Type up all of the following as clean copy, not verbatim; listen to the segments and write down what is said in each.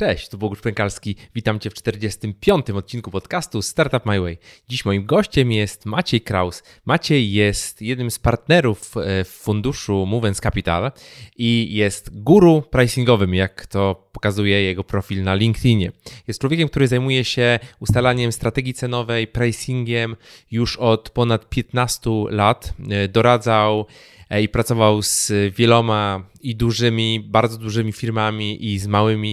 Cześć, tu Bogusz Pękalski. Witam Cię w 45. odcinku podcastu Startup My Way. Dziś moim gościem jest Maciej Kraus. Maciej jest jednym z partnerów w funduszu Movens Capital i jest guru pricingowym, jak to pokazuje jego profil na LinkedInie. Jest człowiekiem, który zajmuje się ustalaniem strategii cenowej, pricingiem już od ponad 15 lat. Doradzał i pracował z wieloma i dużymi, bardzo dużymi firmami i z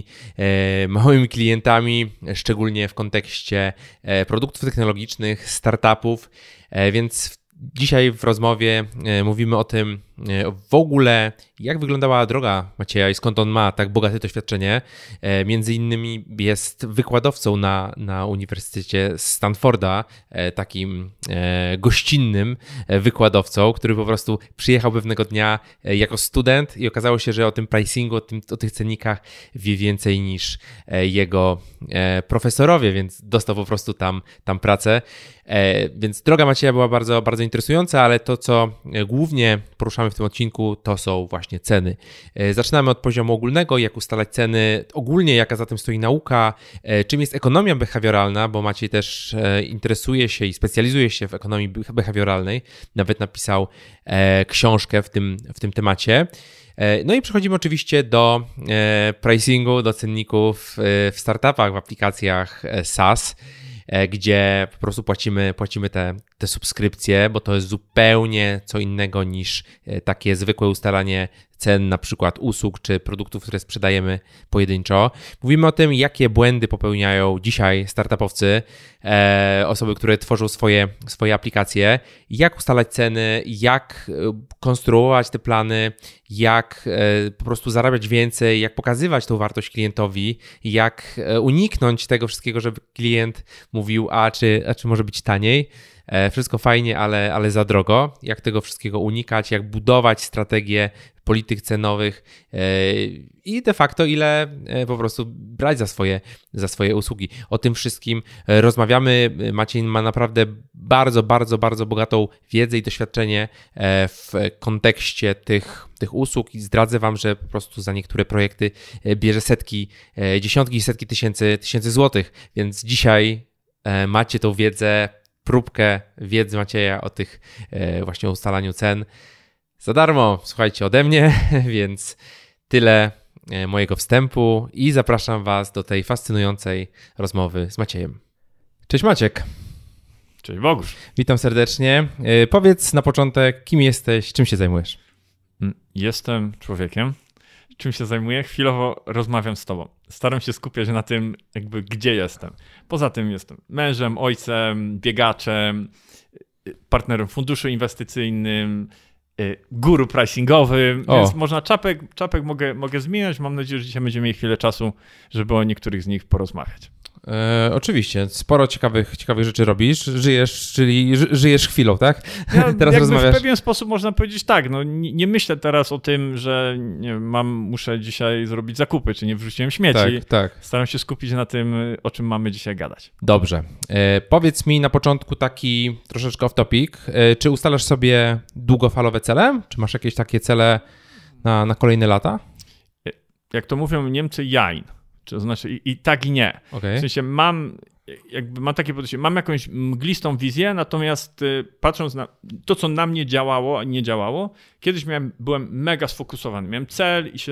małymi klientami, szczególnie w kontekście produktów technologicznych, startupów, więc dzisiaj w rozmowie mówimy o tym w ogóle, jak wyglądała droga Macieja i skąd on ma tak bogate doświadczenie. Między innymi jest wykładowcą na Uniwersytecie Stanforda, takim gościnnym wykładowcą, który po prostu przyjechał pewnego dnia jako student i okazało się, że o tym pricingu, o tych cennikach wie więcej niż jego profesorowie, więc dostał po prostu tam pracę. Więc droga Macieja była bardzo, bardzo interesująca, ale to, co głównie poruszamy w tym odcinku, to są właśnie ceny. Zaczynamy od poziomu ogólnego, jak ustalać ceny, ogólnie jaka za tym stoi nauka, czym jest ekonomia behawioralna, bo Maciej też interesuje się i specjalizuje się w ekonomii behawioralnej, nawet napisał książkę w tym temacie. No i przechodzimy oczywiście do pricingu, do cenników w startupach, w aplikacjach SaaS, gdzie po prostu płacimy te subskrypcje, bo to jest zupełnie co innego niż takie zwykłe ustalanie cen na przykład usług czy produktów, które sprzedajemy pojedynczo. Mówimy o tym, jakie błędy popełniają dzisiaj startupowcy, osoby, które tworzą swoje aplikacje, jak ustalać ceny, jak konstruować te plany, jak po prostu zarabiać więcej, jak pokazywać tą wartość klientowi, jak uniknąć tego wszystkiego, żeby klient mówił, a czy może być taniej. Wszystko fajnie, ale za drogo. Jak tego wszystkiego unikać, jak budować strategię polityk cenowych i de facto ile po prostu brać za swoje usługi. O tym wszystkim rozmawiamy. Maciej ma naprawdę bardzo, bardzo, bardzo bogatą wiedzę i doświadczenie w kontekście tych usług i zdradzę Wam, że po prostu za niektóre projekty bierze dziesiątki i setki tysięcy złotych, więc dzisiaj macie tą wiedzę, próbkę wiedzy Macieja o tych właśnie ustalaniu cen za darmo, słuchajcie, ode mnie, więc tyle mojego wstępu i zapraszam Was do tej fascynującej rozmowy z Maciejem. Cześć Maciek. Cześć Bogusz. Witam serdecznie. Powiedz na początek, kim jesteś, czym się zajmujesz? Jestem człowiekiem. Czym się zajmuję? Chwilowo rozmawiam z tobą. Staram się skupiać na tym, jakby gdzie jestem. Poza tym jestem mężem, ojcem, biegaczem, partnerem w funduszu inwestycyjnym, guru pricingowym, więc można czapek mogę zmieniać. Mam nadzieję, że dzisiaj będziemy mieli chwilę czasu, żeby o niektórych z nich porozmawiać. Oczywiście, sporo ciekawych rzeczy robisz, żyjesz chwilą, tak? Ja teraz rozmawiasz. W pewien sposób można powiedzieć tak, no nie myślę teraz o tym, że muszę dzisiaj zrobić zakupy, czy nie wrzuciłem śmieci. Tak. Staram się skupić na tym, o czym mamy dzisiaj gadać. Dobrze. Powiedz mi na początku taki troszeczkę off topic, czy ustalasz sobie długofalowe cele? Czy masz jakieś takie cele na kolejne lata? Jak to mówią Niemcy, Jein. To znaczy i tak i nie. Okay. W sensie mam takie podejście, mam jakąś mglistą wizję, natomiast patrząc na to, co na mnie działało, a nie działało, kiedyś byłem mega sfokusowany. Miałem cel i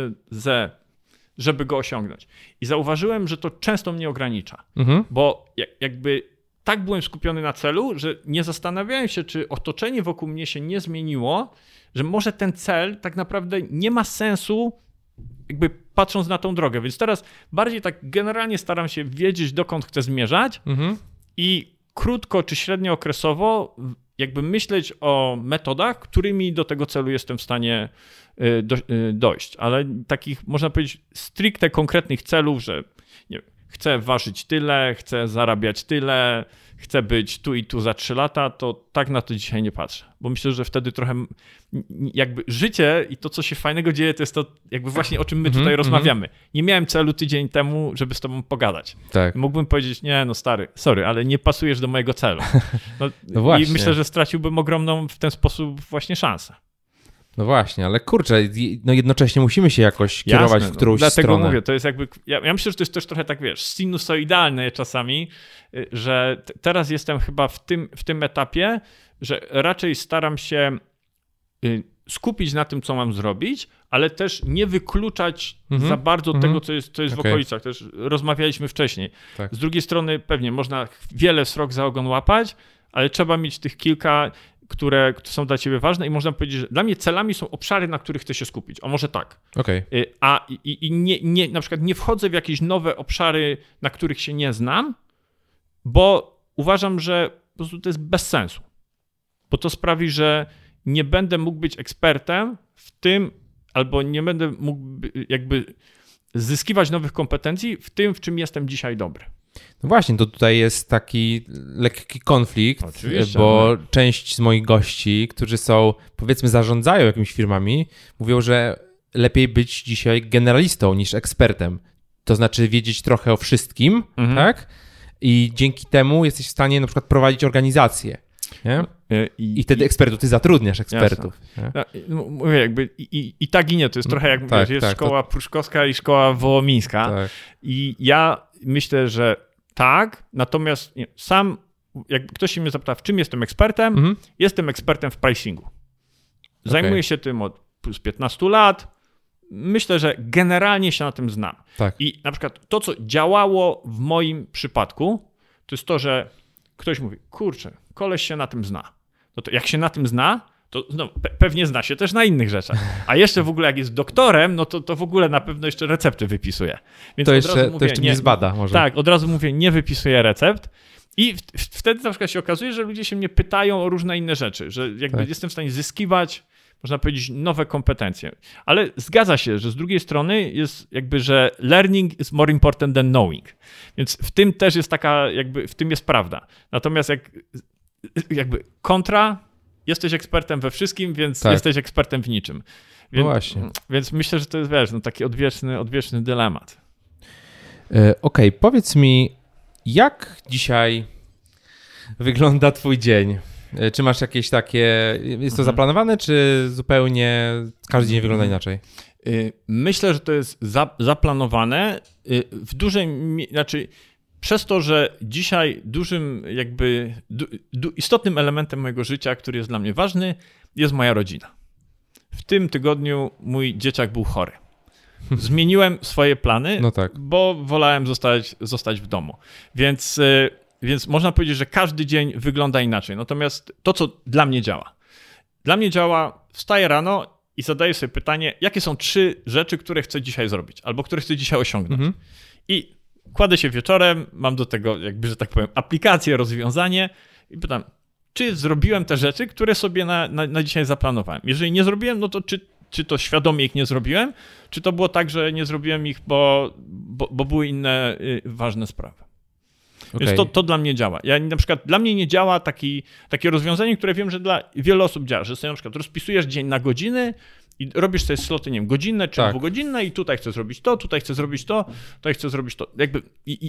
żeby go osiągnąć. I zauważyłem, że to często mnie ogranicza, bo jakby tak byłem skupiony na celu, że nie zastanawiałem się, czy otoczenie wokół mnie się nie zmieniło, że może ten cel tak naprawdę nie ma sensu, jakby patrząc na tą drogę. Więc teraz bardziej tak generalnie staram się wiedzieć, dokąd chcę zmierzać i krótko czy średniookresowo jakby myśleć o metodach, którymi do tego celu jestem w stanie dojść. Ale takich, można powiedzieć, stricte konkretnych celów, że nie wiem, chcę ważyć tyle, chcę zarabiać tyle, chcę być tu i tu za 3 lata, to tak na to dzisiaj nie patrzę. Bo myślę, że wtedy trochę jakby życie i to, co się fajnego dzieje, to jest to jakby właśnie o czym my tutaj rozmawiamy. Nie miałem celu tydzień temu, żeby z tobą pogadać. Tak. Mógłbym powiedzieć, nie no stary, sorry, ale nie pasujesz do mojego celu. No właśnie. I myślę, że straciłbym ogromną w ten sposób właśnie szansę. No właśnie, ale kurczę, no jednocześnie musimy się jakoś kierować w którąś dlatego stronę. Dlatego mówię, to jest jakby, ja myślę, że to jest też trochę tak, wiesz, sinusoidalne czasami, że teraz jestem chyba w tym etapie, że raczej staram się skupić na tym, co mam zrobić, ale też nie wykluczać za bardzo tego, co jest w okolicach. Też rozmawialiśmy wcześniej. Tak. Z drugiej strony pewnie można wiele srok za ogon łapać, ale trzeba mieć tych kilka, które są dla ciebie ważne i można powiedzieć, że dla mnie celami są obszary, na których chcę się skupić. O może tak. Okay. Nie, na przykład nie wchodzę w jakieś nowe obszary, na których się nie znam, bo uważam, że po prostu to jest bez sensu. Bo to sprawi, że nie będę mógł być ekspertem w tym, albo nie będę mógł jakby zyskiwać nowych kompetencji w tym, w czym jestem dzisiaj dobry. No właśnie, to tutaj jest taki lekki konflikt, oczywiście, bo część z moich gości, którzy powiedzmy zarządzają jakimiś firmami, mówią, że lepiej być dzisiaj generalistą niż ekspertem. To znaczy wiedzieć trochę o wszystkim, tak? I dzięki temu jesteś w stanie na przykład prowadzić organizację. Nie? I wtedy ekspertów, ty zatrudniasz ekspertów. No, mówię jakby i tak i nie, to jest trochę jak mówisz, jest szkoła pruszkowska i szkoła wołomińska. Tak. I ja myślę, że tak, natomiast sam, jak ktoś się mnie zapyta, w czym jestem ekspertem, jestem ekspertem w pricingu. Zajmuję się tym od plus 15 lat. Myślę, że generalnie się na tym znam. Tak. I na przykład to, co działało w moim przypadku, to jest to, że ktoś mówi, kurczę, koleś się na tym zna. No to jak się na tym zna, to pewnie zna się też na innych rzeczach. A jeszcze w ogóle jak jest doktorem, no to w ogóle na pewno jeszcze recepty wypisuje. Więc to jeszcze mnie zbada może. Tak, od razu mówię, nie wypisuję recept. I wtedy na przykład się okazuje, że ludzie się mnie pytają o różne inne rzeczy, że jakby jestem w stanie zyskiwać, można powiedzieć, nowe kompetencje. Ale zgadza się, że z drugiej strony jest jakby, że learning is more important than knowing. Więc w tym też jest taka, jakby w tym jest prawda. Natomiast jakby kontra, jesteś ekspertem we wszystkim, więc jesteś ekspertem w niczym. No właśnie. Więc myślę, że to jest, wiesz, taki odwieczny dylemat. Okej, powiedz mi, jak dzisiaj wygląda twój dzień? Czy masz jakieś takie, jest to zaplanowane, czy zupełnie każdy dzień wygląda inaczej? Myślę, że to jest zaplanowane w dużej znaczy przez to, że dzisiaj dużym jakby istotnym elementem mojego życia, który jest dla mnie ważny, jest moja rodzina. W tym tygodniu mój dzieciak był chory. Zmieniłem swoje plany, bo wolałem zostać w domu. Więc można powiedzieć, że każdy dzień wygląda inaczej. Natomiast to, co dla mnie działa. Dla mnie działa, wstaję rano i zadaję sobie pytanie, jakie są 3 rzeczy, które chcę dzisiaj zrobić, albo które chcę dzisiaj osiągnąć. I kładę się wieczorem, mam do tego, jakby, że tak powiem, aplikację, rozwiązanie i pytam, czy zrobiłem te rzeczy, które sobie na dzisiaj zaplanowałem. Jeżeli nie zrobiłem, no to czy to świadomie ich nie zrobiłem, czy to było tak, że nie zrobiłem ich, bo były inne ważne sprawy. Więc to dla mnie działa. Na przykład dla mnie nie działa takie rozwiązanie, które wiem, że dla wielu osób działa, że sobie na przykład rozpisujesz dzień na godziny i robisz sobie sloty, nie wiem, godzinne czy dwugodzinne i tutaj chcę zrobić to, tutaj chcę zrobić to, tutaj chcę zrobić to. Jakby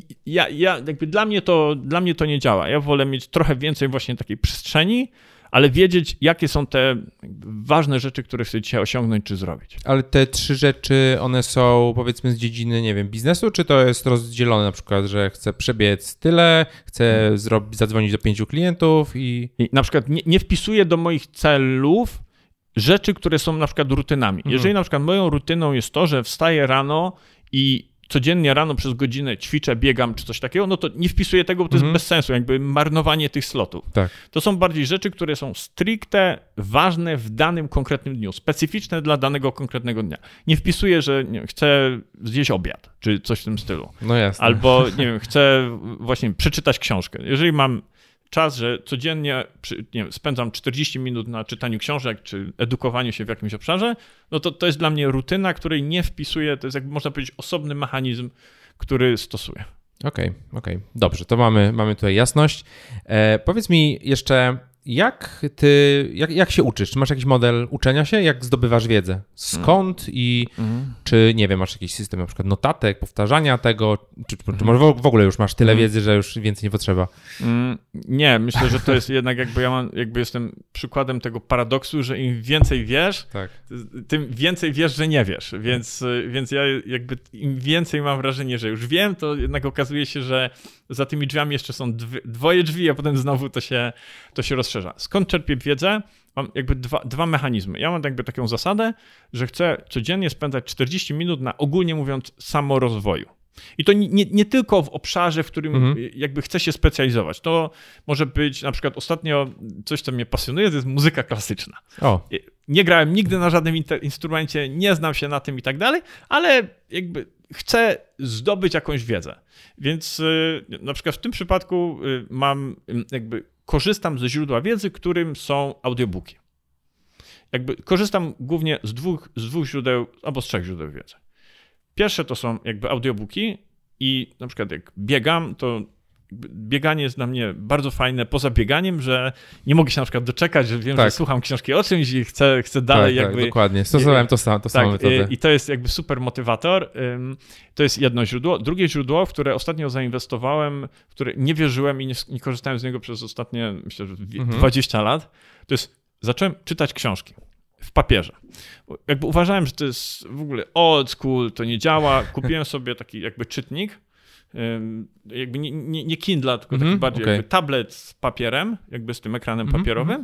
jakby dla mnie to nie działa. Ja wolę mieć trochę więcej właśnie takiej przestrzeni, ale wiedzieć, jakie są te ważne rzeczy, które chcę dzisiaj osiągnąć czy zrobić. Ale te 3 rzeczy, one są powiedzmy z dziedziny, nie wiem, biznesu, czy to jest rozdzielone na przykład, że chcę przebiec tyle, chcę zadzwonić do 5 klientów i na przykład nie wpisuję do moich celów rzeczy, które są na przykład rutynami. Jeżeli na przykład moją rutyną jest to, że wstaję rano i codziennie rano przez godzinę ćwiczę, biegam czy coś takiego, no to nie wpisuję tego, bo to jest bez sensu, jakby marnowanie tych slotów. Tak. To są bardziej rzeczy, które są stricte ważne w danym konkretnym dniu, specyficzne dla danego konkretnego dnia. Nie wpisuję, że chcę zjeść obiad, czy coś w tym stylu. No jasne. Albo, nie wiem, chcę właśnie przeczytać książkę. Jeżeli mam czas, że codziennie spędzam 40 minut na czytaniu książek czy edukowaniu się w jakimś obszarze, no to jest dla mnie rutyna, której nie wpisuję, to jest jakby można powiedzieć osobny mechanizm, który stosuję. Okej. Dobrze, to mamy tutaj jasność. Powiedz mi jeszcze, jak się uczysz? Czy masz jakiś model uczenia się? Jak zdobywasz wiedzę? Skąd i czy, nie wiem, masz jakiś system na przykład notatek, powtarzania tego, czy może w ogóle już masz tyle wiedzy, że już więcej nie potrzeba? Nie, myślę, że to jest jednak jestem przykładem tego paradoksu, że im więcej wiesz, tym więcej wiesz, że nie wiesz, więc ja jakby im więcej mam wrażenie, że już wiem, to jednak okazuje się, że za tymi drzwiami jeszcze są dwoje drzwi, a potem znowu to się rozszerza. Skąd czerpię wiedzę? Mam jakby dwa mechanizmy. Ja mam jakby taką zasadę, że chcę codziennie spędzać 40 minut na, ogólnie mówiąc, samorozwoju. I to nie tylko w obszarze, w którym jakby chcę się specjalizować. To może być na przykład ostatnio coś, co mnie pasjonuje, to jest muzyka klasyczna. Nie grałem nigdy na żadnym instrumencie, nie znam się na tym i tak dalej, ale jakby chcę zdobyć jakąś wiedzę. Więc na przykład w tym przypadku korzystam ze źródła wiedzy, którym są audiobooki. Jakby korzystam głównie z dwóch źródeł albo z 3 źródeł wiedzy. Pierwsze to są jakby audiobooki i na przykład jak biegam, to bieganie jest dla mnie bardzo fajne poza bieganiem, że nie mogę się na przykład doczekać, że wiem, że słucham książki o czymś i chcę dalej jakby... Tak, dokładnie. Stosowałem to samo metodę. I to jest jakby super motywator. To jest jedno źródło. Drugie źródło, w które ostatnio zainwestowałem, w które nie wierzyłem i nie korzystałem z niego przez ostatnie, myślę, że 20 lat, to jest zacząłem czytać książki w papierze. Jakby uważałem, że to jest w ogóle old school, to nie działa. Kupiłem sobie taki jakby czytnik, jakby nie Kindle, tylko taki bardziej jakby tablet z papierem, jakby z tym ekranem papierowym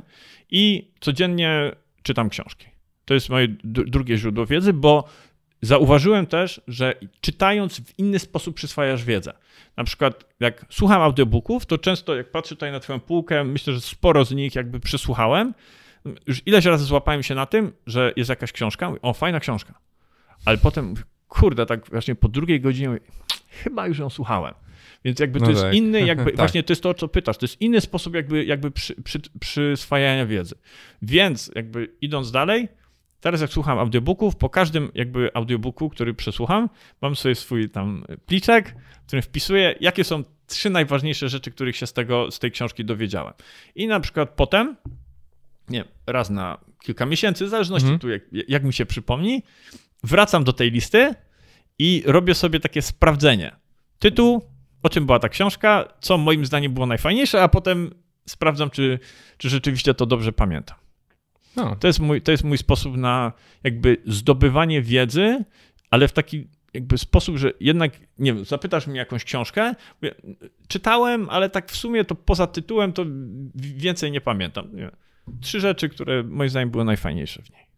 i codziennie czytam książki. To jest moje drugie źródło wiedzy, bo zauważyłem też, że czytając w inny sposób przyswajasz wiedzę. Na przykład jak słucham audiobooków, to często jak patrzę tutaj na twoją półkę, myślę, że sporo z nich jakby przesłuchałem. Już ileś razy złapałem się na tym, że jest jakaś książka, mówię, o, fajna książka. Ale potem mówię, kurde, tak właśnie po 2 godzinie mówię, chyba już ją słuchałem. Więc jakby to jest inny, jakby właśnie to jest to, o co pytasz, to jest inny sposób jakby przyswajania wiedzy. Więc jakby idąc dalej, teraz jak słucham audiobooków, po każdym jakby audiobooku, który przesłucham, mam sobie swój tam pliczek, w którym wpisuję, jakie są 3 najważniejsze rzeczy, których się z tej książki dowiedziałem. I na przykład potem, nie, raz na kilka miesięcy, w zależności tu jak mi się przypomni, wracam do tej listy i robię sobie takie sprawdzenie. Tytuł, o czym była ta książka, co moim zdaniem było najfajniejsze, a potem sprawdzam, czy rzeczywiście to dobrze pamiętam. No. To jest mój sposób na jakby zdobywanie wiedzy, ale w taki jakby sposób, że jednak, nie wiem, zapytasz mnie jakąś książkę, mówię, czytałem, ale tak w sumie to poza tytułem to więcej nie pamiętam. Nie. 3 rzeczy, które moim zdaniem były najfajniejsze w niej.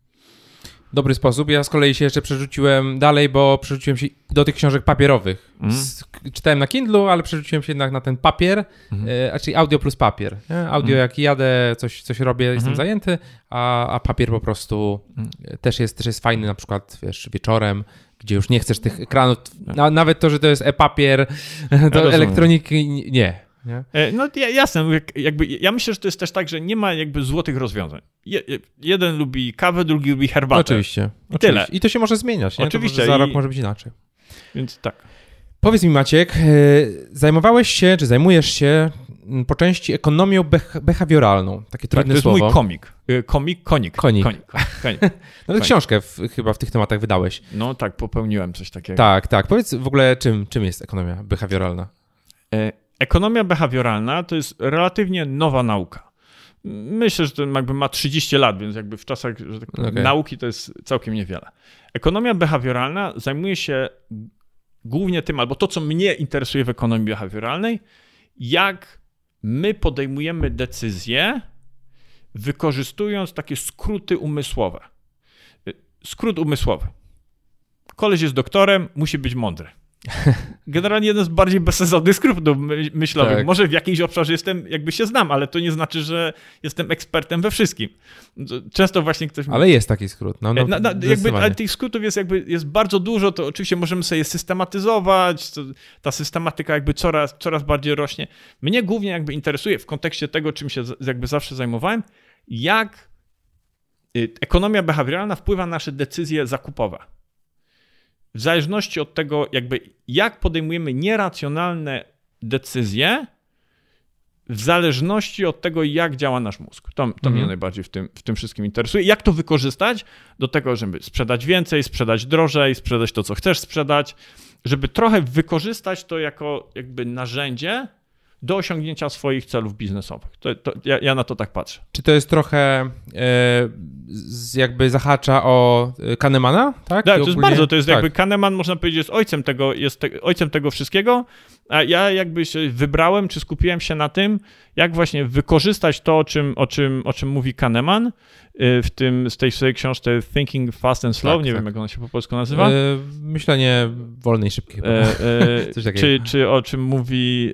Dobry sposób. Ja z kolei się jeszcze przerzuciłem dalej, bo przerzuciłem się do tych książek papierowych. Czytałem na Kindlu, ale przerzuciłem się jednak na ten papier, czyli audio plus papier. Nie? Audio jak jadę, coś robię, jestem zajęty, a papier po prostu też jest fajny, na przykład wiesz, wieczorem, gdzie już nie chcesz tych ekranów, nawet to, że to jest e-papier, to elektroniki nie. No jasne, jakby ja myślę, że to jest też tak, że nie ma jakby złotych rozwiązań. Jeden lubi kawę, drugi lubi herbatę. Oczywiście. Tyle. I to się może zmieniać. Nie? Oczywiście. To za rok może być inaczej. Więc tak. Powiedz mi, Maciek, zajmowałeś się, czy zajmujesz się po części ekonomią behawioralną. Takie trudne słowo. To jest mój konik. No to książkę chyba w tych tematach wydałeś. No tak, popełniłem coś takiego. Tak. Powiedz w ogóle, czym jest ekonomia behawioralna? Ekonomia behawioralna to jest relatywnie nowa nauka. Myślę, że to jakby ma 30 lat, więc jakby w czasach nauki to jest całkiem niewiele. Ekonomia behawioralna zajmuje się głównie tym, albo to, co mnie interesuje w ekonomii behawioralnej, jak my podejmujemy decyzje, wykorzystując takie skróty umysłowe. Skrót umysłowy. Koleś jest doktorem, musi być mądry. Generalnie jeden z bardziej bezsensownych skrótów myślowych. Tak. Może w jakimś obszarze jakby się znam, ale to nie znaczy, że jestem ekspertem we wszystkim. Często właśnie ktoś... Ale jest taki skrót. Ale tych skrótów jest bardzo dużo, to oczywiście możemy sobie je systematyzować, ta systematyka jakby coraz bardziej rośnie. Mnie głównie jakby interesuje w kontekście tego, czym się jakby zawsze zajmowałem, jak ekonomia behawioralna wpływa na nasze decyzje zakupowe. W zależności od tego, jakby jak podejmujemy nieracjonalne decyzje, w zależności od tego, jak działa nasz mózg. To mnie najbardziej w tym wszystkim interesuje. Jak to wykorzystać do tego, żeby sprzedać więcej, sprzedać drożej, sprzedać to, co chcesz sprzedać, żeby trochę wykorzystać to jako jakby narzędzie do osiągnięcia swoich celów biznesowych. Ja na to tak patrzę. Czy to jest trochę jakby zahacza o Kahnemana? Tak, to jest bardzo, to jest jakby Kahneman, można powiedzieć, jest ojcem tego wszystkiego, a ja jakby się wybrałem, czy skupiłem się na tym, jak właśnie wykorzystać to, o czym mówi Kahneman z tej swojej książce Thinking Fast and Slow, nie wiem, jak ona się po polsku nazywa. Myślenie wolne i szybkie. Coś takiego. Czy o czym mówi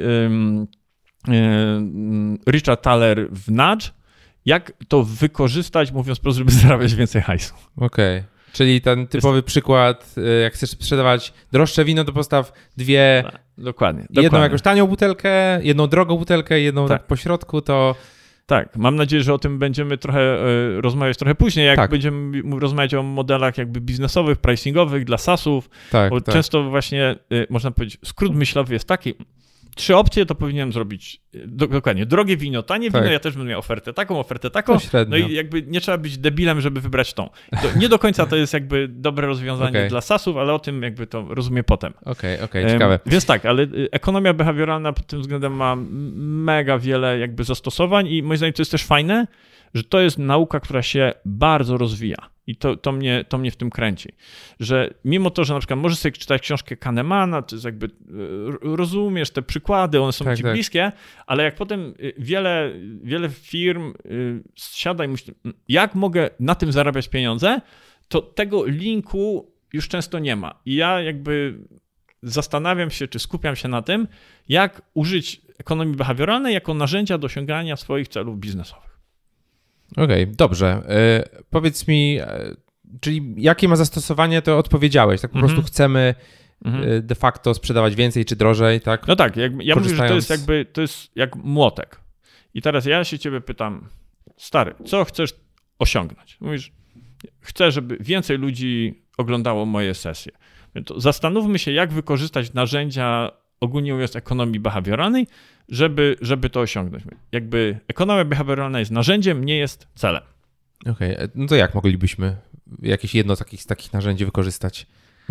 Richard Thaler w Nudge, jak to wykorzystać, mówiąc prosto, żeby zarabiać więcej hajsu. Okej. Czyli ten typowy przykład, jak chcesz sprzedawać droższe wino, to postaw dwie, dokładnie. Jedną jakąś tanią butelkę, jedną drogą butelkę, jedną tak po środku, to... Tak, mam nadzieję, że o tym będziemy rozmawiać trochę później, jak będziemy rozmawiać o modelach jakby biznesowych, pricingowych dla SaaS-ów, bo często właśnie, można powiedzieć, skrót myślowy jest taki, 3 opcje to powinienem zrobić dokładnie. Drogie wino, tanie wino, ja też będę miał ofertę taką. No i jakby nie trzeba być debilem, żeby wybrać tą. Nie do końca to jest jakby dobre rozwiązanie dla SaaS-ów, ale o tym jakby to rozumiem potem. Okej, ciekawe. Więc tak, ale ekonomia behawioralna pod tym względem ma mega wiele jakby zastosowań i moim zdaniem to jest też fajne, że to jest nauka, która się bardzo rozwija. I to mnie w tym kręci. Że mimo to, że na przykład możesz sobie czytać książkę Kahnemana, to jest jakby rozumiesz te przykłady, one są ci bliskie, ale jak potem wiele firm siada i myśli, jak mogę na tym zarabiać pieniądze, to tego linku już często nie ma. I ja jakby zastanawiam się, czy skupiam się na tym, jak użyć ekonomii behawioralnej jako narzędzia do osiągania swoich celów biznesowych. Okej, dobrze. Powiedz mi, czyli jakie ma zastosowanie, to odpowiedziałeś. Tak po prostu chcemy de facto sprzedawać więcej czy drożej, tak? No tak, ja mówię, że to jest jak młotek. I teraz ja się ciebie pytam, stary, co chcesz osiągnąć? Mówisz, chcę, żeby więcej ludzi oglądało moje sesje. To zastanówmy się, jak wykorzystać narzędzia, ogólnie mówiąc, ekonomii behawioralnej, żeby to osiągnąć. Jakby ekonomia behawioralna jest narzędziem, nie jest celem. Okej, no to jak moglibyśmy jakieś jedno z takich narzędzi wykorzystać?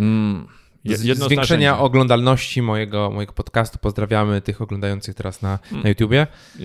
Zwiększenia oglądalności mojego podcastu. Pozdrawiamy tych oglądających teraz na YouTubie.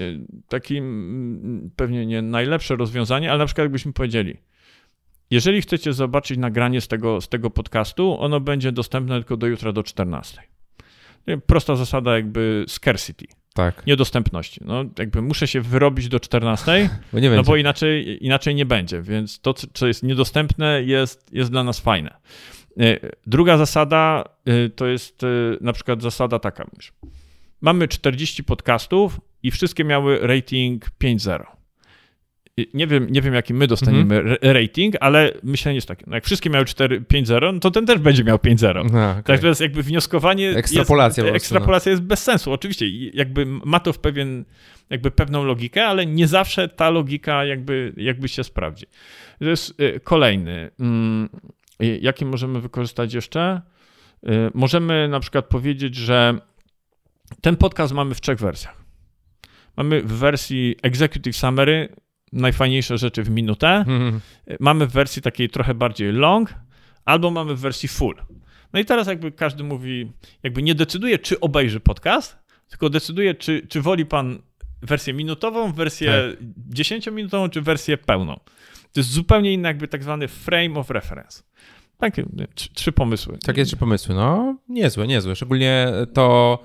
Takim pewnie nie najlepsze rozwiązanie, ale na przykład jakbyśmy powiedzieli, jeżeli chcecie zobaczyć nagranie z tego podcastu, ono będzie dostępne tylko do jutra do 14. Prosta zasada jakby scarcity. Tak. Niedostępności. No, jakby muszę się wyrobić do 14, bo inaczej nie będzie, więc to, co jest niedostępne, jest dla nas fajne. Druga zasada to jest na przykład zasada taka. Mamy 40 podcastów i wszystkie miały rating 5.0. Nie wiem, jaki my dostaniemy rating, ale myślenie jest takie, no jak wszystkie miały 5.0, no to ten też będzie miał 5.0. Okay. Tak, to jest jakby wnioskowanie, ekstrapolacja jest bez sensu. Oczywiście jakby ma to pewną logikę, ale nie zawsze ta logika jakby się sprawdzi. To jest kolejny. Jaki możemy wykorzystać jeszcze? Możemy na przykład powiedzieć, że ten podcast mamy w 3 wersjach. Mamy w wersji Executive Summary najfajniejsze rzeczy w minutę. Mamy w wersji takiej trochę bardziej long, albo mamy w wersji full. No i teraz jakby każdy mówi, jakby nie decyduje, czy obejrzy podcast, tylko decyduje, czy woli pan wersję minutową, wersję 10-minutową, czy wersję pełną. To jest zupełnie inny jakby tak zwany frame of reference. Takie 3 pomysły. Takie 3 pomysły, no niezłe. Szczególnie to,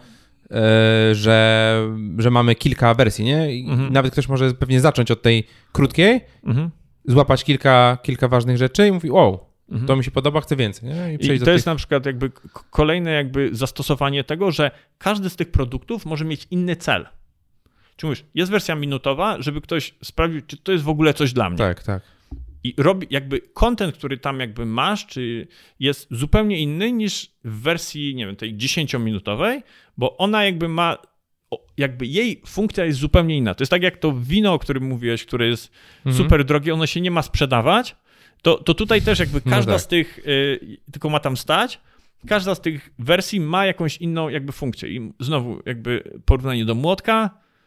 że mamy kilka wersji, nie? I nawet ktoś może pewnie zacząć od tej krótkiej, złapać kilka ważnych rzeczy i mówi, to mi się podoba, chcę więcej. Nie? I to jest na przykład jakby kolejne jakby zastosowanie tego, że każdy z tych produktów może mieć inny cel. Czy mówisz, jest wersja minutowa, żeby ktoś sprawdził, czy to jest w ogóle coś dla mnie. Tak. I robi jakby content, który tam jakby masz, czy jest zupełnie inny niż w wersji, nie wiem, tej 10-minutowej, bo ona jakby ma, jakby jej funkcja jest zupełnie inna. To jest tak jak to wino, o którym mówiłeś, które jest super drogie, ono się nie ma sprzedawać, to tutaj też jakby każda z tych, tylko ma tam stać, każda z tych wersji ma jakąś inną jakby funkcję. I znowu jakby porównanie do młotka,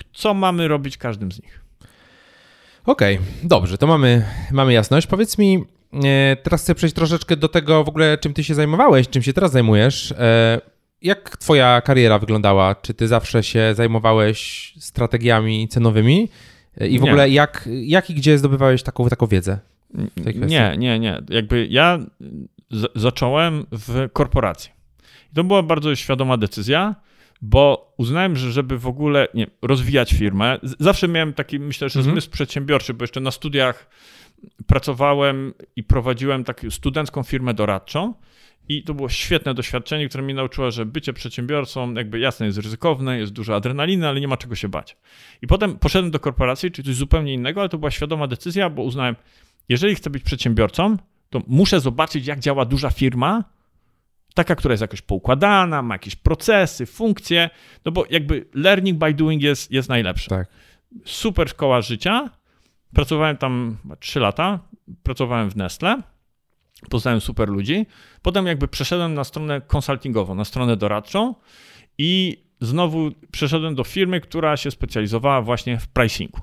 co mamy robić każdym z nich. Okej, dobrze, to mamy jasność. Powiedz mi, teraz chcę przejść troszeczkę do tego w ogóle, czym ty się zajmowałeś, czym się teraz zajmujesz. Jak twoja kariera wyglądała? Czy ty zawsze się zajmowałeś strategiami cenowymi? I w ogóle jak i gdzie zdobywałeś taką wiedzę w tej kwestii? Nie. Jakby ja zacząłem w korporacji. I to była bardzo świadoma decyzja, bo uznałem, że żeby w ogóle rozwijać firmę, zawsze miałem taki, myślę, że zmysł przedsiębiorczy, bo jeszcze na studiach pracowałem i prowadziłem taką studencką firmę doradczą i to było świetne doświadczenie, które mnie nauczyło, że bycie przedsiębiorcą jakby jasne jest ryzykowne, jest dużo adrenaliny, ale nie ma czego się bać. I potem poszedłem do korporacji, czyli coś zupełnie innego, ale to była świadoma decyzja, bo uznałem, jeżeli chcę być przedsiębiorcą, to muszę zobaczyć, jak działa duża firma, taka, która jest jakoś poukładana, ma jakieś procesy, funkcje, no bo jakby learning by doing jest najlepsze. Tak. Super szkoła życia, pracowałem tam 3 lata, pracowałem w Nestle, poznałem super ludzi, potem jakby przeszedłem na stronę konsultingową, na stronę doradczą i znowu przeszedłem do firmy, która się specjalizowała właśnie w pricingu.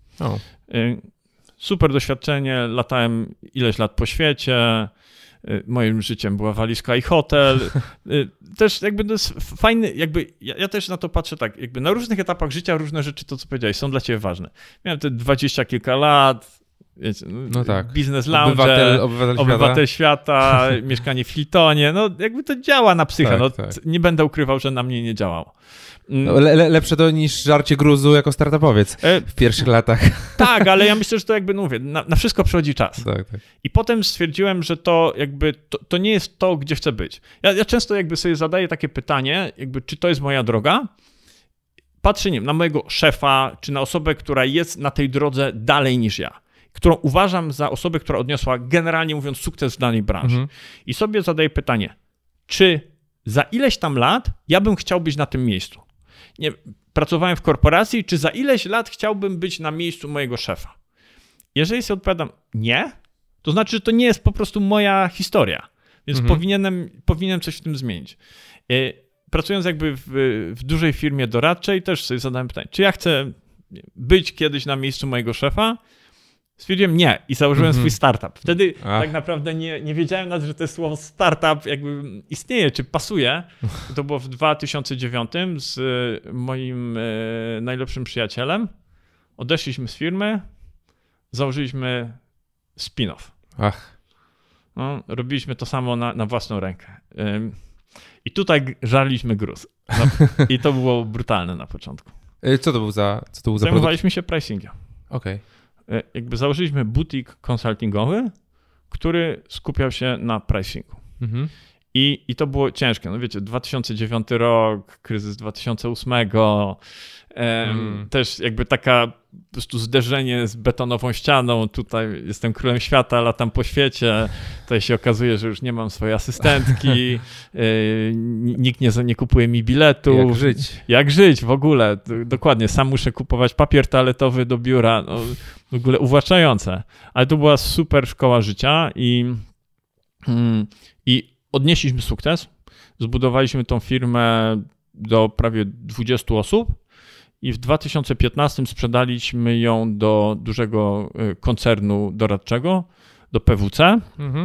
Super doświadczenie, latałem ileś lat po świecie, moim życiem była walizka i hotel. Też jakby to jest fajny, jakby ja też na to patrzę tak, jakby na różnych etapach życia różne rzeczy, to co powiedziałeś, są dla ciebie ważne. Miałem te 20 kilka lat, wiecie, no tak. biznes lounge, obywatel świata, świata. mieszkanie w Hiltonie, no jakby to działa na psychę, Tak, no tak. Nie będę ukrywał, że na mnie nie działało. No, lepsze to niż żarcie gruzu jako startupowiec w pierwszych latach. Tak, ale ja myślę, że to jakby, no mówię, na wszystko przychodzi czas. Tak. I potem stwierdziłem, że to jakby, to nie jest to, gdzie chcę być. Ja często jakby sobie zadaję takie pytanie, jakby czy to jest moja droga? Patrzę, nie wiem, na mojego szefa, czy na osobę, która jest na tej drodze dalej niż ja, którą uważam za osobę, która odniosła, generalnie mówiąc, sukces w danej branży. I sobie zadaję pytanie, czy za ileś tam lat ja bym chciał być na tym miejscu? Nie, pracowałem w korporacji, czy za ileś lat chciałbym być na miejscu mojego szefa? Jeżeli sobie odpowiadam nie, to znaczy, że to nie jest po prostu moja historia, więc powinienem coś w tym zmienić. Pracując jakby w dużej firmie doradczej, też sobie zadałem pytanie, czy ja chcę być kiedyś na miejscu mojego szefa? Stwierdziłem nie i założyłem swój startup. Wtedy tak naprawdę nie wiedziałem nawet, że to słowo startup jakby istnieje, czy pasuje. To było w 2009 z moim najlepszym przyjacielem. Odeszliśmy z firmy, założyliśmy spin-off. No, robiliśmy to samo na własną rękę. I tutaj żarliśmy gruz. I to było brutalne na początku. Co to był za produkt? Zajmowaliśmy się pricingiem. Okej. Jakby założyliśmy butik konsultingowy, który skupiał się na pricingu. I to było ciężkie. No wiecie, 2009 rok, kryzys 2008, też jakby taka po prostu zderzenie z betonową ścianą. Tutaj jestem królem świata, latam po świecie. Tutaj się okazuje, że już nie mam swojej asystentki, nikt nie kupuje mi biletu. Jak żyć w ogóle. Dokładnie, sam muszę kupować papier toaletowy do biura. No, w ogóle uwłaczające. Ale to była super szkoła życia i odnieśliśmy sukces. Zbudowaliśmy tą firmę do prawie 20 osób i w 2015 sprzedaliśmy ją do dużego koncernu doradczego, do PwC.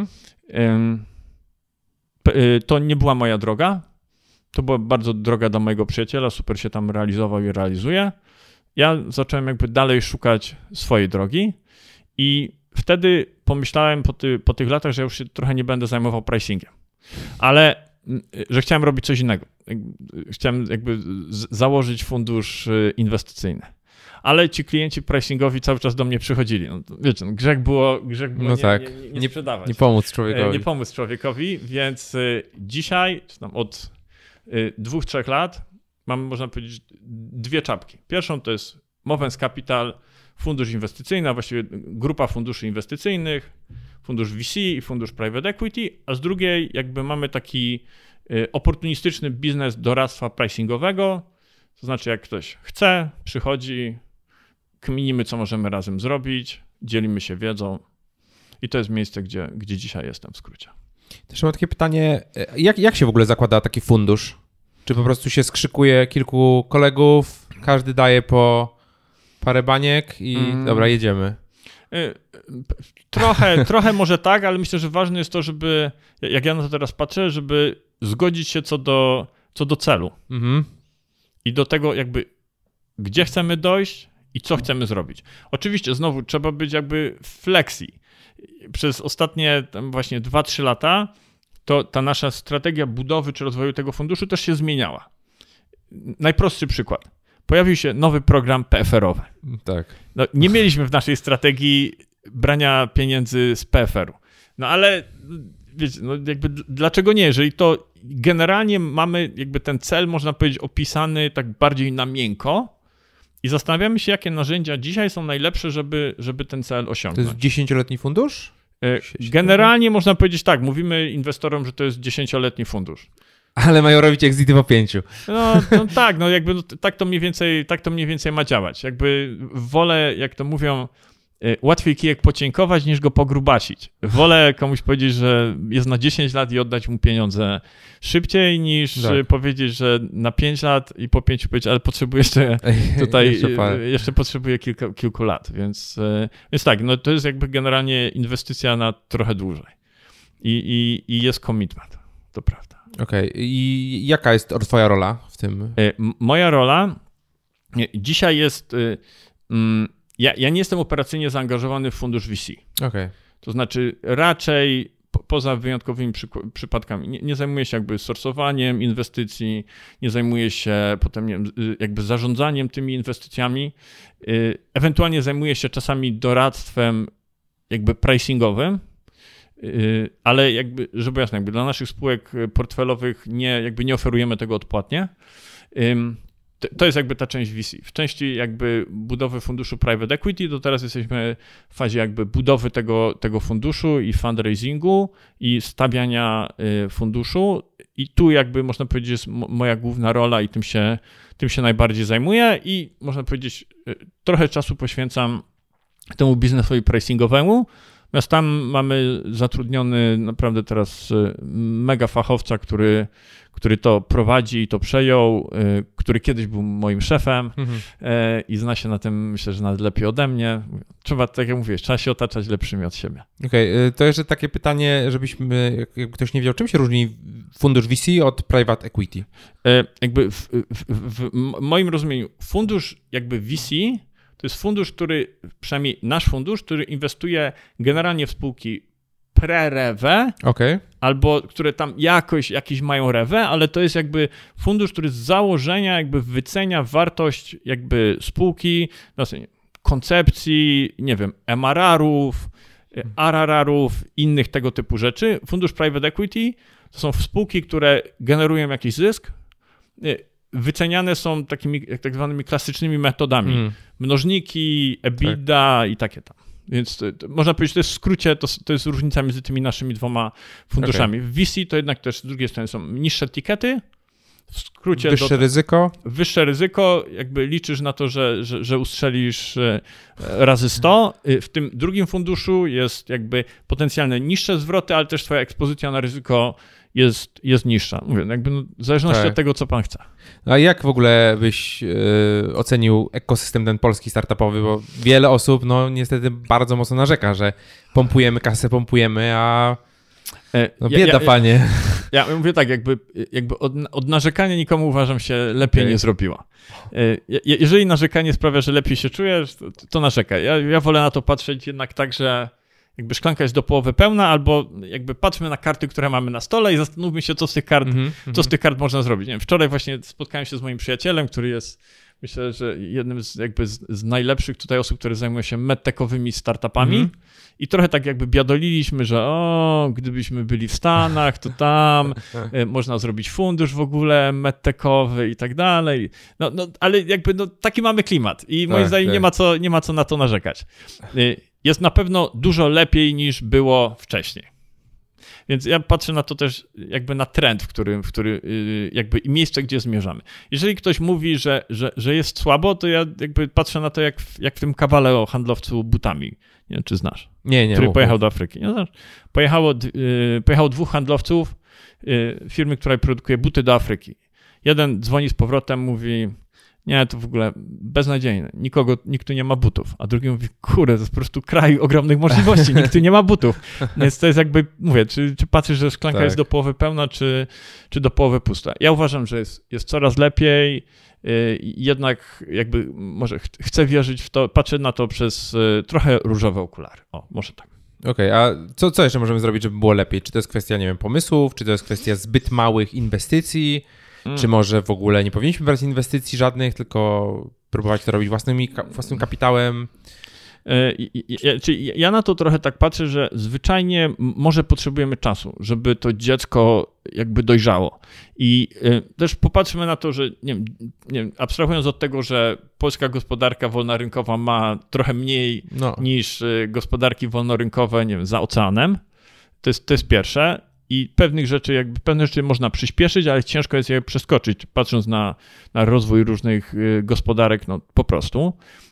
To nie była moja droga. To była bardzo droga dla mojego przyjaciela, super się tam realizował i realizuje. Ja zacząłem jakby dalej szukać swojej drogi i wtedy pomyślałem po tych latach, że już się trochę nie będę zajmował pricingiem, ale że chciałem robić coś innego. Chciałem jakby założyć fundusz inwestycyjny. Ale ci klienci pricingowi cały czas do mnie przychodzili. No, wiecie, grzech było no nie sprzedawać. Nie pomóc człowiekowi. Nie pomóc człowiekowi, więc dzisiaj, czy tam od 2-3 lat mam, można powiedzieć, 2 czapki. Pierwszą to jest Movens Capital, fundusz inwestycyjny, a właściwie grupa funduszy inwestycyjnych, fundusz VC i fundusz Private Equity, a z drugiej jakby mamy taki oportunistyczny biznes doradztwa pricingowego, to znaczy jak ktoś chce, przychodzi, kminimy, co możemy razem zrobić, dzielimy się wiedzą i to jest miejsce, gdzie dzisiaj jestem w skrócie. Też mam takie pytanie, jak się w ogóle zakłada taki fundusz? Czy po prostu się skrzykuje kilku kolegów, każdy daje po parę baniek i dobra, jedziemy. Trochę może tak, ale myślę, że ważne jest to, żeby, jak ja na to teraz patrzę, żeby zgodzić się co do celu. I do tego jakby, gdzie chcemy dojść i co chcemy zrobić. Oczywiście znowu trzeba być jakby flexi. Przez ostatnie tam właśnie 2-3 lata to ta nasza strategia budowy czy rozwoju tego funduszu też się zmieniała. Najprostszy przykład. Pojawił się nowy program PFR-owy. Tak. No, nie mieliśmy w naszej strategii brania pieniędzy z PFR-u. No ale wiecie, no jakby dlaczego nie? Jeżeli to generalnie mamy jakby ten cel, można powiedzieć, opisany tak bardziej na miękko i zastanawiamy się, jakie narzędzia dzisiaj są najlepsze, żeby ten cel osiągnąć. To jest 10-letni fundusz? Generalnie można powiedzieć tak, mówimy inwestorom, że to jest 10-letni fundusz. Ale mają robić exity po 5. No tak, no jakby tak to mniej więcej ma działać. Jakby wolę, jak to mówią, łatwiej kijek pocienkować niż go pogrubasić. Wolę komuś powiedzieć, że jest na 10 lat i oddać mu pieniądze szybciej niż powiedzieć, że na 5 lat i po 5 powiedzieć, ale potrzebuję jeszcze tutaj, jeszcze potrzebuję kilku lat. Więc tak, no to jest jakby generalnie inwestycja na trochę dłużej. I jest commitment, to prawda. Okej. I jaka jest twoja rola w tym? Moja rola dzisiaj jest... Ja nie jestem operacyjnie zaangażowany w fundusz VC. Okay. To znaczy raczej poza wyjątkowymi przypadkami nie zajmuję się jakby sorsowaniem inwestycji, nie zajmuję się potem jakby zarządzaniem tymi inwestycjami. Ewentualnie zajmuję się czasami doradztwem jakby pricingowym, ale jakby, żeby jasne, jakby dla naszych spółek portfelowych nie oferujemy tego odpłatnie. To jest jakby ta część VC. W części jakby budowy funduszu private equity, to teraz jesteśmy w fazie jakby budowy tego funduszu i fundraisingu i stawiania funduszu i tu jakby można powiedzieć jest moja główna rola i tym się najbardziej zajmuję i można powiedzieć trochę czasu poświęcam temu biznesowi pricingowemu. Natomiast tam mamy zatrudniony naprawdę teraz mega fachowca, który to prowadzi i to przejął, który kiedyś był moim szefem i zna się na tym, myślę, że nawet lepiej ode mnie. Trzeba, tak jak mówisz, trzeba się otaczać lepszymi od siebie. Okej, to jeszcze takie pytanie, żebyśmy, jak ktoś nie wiedział, czym się różni fundusz VC od private equity? Jakby w moim rozumieniu fundusz jakby VC to jest fundusz, przynajmniej nasz fundusz, który inwestuje generalnie w spółki pre-rewe, albo które tam jakieś mają rewę, ale to jest jakby fundusz, który z założenia jakby wycenia wartość jakby spółki, koncepcji, nie wiem, MRR-ów, RRR-ów, innych tego typu rzeczy. Fundusz private equity to są spółki, które generują jakiś zysk, wyceniane są takimi tak zwanymi klasycznymi metodami. Mnożniki, EBITDA i takie tam. Więc można powiedzieć, to jest w skrócie, to jest różnica między tymi naszymi dwoma funduszami. W VC to jednak też z drugiej strony są niższe tikety, w skrócie ryzyko? Wyższe ryzyko, jakby liczysz na to, że ustrzelisz razy 100. W tym drugim funduszu jest jakby potencjalne niższe zwroty, ale też twoja ekspozycja na ryzyko jest niższa. Mówię, jakby w zależności od tego, co pan chce. A jak w ogóle byś ocenił ekosystem ten polski startupowy? Bo wiele osób niestety bardzo mocno narzeka, że pompujemy kasę, a bieda, panie. Ja mówię tak, jakby od narzekania nikomu uważam się lepiej nie zrobiła. Jeżeli narzekanie sprawia, że lepiej się czujesz, to narzekaj. Ja wolę na to patrzeć jednak tak, że jakby szklanka jest do połowy pełna, albo jakby patrzmy na karty, które mamy na stole i zastanówmy się, co z tych kart można zrobić. Nie wiem, wczoraj właśnie spotkałem się z moim przyjacielem, który jest, myślę, że jednym z najlepszych tutaj osób, które zajmują się medtechowymi startupami i trochę tak jakby biadoliliśmy, że gdybyśmy byli w Stanach, to tam można zrobić fundusz w ogóle medtechowy i tak dalej. Ale jakby taki mamy klimat i moim zdaniem nie ma co na to narzekać. Jest na pewno dużo lepiej niż było wcześniej. Więc ja patrzę na to też jakby na trend, w który jakby i miejsce, gdzie zmierzamy. Jeżeli ktoś mówi, że jest słabo, to ja jakby patrzę na to jak w tym kawale o handlowcu butami. Nie wiem, czy znasz. Nie. Który pojechał do Afryki. Nie znasz? Pojechało 2 handlowców firmy, która produkuje buty do Afryki. Jeden dzwoni z powrotem, mówi: Nie, to w ogóle beznadziejne. Nikt tu nie ma butów. A drugi mówi, kurde, to jest po prostu kraj ogromnych możliwości, nikt tu nie ma butów. Więc to jest jakby, mówię, czy patrzysz, że szklanka jest do połowy pełna, czy do połowy pusta. Ja uważam, że jest coraz lepiej, jednak jakby może chcę wierzyć w to, patrzę na to przez trochę różowe okulary. O, może tak. Okej, a co jeszcze możemy zrobić, żeby było lepiej? Czy to jest kwestia, nie wiem, pomysłów, czy to jest kwestia zbyt małych inwestycji, czy może w ogóle nie powinniśmy brać inwestycji żadnych, tylko próbować to robić własnym kapitałem? Ja na to trochę tak patrzę, że zwyczajnie może potrzebujemy czasu, żeby to dziecko jakby dojrzało. I też popatrzmy na to, że nie wiem, abstrahując od tego, że polska gospodarka wolnorynkowa ma trochę mniej niż gospodarki wolnorynkowe, nie wiem, za oceanem, to jest pierwsze. I pewne rzeczy można przyspieszyć, ale ciężko jest je przeskoczyć, patrząc na rozwój różnych gospodarek, no po prostu.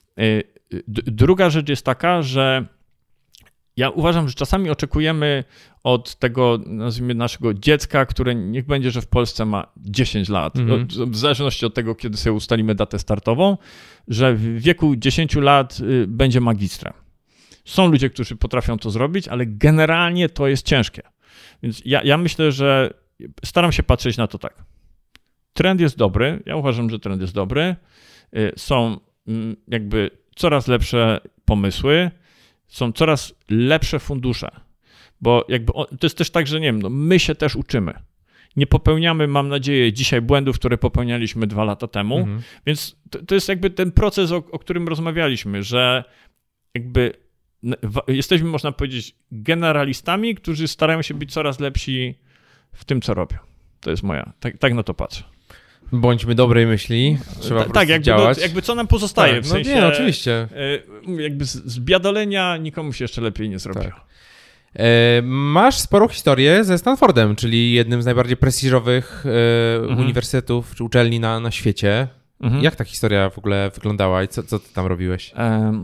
Druga rzecz jest taka, że ja uważam, że czasami oczekujemy od tego, nazwijmy, naszego dziecka, które niech będzie, że w Polsce ma 10 lat, w zależności od tego, kiedy sobie ustalimy datę startową, że w wieku 10 lat będzie magistrem. Są ludzie, którzy potrafią to zrobić, ale generalnie to jest ciężkie. Więc ja myślę, że staram się patrzeć na to tak. Trend jest dobry, ja uważam, że trend jest dobry. Są jakby coraz lepsze pomysły, są coraz lepsze fundusze, bo jakby to jest też tak, że nie wiem, my się też uczymy. Nie popełniamy, mam nadzieję, dzisiaj błędów, które popełnialiśmy 2 lata temu, więc to jest jakby ten proces, o którym rozmawialiśmy, że jakby jesteśmy, można powiedzieć, generalistami, którzy starają się być coraz lepsi w tym, co robią. To jest tak na to patrzę. Bądźmy dobrej myśli, trzeba po prostu działać. Jakby co nam pozostaje, w sensie... Nie, oczywiście. Jakby z biadolenia nikomu się jeszcze lepiej nie zrobiło. Tak. Masz sporą historię ze Stanfordem, czyli jednym z najbardziej prestiżowych uniwersytetów czy uczelni na świecie. Jak ta historia w ogóle wyglądała i co ty tam robiłeś?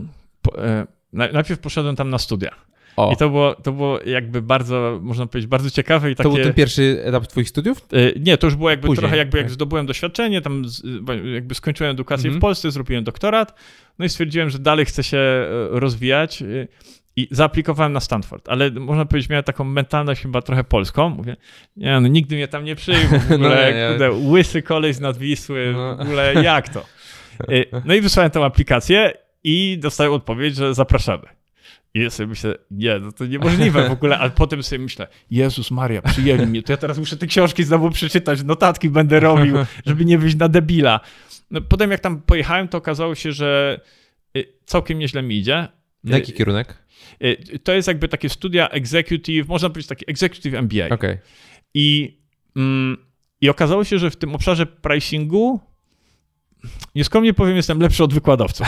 Najpierw poszedłem tam na studia. I to było jakby bardzo, można powiedzieć, bardzo ciekawe i takie... To był ten pierwszy etap twoich studiów? Nie, to już było jakby później, trochę jak zdobyłem doświadczenie, tam jakby skończyłem edukację w Polsce, zrobiłem doktorat, no i stwierdziłem, że dalej chcę się rozwijać i zaaplikowałem na Stanford, ale można powiedzieć, miałem taką mentalność chyba trochę polską. Mówię, nie, no nigdy mnie tam nie przyjmą, w ogóle łysy koleś z Nadwisły, w ogóle jak to? No i wysłałem tę aplikację i dostałem odpowiedź, że zapraszamy. I ja sobie myślę, nie, no to niemożliwe w ogóle, ale potem sobie myślę, Jezus Maria, przyjęli mnie, to ja teraz muszę te książki znowu przeczytać, notatki będę robił, żeby nie wyjść na debila. No, potem jak tam pojechałem, to okazało się, że całkiem nieźle mi idzie. Na jaki kierunek? To jest jakby takie studia executive, można powiedzieć taki executive MBA. Okay. I okazało się, że w tym obszarze pricingu, nieskromnie powiem, jestem lepszy od wykładowców.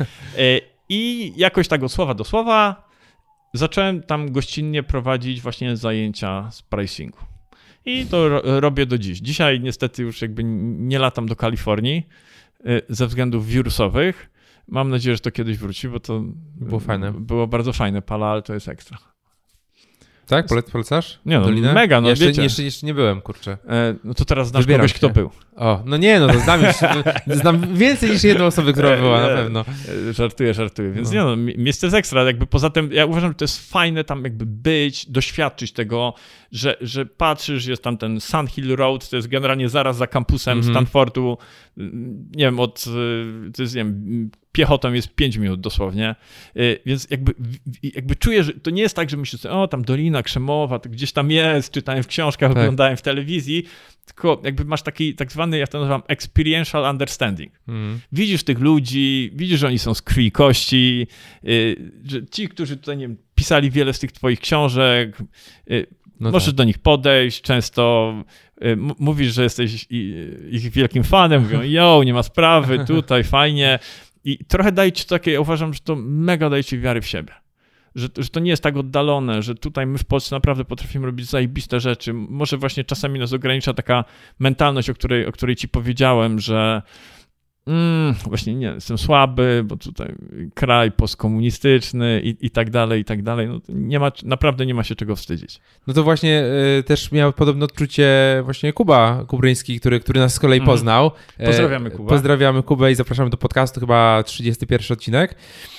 I jakoś tak od słowa do słowa zacząłem tam gościnnie prowadzić właśnie zajęcia z pricingu. I to robię do dziś. Dzisiaj niestety już jakby nie latam do Kalifornii ze względów wirusowych. Mam nadzieję, że to kiedyś wróci, bo to było fajne. Było bardzo fajne. Palo Alto jest ekstra. Tak? Polecasz? Nie no, Dolinę? mega, no jeszcze nie byłem, kurczę. No to teraz znasz kogoś, kto był. O, no nie, no to znam więcej niż jedną osobę, która była, na pewno. Żartuję, więc nie no, miejsce jest ekstra, jakby poza tym ja uważam, że to jest fajne tam jakby być, doświadczyć tego, że patrzysz, jest tam ten Sun Hill Road, to jest generalnie zaraz za kampusem Stanfordu, nie wiem, to jest, nie wiem, piechotą jest 5 minut dosłownie, więc jakby czuję, że to nie jest tak, że myślę sobie, o tam Dolina Krzemowa, to gdzieś tam jest, czytałem w książkach, oglądałem w telewizji, tylko jakby masz taki tak zwany, ja to nazywam experiential understanding. Widzisz tych ludzi, widzisz, że oni są z krwi i kości, że ci, którzy tutaj, nie wiem, pisali wiele z tych twoich książek, możesz do nich podejść, często mówisz, że jesteś ich wielkim fanem, mówią, nie ma sprawy, tutaj fajnie. I trochę daje ci takie, ja uważam, że to mega daje ci wiary w siebie. Że to nie jest tak oddalone, że tutaj my w Polsce naprawdę potrafimy robić zajebiste rzeczy. Może właśnie czasami nas ogranicza taka mentalność, o której ci powiedziałem, że Właśnie nie, jestem słaby, bo tutaj kraj postkomunistyczny i tak dalej, i tak dalej. No, naprawdę nie ma się czego wstydzić. No to właśnie też miał podobne odczucie właśnie Kuba Kubryński, który nas z kolei poznał. Pozdrawiamy Kubę. Pozdrawiamy Kubę i zapraszamy do podcastu, chyba 31 odcinek.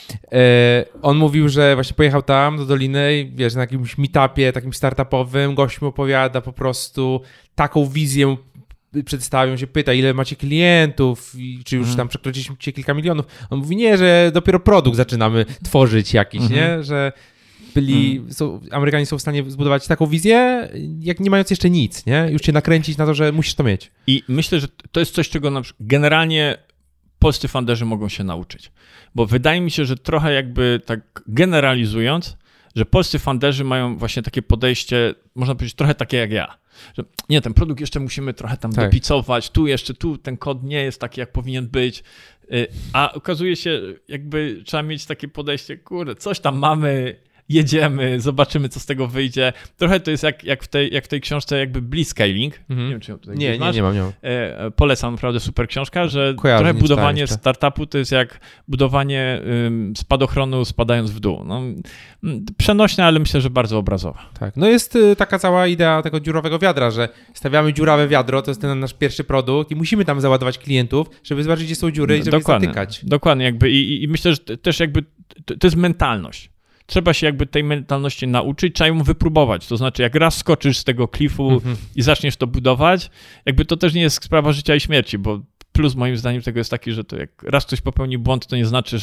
On mówił, że właśnie pojechał tam do Doliny i wiesz, na jakimś meetupie takim startupowym, gość mu opowiada po prostu taką wizję, przedstawią się, pyta, ile macie klientów i czy już tam przekroczyliście kilka milionów. On mówi, nie, że dopiero produkt zaczynamy tworzyć jakiś, nie? Że Amerykanie są w stanie zbudować taką wizję, jak nie mając jeszcze nic, nie? Już cię nakręcić na to, że musisz to mieć. I myślę, że to jest coś, czego na przykład generalnie polscy funderzy mogą się nauczyć. Bo wydaje mi się, że trochę jakby tak generalizując, że polscy funderzy mają właśnie takie podejście, można powiedzieć, trochę takie jak ja. Że nie, ten produkt jeszcze musimy trochę tam dopicować, tu ten kod nie jest taki, jak powinien być, a okazuje się, jakby trzeba mieć takie podejście, kurde, coś tam mamy, jedziemy, zobaczymy, co z tego wyjdzie. Trochę to jest jak w tej książce jakby Blitzscaling. Nie wiem, czy ją tutaj nie mam. Polecam, naprawdę super książka, że trochę budowanie startupu to jest jak budowanie spadochronu spadając w dół. No, przenośne, ale myślę, że bardzo obrazowa. Tak, no jest taka cała idea tego dziurowego wiadra, że stawiamy dziurawe wiadro, to jest ten nasz pierwszy produkt i musimy tam załadować klientów, żeby zobaczyć, gdzie są dziury i żeby je zatykać. Dokładnie, jakby i myślę, że też jakby to jest mentalność. Trzeba się jakby tej mentalności nauczyć, trzeba ją wypróbować. To znaczy, jak raz skoczysz z tego klifu i zaczniesz to budować, jakby to też nie jest sprawa życia i śmierci, bo plus moim zdaniem tego jest taki, że to jak raz ktoś popełni błąd, to nie znaczy,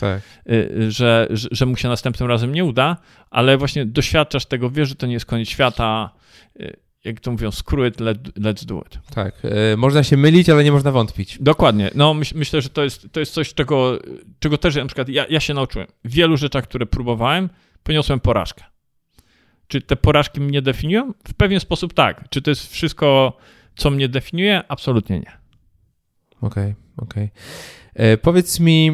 że mu się następnym razem nie uda, ale właśnie doświadczasz tego, wiesz, że to nie jest koniec świata. Jak to mówią, screw it, let's do it. Tak, można się mylić, ale nie można wątpić. Dokładnie. No myślę, że to jest coś, czego też na przykład ja się nauczyłem. W wielu rzeczach, które próbowałem, poniosłem porażkę. Czy te porażki mnie definiują? W pewien sposób tak. Czy to jest wszystko, co mnie definiuje? Absolutnie nie. Okej. Powiedz mi,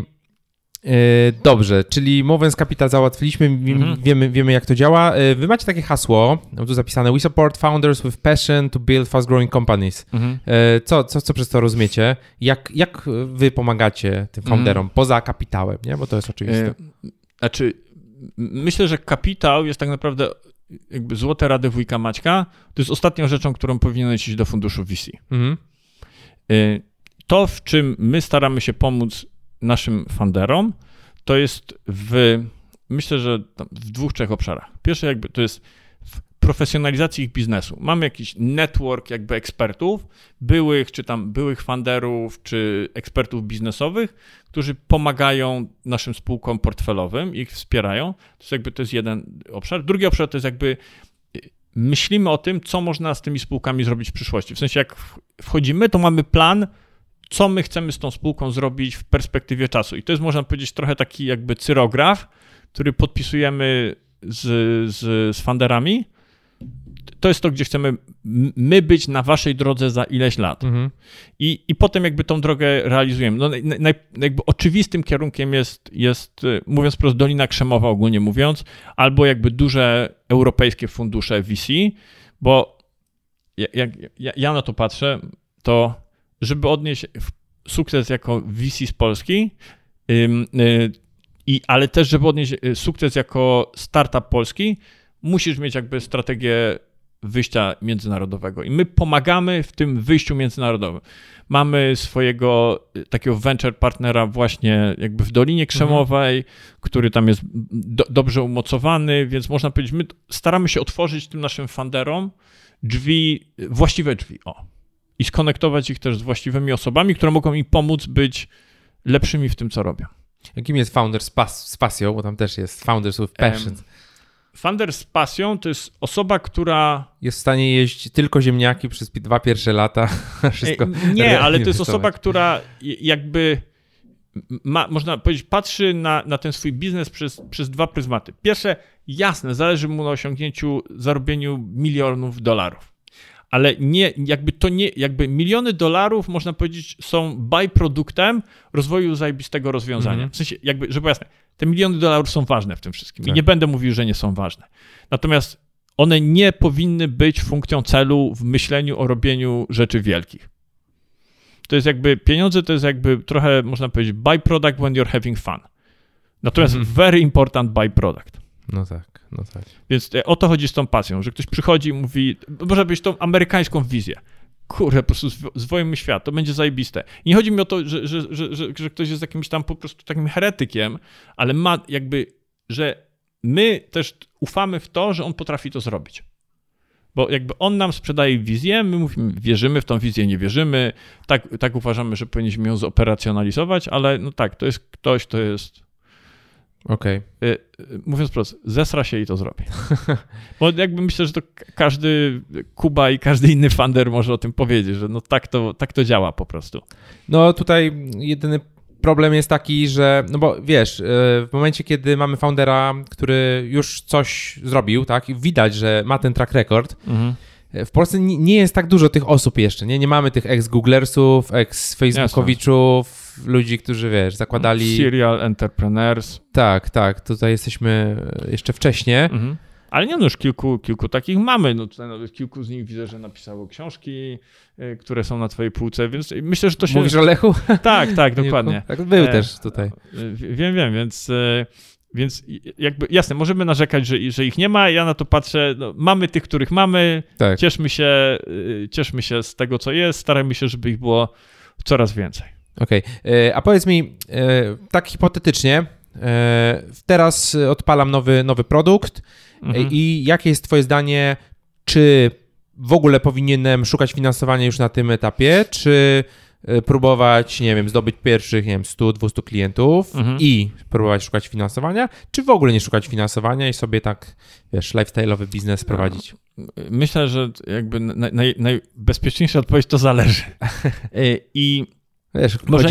dobrze, czyli Movens Capital załatwiliśmy, wiemy jak to działa. Wy macie takie hasło, tu zapisane: We support founders with passion to build fast growing companies. Co przez to rozumiecie? Jak wy pomagacie tym founderom poza kapitałem, nie? Bo to jest oczywiste. Znaczy, myślę, że kapitał jest tak naprawdę jakby złote rady wujka Maćka. To jest ostatnią rzeczą, którą powinieneś iść do funduszu VC. To, w czym my staramy się pomóc naszym funderom, to jest myślę, że w 2-3 obszarach. Pierwsze jakby to jest w profesjonalizacji ich biznesu. Mamy jakiś network jakby ekspertów, byłych funderów, czy ekspertów biznesowych, którzy pomagają naszym spółkom portfelowym, ich wspierają. To jest jeden obszar. Drugi obszar to jest jakby myślimy o tym, co można z tymi spółkami zrobić w przyszłości. W sensie jak wchodzimy, to mamy plan, co my chcemy z tą spółką zrobić w perspektywie czasu. I to jest, można powiedzieć, trochę taki jakby cyrograf, który podpisujemy z funderami. To jest to, gdzie chcemy my być na waszej drodze za ileś lat. I potem jakby tą drogę realizujemy. No, jakby oczywistym kierunkiem jest, mówiąc wprost, Dolina Krzemowa ogólnie mówiąc, albo jakby duże europejskie fundusze VC, bo jak ja na to patrzę, to żeby odnieść sukces jako VC z Polski, ale też żeby odnieść sukces jako startup polski, musisz mieć jakby strategię wyjścia międzynarodowego. I my pomagamy w tym wyjściu międzynarodowym. Mamy swojego takiego venture partnera właśnie jakby w Dolinie Krzemowej, który tam jest dobrze umocowany, więc można powiedzieć, my staramy się otworzyć tym naszym funderom właściwe drzwi. I skonektować ich też z właściwymi osobami, które mogą im pomóc być lepszymi w tym, co robią. Jakim jest founder z pasją, bo tam też jest founders with passion. Founder z pasją to jest osoba, która jest w stanie jeść tylko ziemniaki przez 2 pierwsze lata. Wszystko nie, ale to jest osoba, która jakby można powiedzieć, patrzy na ten swój biznes przez 2 pryzmaty. Pierwsze, jasne, zależy mu na zarobieniu milionów dolarów. Ale jakby miliony dolarów, można powiedzieć, są byproduktem rozwoju zajebistego rozwiązania. W sensie, jakby, żeby było jasne, te miliony dolarów są ważne w tym wszystkim. I nie będę mówił, że nie są ważne. Natomiast one nie powinny być funkcją celu w myśleniu o robieniu rzeczy wielkich. to jest jakby pieniądze, to jest jakby trochę, można powiedzieć, byproduct when you're having fun. Natomiast very important byproduct. No tak. Więc o to chodzi z tą pasją, że ktoś przychodzi i mówi, może być tą amerykańską wizję. Kurde, po prostu zwoimy świat, to będzie zajebiste. I nie chodzi mi o to, że ktoś jest jakimś tam po prostu takim heretykiem, ale ma jakby, że my też ufamy w to, że on potrafi to zrobić. Bo jakby on nam sprzedaje wizję, my mówimy, wierzymy w tą wizję, nie wierzymy, tak uważamy, że powinniśmy ją zoperacjonalizować, ale no tak, to jest ktoś, to jest... Okej. Mówiąc wprost, zesra się i to zrobi. Bo jakby myślę, że to każdy Kuba i każdy inny funder może o tym powiedzieć, że no tak to działa po prostu. No tutaj jedyny problem jest taki, że, no bo wiesz, w momencie, kiedy mamy foundera, który już coś zrobił, tak, i widać, że ma ten track record, w Polsce nie jest tak dużo tych osób jeszcze, nie mamy tych ex-Googlersów, ex-Facebookowiczów, ludzi, którzy, wiesz, zakładali... Serial entrepreneurs. Tak, tutaj jesteśmy jeszcze wcześniej. Ale nie, no już kilku takich mamy, no tutaj nawet kilku z nich widzę, że napisało książki, które są na twojej półce, więc myślę, że to się... Mówisz o Lechu? Tak, dokładnie. Tak, był też tutaj. Wiem, więc jakby jasne, możemy narzekać, że ich nie ma, ja na to patrzę, no, mamy tych, których mamy, tak. Cieszmy się z tego, co jest, starajmy się, żeby ich było coraz więcej. Okej, a powiedz mi, tak hipotetycznie, teraz odpalam nowy produkt i jakie jest twoje zdanie, czy w ogóle powinienem szukać finansowania już na tym etapie, czy próbować, nie wiem, zdobyć pierwszych, nie wiem, 100-200 klientów i próbować szukać finansowania, czy w ogóle nie szukać finansowania i sobie tak, wiesz, lifestyle'owy biznes prowadzić? Myślę, że jakby najbezpieczniejsza odpowiedź to zależy. I wiesz, może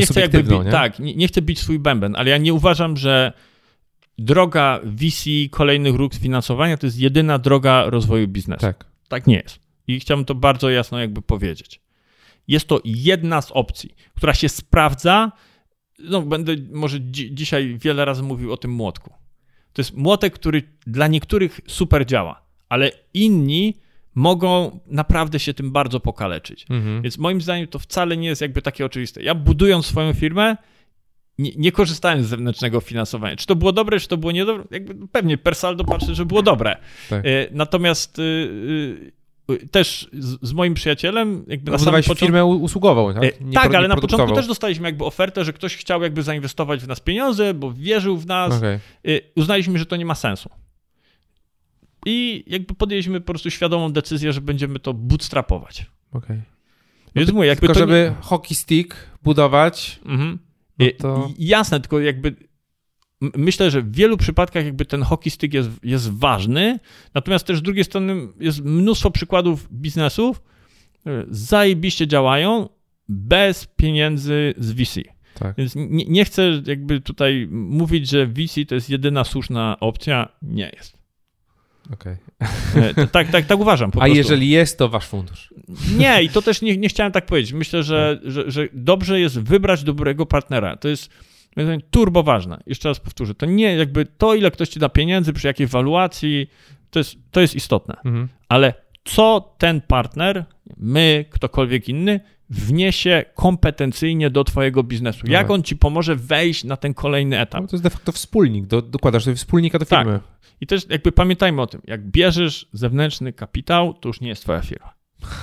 nie chcę bić swój bęben, ale ja nie uważam, że droga VC, kolejnych róg finansowania to jest jedyna droga rozwoju biznesu. Tak nie jest. I chciałbym to bardzo jasno jakby powiedzieć. Jest to jedna z opcji, która się sprawdza. No, będę może dzisiaj wiele razy mówił o tym młotku. To jest młotek, który dla niektórych super działa, ale inni mogą naprawdę się tym bardzo pokaleczyć. Więc moim zdaniem to wcale nie jest jakby takie oczywiste. Ja budując swoją firmę nie korzystałem z zewnętrznego finansowania. Czy to było dobre, czy to było niedobre? Jakby pewnie per saldo patrzę, że było dobre. Tak. Natomiast też z moim przyjacielem jakby na samym początku... firmę usługową, tak? Tak, ale na początku też dostaliśmy jakby ofertę, że ktoś chciał jakby zainwestować w nas pieniądze, bo wierzył w nas. Okay. Uznaliśmy, że to nie ma sensu. I jakby podjęliśmy po prostu świadomą decyzję, że będziemy to bootstrapować. Okej. Więc mówię, jakby tylko żeby hockey stick budować, no to... Jasne, tylko jakby myślę, że w wielu przypadkach jakby ten hockey stick jest ważny, natomiast też z drugiej strony jest mnóstwo przykładów biznesów, zajebiście działają bez pieniędzy z VC. Tak. Więc nie chcę jakby tutaj mówić, że VC to jest jedyna słuszna opcja. Nie jest. Okej. Tak uważam po prostu. A jeżeli jest, to wasz fundusz? Nie, i to też nie chciałem tak powiedzieć. Myślę, że dobrze jest wybrać dobrego partnera. To jest turbo ważne. Jeszcze raz powtórzę. To nie jakby to, ile ktoś ci da pieniędzy, przy jakiej waluacji, to jest istotne. Ale co ten partner, my, ktokolwiek inny, wniesie kompetencyjnie do twojego biznesu? Jak on ci pomoże wejść na ten kolejny etap? No to jest de facto wspólnik. Dokładasz sobie wspólnika do firmy. Tak. I też jakby pamiętajmy o tym, jak bierzesz zewnętrzny kapitał, to już nie jest twoja firma.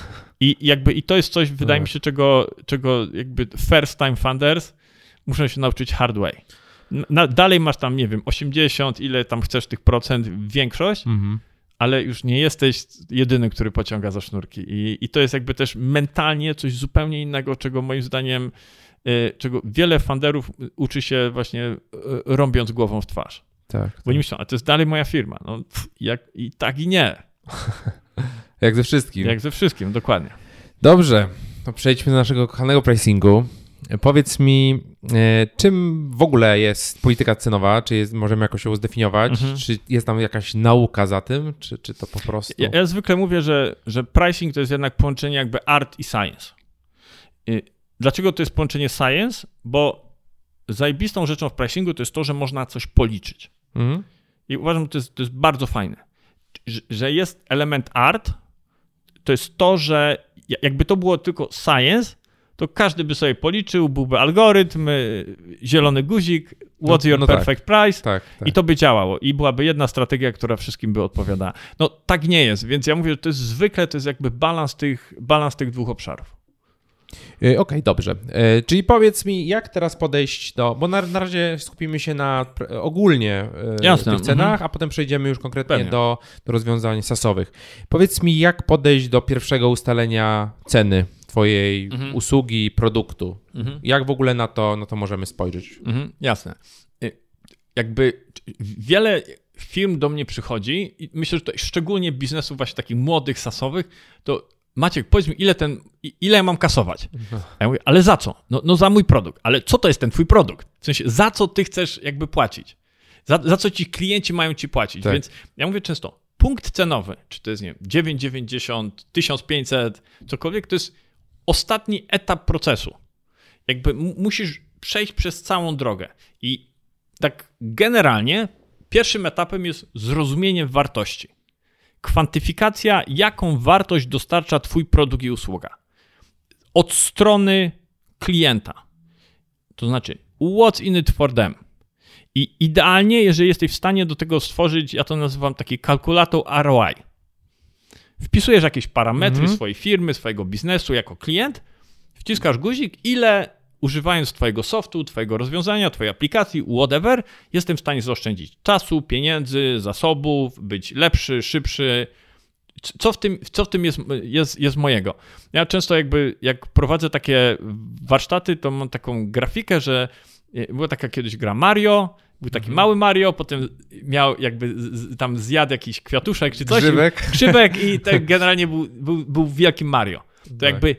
I to jest coś, wydaje mi się, czego jakby first time funders muszą się nauczyć hard way. Dalej masz tam, nie wiem, 80, ile tam chcesz tych procent, większość, ale już nie jesteś jedyny, który pociąga za sznurki. I to jest jakby też mentalnie coś zupełnie innego, czego moim zdaniem, czego wiele funderów uczy się właśnie rąbiąc głową w twarz. Tak. Bo oni myślą, a to jest dalej moja firma. No, i tak i nie. Jak ze wszystkim. Jak ze wszystkim, dokładnie. Dobrze, to przejdźmy do naszego kochanego pricingu. Powiedz mi, czym w ogóle jest polityka cenowa? Czy możemy jakoś ją zdefiniować? Czy jest tam jakaś nauka za tym? Czy to po prostu... Ja zwykle mówię, że pricing to jest jednak połączenie jakby art i science. Dlaczego to jest połączenie science? Bo zajebistą rzeczą w pricingu to jest to, że można coś policzyć. I uważam, że to jest bardzo fajne. Że jest element art, to jest to, że jakby to było tylko science, to każdy by sobie policzył, byłby algorytm, zielony guzik, what's your perfect price tak. I to by działało. I byłaby jedna strategia, która wszystkim by odpowiadała. No tak nie jest, więc ja mówię, że to jest zwykle, to jest jakby balans tych dwóch obszarów. Okej, dobrze. Czyli powiedz mi, jak teraz podejść bo na razie skupimy się na ogólnie tych cenach, a potem przejdziemy już konkretnie do rozwiązań SaaS-owych. Powiedz mi, jak podejść do pierwszego ustalenia ceny twojej usługi, produktu. Jak w ogóle na to możemy spojrzeć? Jasne. Jakby wiele firm do mnie przychodzi i myślę, że to szczególnie biznesów właśnie takich młodych, SaaS-owych, to Maciek, powiedz mi, ile ja mam kasować? A ja mówię, ale za co? No za mój produkt. Ale co to jest ten twój produkt? W sensie, za co ty chcesz jakby płacić? Za co ci klienci mają ci płacić? Tak. Więc ja mówię często, punkt cenowy, czy to jest, nie wiem, 9,90, 1500, cokolwiek, to jest ostatni etap procesu. Jakby musisz przejść przez całą drogę. I tak generalnie pierwszym etapem jest zrozumienie wartości. Kwantyfikacja, jaką wartość dostarcza twój produkt i usługa. Od strony klienta. To znaczy, what's in it for them. I idealnie, jeżeli jesteś w stanie do tego stworzyć, ja to nazywam taki kalkulator ROI. Wpisujesz jakieś parametry swojej firmy, swojego biznesu jako klient, wciskasz guzik, ile używając twojego softu, twojego rozwiązania, twojej aplikacji, whatever, jestem w stanie zaoszczędzić czasu, pieniędzy, zasobów, być lepszy, szybszy. Co w tym jest mojego? Ja często jak prowadzę takie warsztaty, to mam taką grafikę, że była taka kiedyś gra Mario, był taki mały Mario, potem miał jakby tam zjadł jakiś kwiatuszek czy coś. Grzybek i tak generalnie był wielkim Mario. To jakby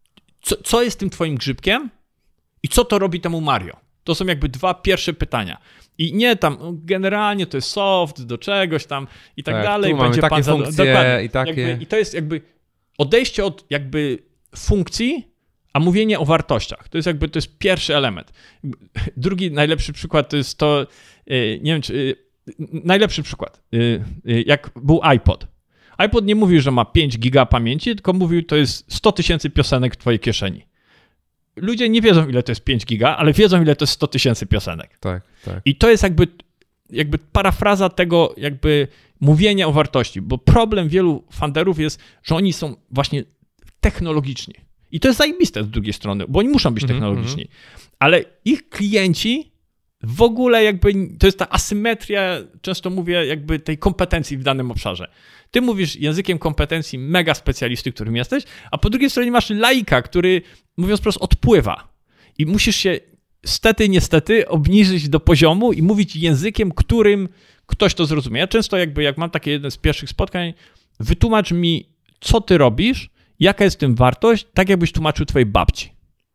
co jest tym twoim grzybkiem? I co to robi temu Mario? To są jakby dwa pierwsze pytania. I nie tam, generalnie to jest soft do czegoś tam i tak dalej. Tu będzie takie funkcje i takie. I to jest jakby odejście od jakby funkcji, a mówienie o wartościach. To jest pierwszy element. Drugi najlepszy przykład to jest to, nie wiem czy, najlepszy przykład, jak był iPod. iPod nie mówił, że ma 5 giga pamięci, tylko mówił, to jest 100 000 piosenek w twojej kieszeni. Ludzie nie wiedzą, ile to jest 5 giga, ale wiedzą, ile to jest 100 000 piosenek. Tak. I to jest jakby parafraza tego jakby mówienia o wartości, bo problem wielu funderów jest, że oni są właśnie technologiczni. I to jest zajebiste z drugiej strony, bo oni muszą być technologiczni. Ale ich klienci w ogóle jakby, to jest ta asymetria, często mówię, jakby tej kompetencji w danym obszarze. Ty mówisz językiem kompetencji mega specjalisty, którym jesteś, a po drugiej stronie masz laika, który, mówiąc wprost, odpływa. I musisz się niestety obniżyć do poziomu i mówić językiem, którym ktoś to zrozumie. Ja często jak mam takie jedne z pierwszych spotkań, wytłumacz mi, co ty robisz, jaka jest w tym wartość, tak jakbyś tłumaczył twojej babci.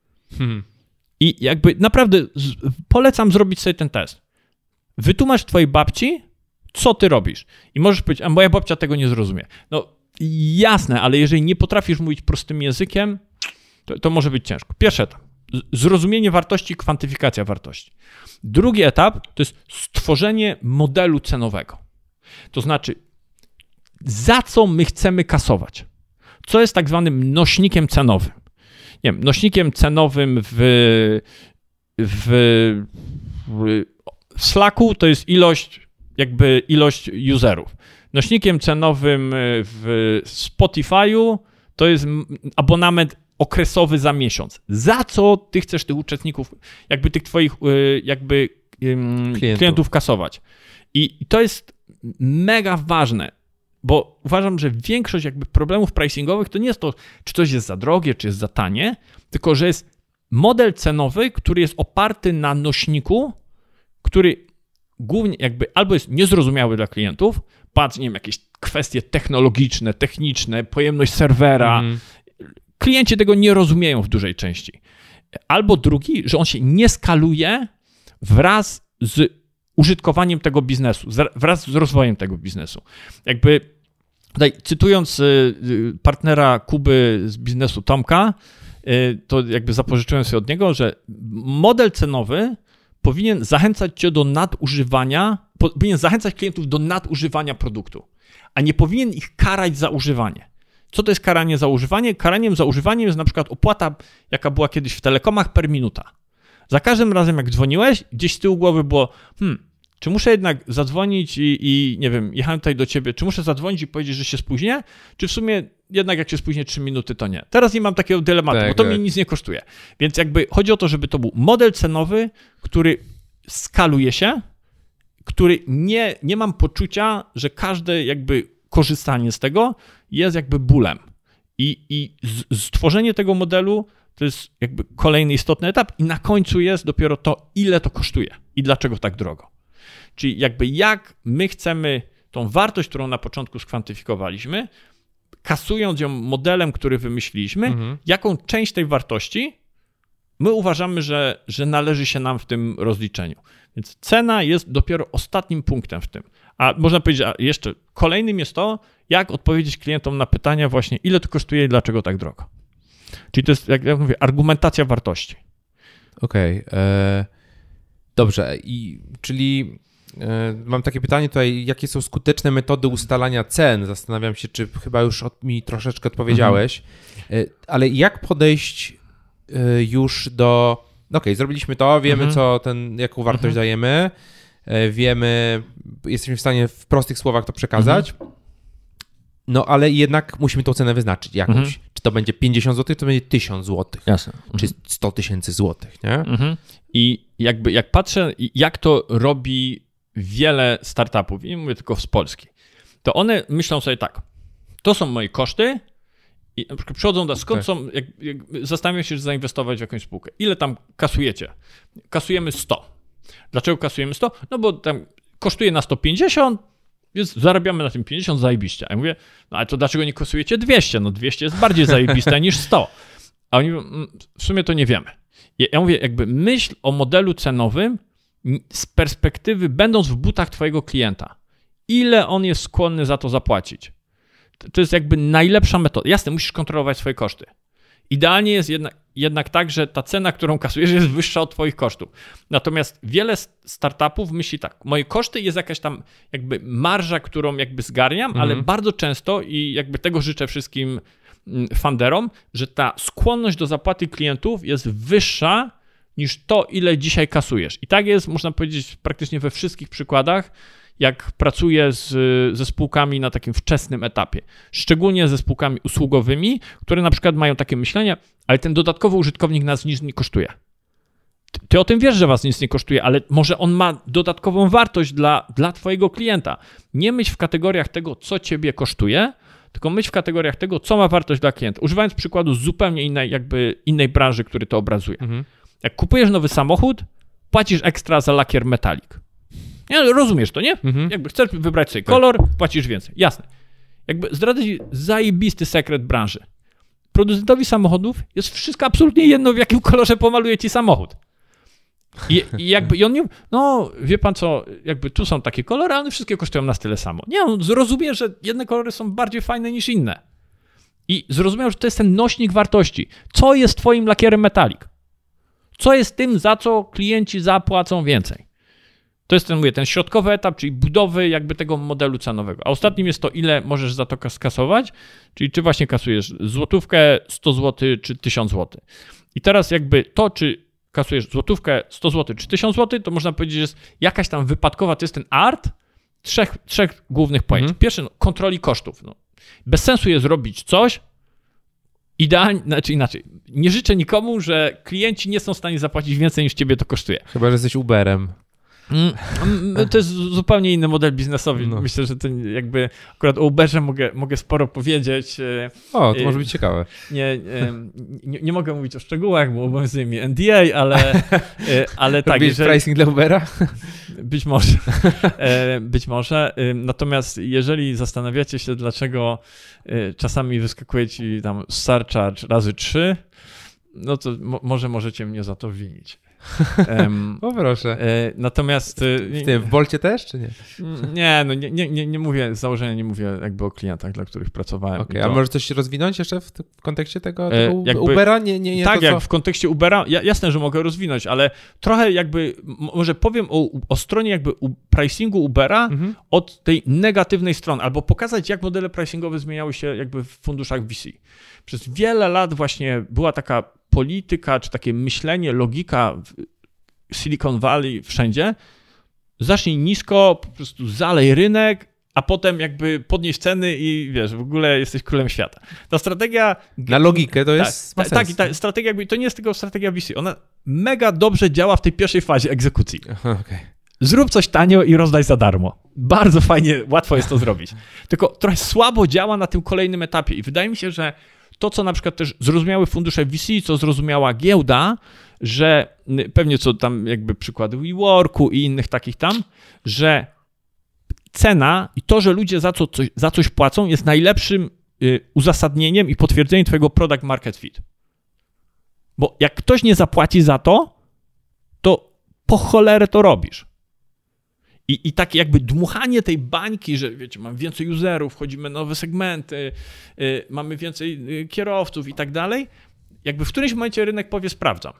I jakby naprawdę polecam zrobić sobie ten test. Wytłumacz twojej babci, co ty robisz. I możesz powiedzieć, a moja babcia tego nie zrozumie. No jasne, ale jeżeli nie potrafisz mówić prostym językiem, to może być ciężko. Pierwszy etap. Zrozumienie wartości, kwantyfikacja wartości. Drugi etap to jest stworzenie modelu cenowego. To znaczy, za co my chcemy kasować? Co jest tak zwanym nośnikiem cenowym? Nie wiem, nośnikiem cenowym w Slacku to jest ilość userów. Nośnikiem cenowym w Spotify'u to jest abonament okresowy za miesiąc. Za co ty chcesz tych uczestników, jakby tych twoich klientów kasować? I to jest mega ważne, bo uważam, że większość jakby problemów pricingowych to nie jest to, czy coś jest za drogie, czy jest za tanie, tylko że jest model cenowy, który jest oparty na nośniku, który głównie jakby albo jest niezrozumiały dla klientów, patrz, nie wiem, jakieś kwestie technologiczne, techniczne, pojemność serwera. Klienci tego nie rozumieją w dużej części. Albo drugi, że on się nie skaluje wraz z użytkowaniem tego biznesu, wraz z rozwojem tego biznesu. Jakby tutaj cytując partnera Kuby z biznesu Tomka, to jakby zapożyczyłem sobie od niego, że model cenowy powinien zachęcać cię do nadużywania, powinien zachęcać klientów do nadużywania produktu, a nie powinien ich karać za używanie. Co to jest karanie za używanie? Karaniem za używanie jest na przykład opłata, jaka była kiedyś w telekomach per minuta. Za każdym razem, jak dzwoniłeś, gdzieś z tyłu głowy było, czy muszę jednak zadzwonić i nie wiem, jechałem tutaj do ciebie, czy muszę zadzwonić i powiedzieć, że się spóźnię, czy w sumie jednak jak się spóźnię 3 minuty, to nie. Teraz nie mam takiego dylematu, bo to mnie nic nie kosztuje. Więc jakby chodzi o to, żeby to był model cenowy, który skaluje się, który nie mam poczucia, że każde jakby korzystanie z tego jest jakby bólem. I stworzenie tego modelu to jest jakby kolejny istotny etap i na końcu jest dopiero to, ile to kosztuje i dlaczego tak drogo. Czyli jakby jak my chcemy tą wartość, którą na początku skwantyfikowaliśmy, kasując ją modelem, który wymyśliliśmy, jaką część tej wartości my uważamy, że należy się nam w tym rozliczeniu. Więc cena jest dopiero ostatnim punktem w tym. A można powiedzieć, a jeszcze kolejnym jest to, jak odpowiedzieć klientom na pytania właśnie, ile to kosztuje i dlaczego tak drogo. Czyli to jest, jak ja mówię, argumentacja wartości. Okej. Dobrze. Czyli mam takie pytanie tutaj, jakie są skuteczne metody ustalania cen? Zastanawiam się, czy chyba już mi troszeczkę odpowiedziałeś, ale jak podejść już do... Okej, zrobiliśmy to, wiemy jaką wartość dajemy, wiemy, jesteśmy w stanie w prostych słowach to przekazać, no ale jednak musimy tą cenę wyznaczyć jakąś. Czy to będzie 50 zł, czy to będzie 1000 zł, jasne. Czy 100 000 złotych, nie? I jakby jak patrzę, jak to robi wiele startupów, i nie mówię tylko z Polski, to one myślą sobie tak, to są moje koszty i na przykład przychodzą skąd są, jak zastanawiam się, że zainwestować w jakąś spółkę. Ile tam kasujecie? Kasujemy 100. Dlaczego kasujemy 100? No bo tam kosztuje na 150, więc zarabiamy na tym 50, zajebiście. A ja mówię, no ale to dlaczego nie kasujecie 200? No 200 jest bardziej zajebiste niż 100. A oni mówią, w sumie to nie wiemy. Ja mówię, jakby myśl o modelu cenowym z perspektywy, będąc w butach twojego klienta. Ile on jest skłonny za to zapłacić? To jest jakby najlepsza metoda. Jasne, musisz kontrolować swoje koszty. Idealnie jest jednak tak, że ta cena, którą kasujesz, jest wyższa od twoich kosztów. Natomiast wiele startupów myśli tak, moje koszty jest jakaś tam jakby marża, którą jakby zgarniam, ale bardzo często i jakby tego życzę wszystkim funderom, że ta skłonność do zapłaty klientów jest wyższa niż to, ile dzisiaj kasujesz. I tak jest, można powiedzieć, praktycznie we wszystkich przykładach, jak pracuję ze spółkami na takim wczesnym etapie. Szczególnie ze spółkami usługowymi, które na przykład mają takie myślenie, ale ten dodatkowy użytkownik nas nic nie kosztuje. Ty o tym wiesz, że was nic nie kosztuje, ale może on ma dodatkową wartość dla twojego klienta. Nie myśl w kategoriach tego, co ciebie kosztuje, tylko myśl w kategoriach tego, co ma wartość dla klienta. Używając przykładu z zupełnie innej branży, który to obrazuje. Jak kupujesz nowy samochód, płacisz ekstra za lakier metalik. Nie, rozumiesz to, nie? Jakby chcesz wybrać sobie kolor, płacisz więcej. Jasne. Jakby zdradzę ci zajebisty sekret branży. Producentowi samochodów jest wszystko absolutnie jedno, w jakim kolorze pomaluje ci samochód. I on nie... No, wie pan co, jakby tu są takie kolory, a one wszystkie kosztują nas tyle samo. Nie, on zrozumie, że jedne kolory są bardziej fajne niż inne. I zrozumiał, że to jest ten nośnik wartości. Co jest twoim lakierem metalik? Co jest tym, za co klienci zapłacą więcej? To jest ten środkowy etap, czyli budowy jakby tego modelu cenowego. A ostatnim jest to, ile możesz za to skasować, czyli czy właśnie kasujesz złotówkę, 100 zł, czy 1000 zł. I teraz jakby to, czy kasujesz złotówkę, 100 zł, czy 1000 zł, to można powiedzieć, że jest jakaś tam wypadkowa, to jest ten art trzech głównych pojęć. Pierwszy, kontroli kosztów. Bez sensu jest robić coś, idealnie, znaczy inaczej, nie życzę nikomu, że klienci nie są w stanie zapłacić więcej niż ciebie to kosztuje. Chyba, że jesteś Uberem. To jest zupełnie inny model biznesowy. Myślę, że to jakby akurat o Uberze mogę sporo powiedzieć. O, to może być ciekawe. Nie mogę mówić o szczegółach, bo obowiązuje mi NDA, ale tak. Robisz pricing dla Ubera? Być może. Natomiast jeżeli zastanawiacie się, dlaczego czasami wyskakuje ci tam surcharge razy 3, no to może możecie mnie za to winić. O proszę. Natomiast... W Bolcie też, czy nie? Nie, no nie mówię, z założenia nie mówię jakby o klientach, dla których pracowałem. Okay, a może coś rozwinąć jeszcze w kontekście tego jakby, Ubera? Nie tak, to, jak w kontekście Ubera, jasne, że mogę rozwinąć, ale trochę jakby, może powiem o stronie jakby pricingu Ubera od tej negatywnej strony, albo pokazać, jak modele pricingowe zmieniały się jakby w funduszach VC. Przez wiele lat właśnie była taka polityka, czy takie myślenie, logika w Silicon Valley wszędzie, zacznij nisko, po prostu zalej rynek, a potem jakby podnieś ceny i wiesz, w ogóle jesteś królem świata. Ta strategia... Na logikę to jest tak, i ta strategia jakby, to nie jest tylko strategia VC, ona mega dobrze działa w tej pierwszej fazie egzekucji. Okay. Zrób coś tanio i rozdaj za darmo. Bardzo fajnie, łatwo jest to zrobić. Tylko trochę słabo działa na tym kolejnym etapie i wydaje mi się, że to, co na przykład też zrozumiały fundusze VC, co zrozumiała giełda, że pewnie co tam jakby przykłady WeWorku i innych takich tam, że cena i to, że ludzie za coś płacą, jest najlepszym uzasadnieniem i potwierdzeniem twojego product market fit. Bo jak ktoś nie zapłaci za to, to po cholerę to robisz. I takie jakby dmuchanie tej bańki, że wiecie, mam więcej userów, wchodzimy nowe segmenty, mamy więcej kierowców i tak dalej, jakby w którymś momencie rynek powie sprawdzam.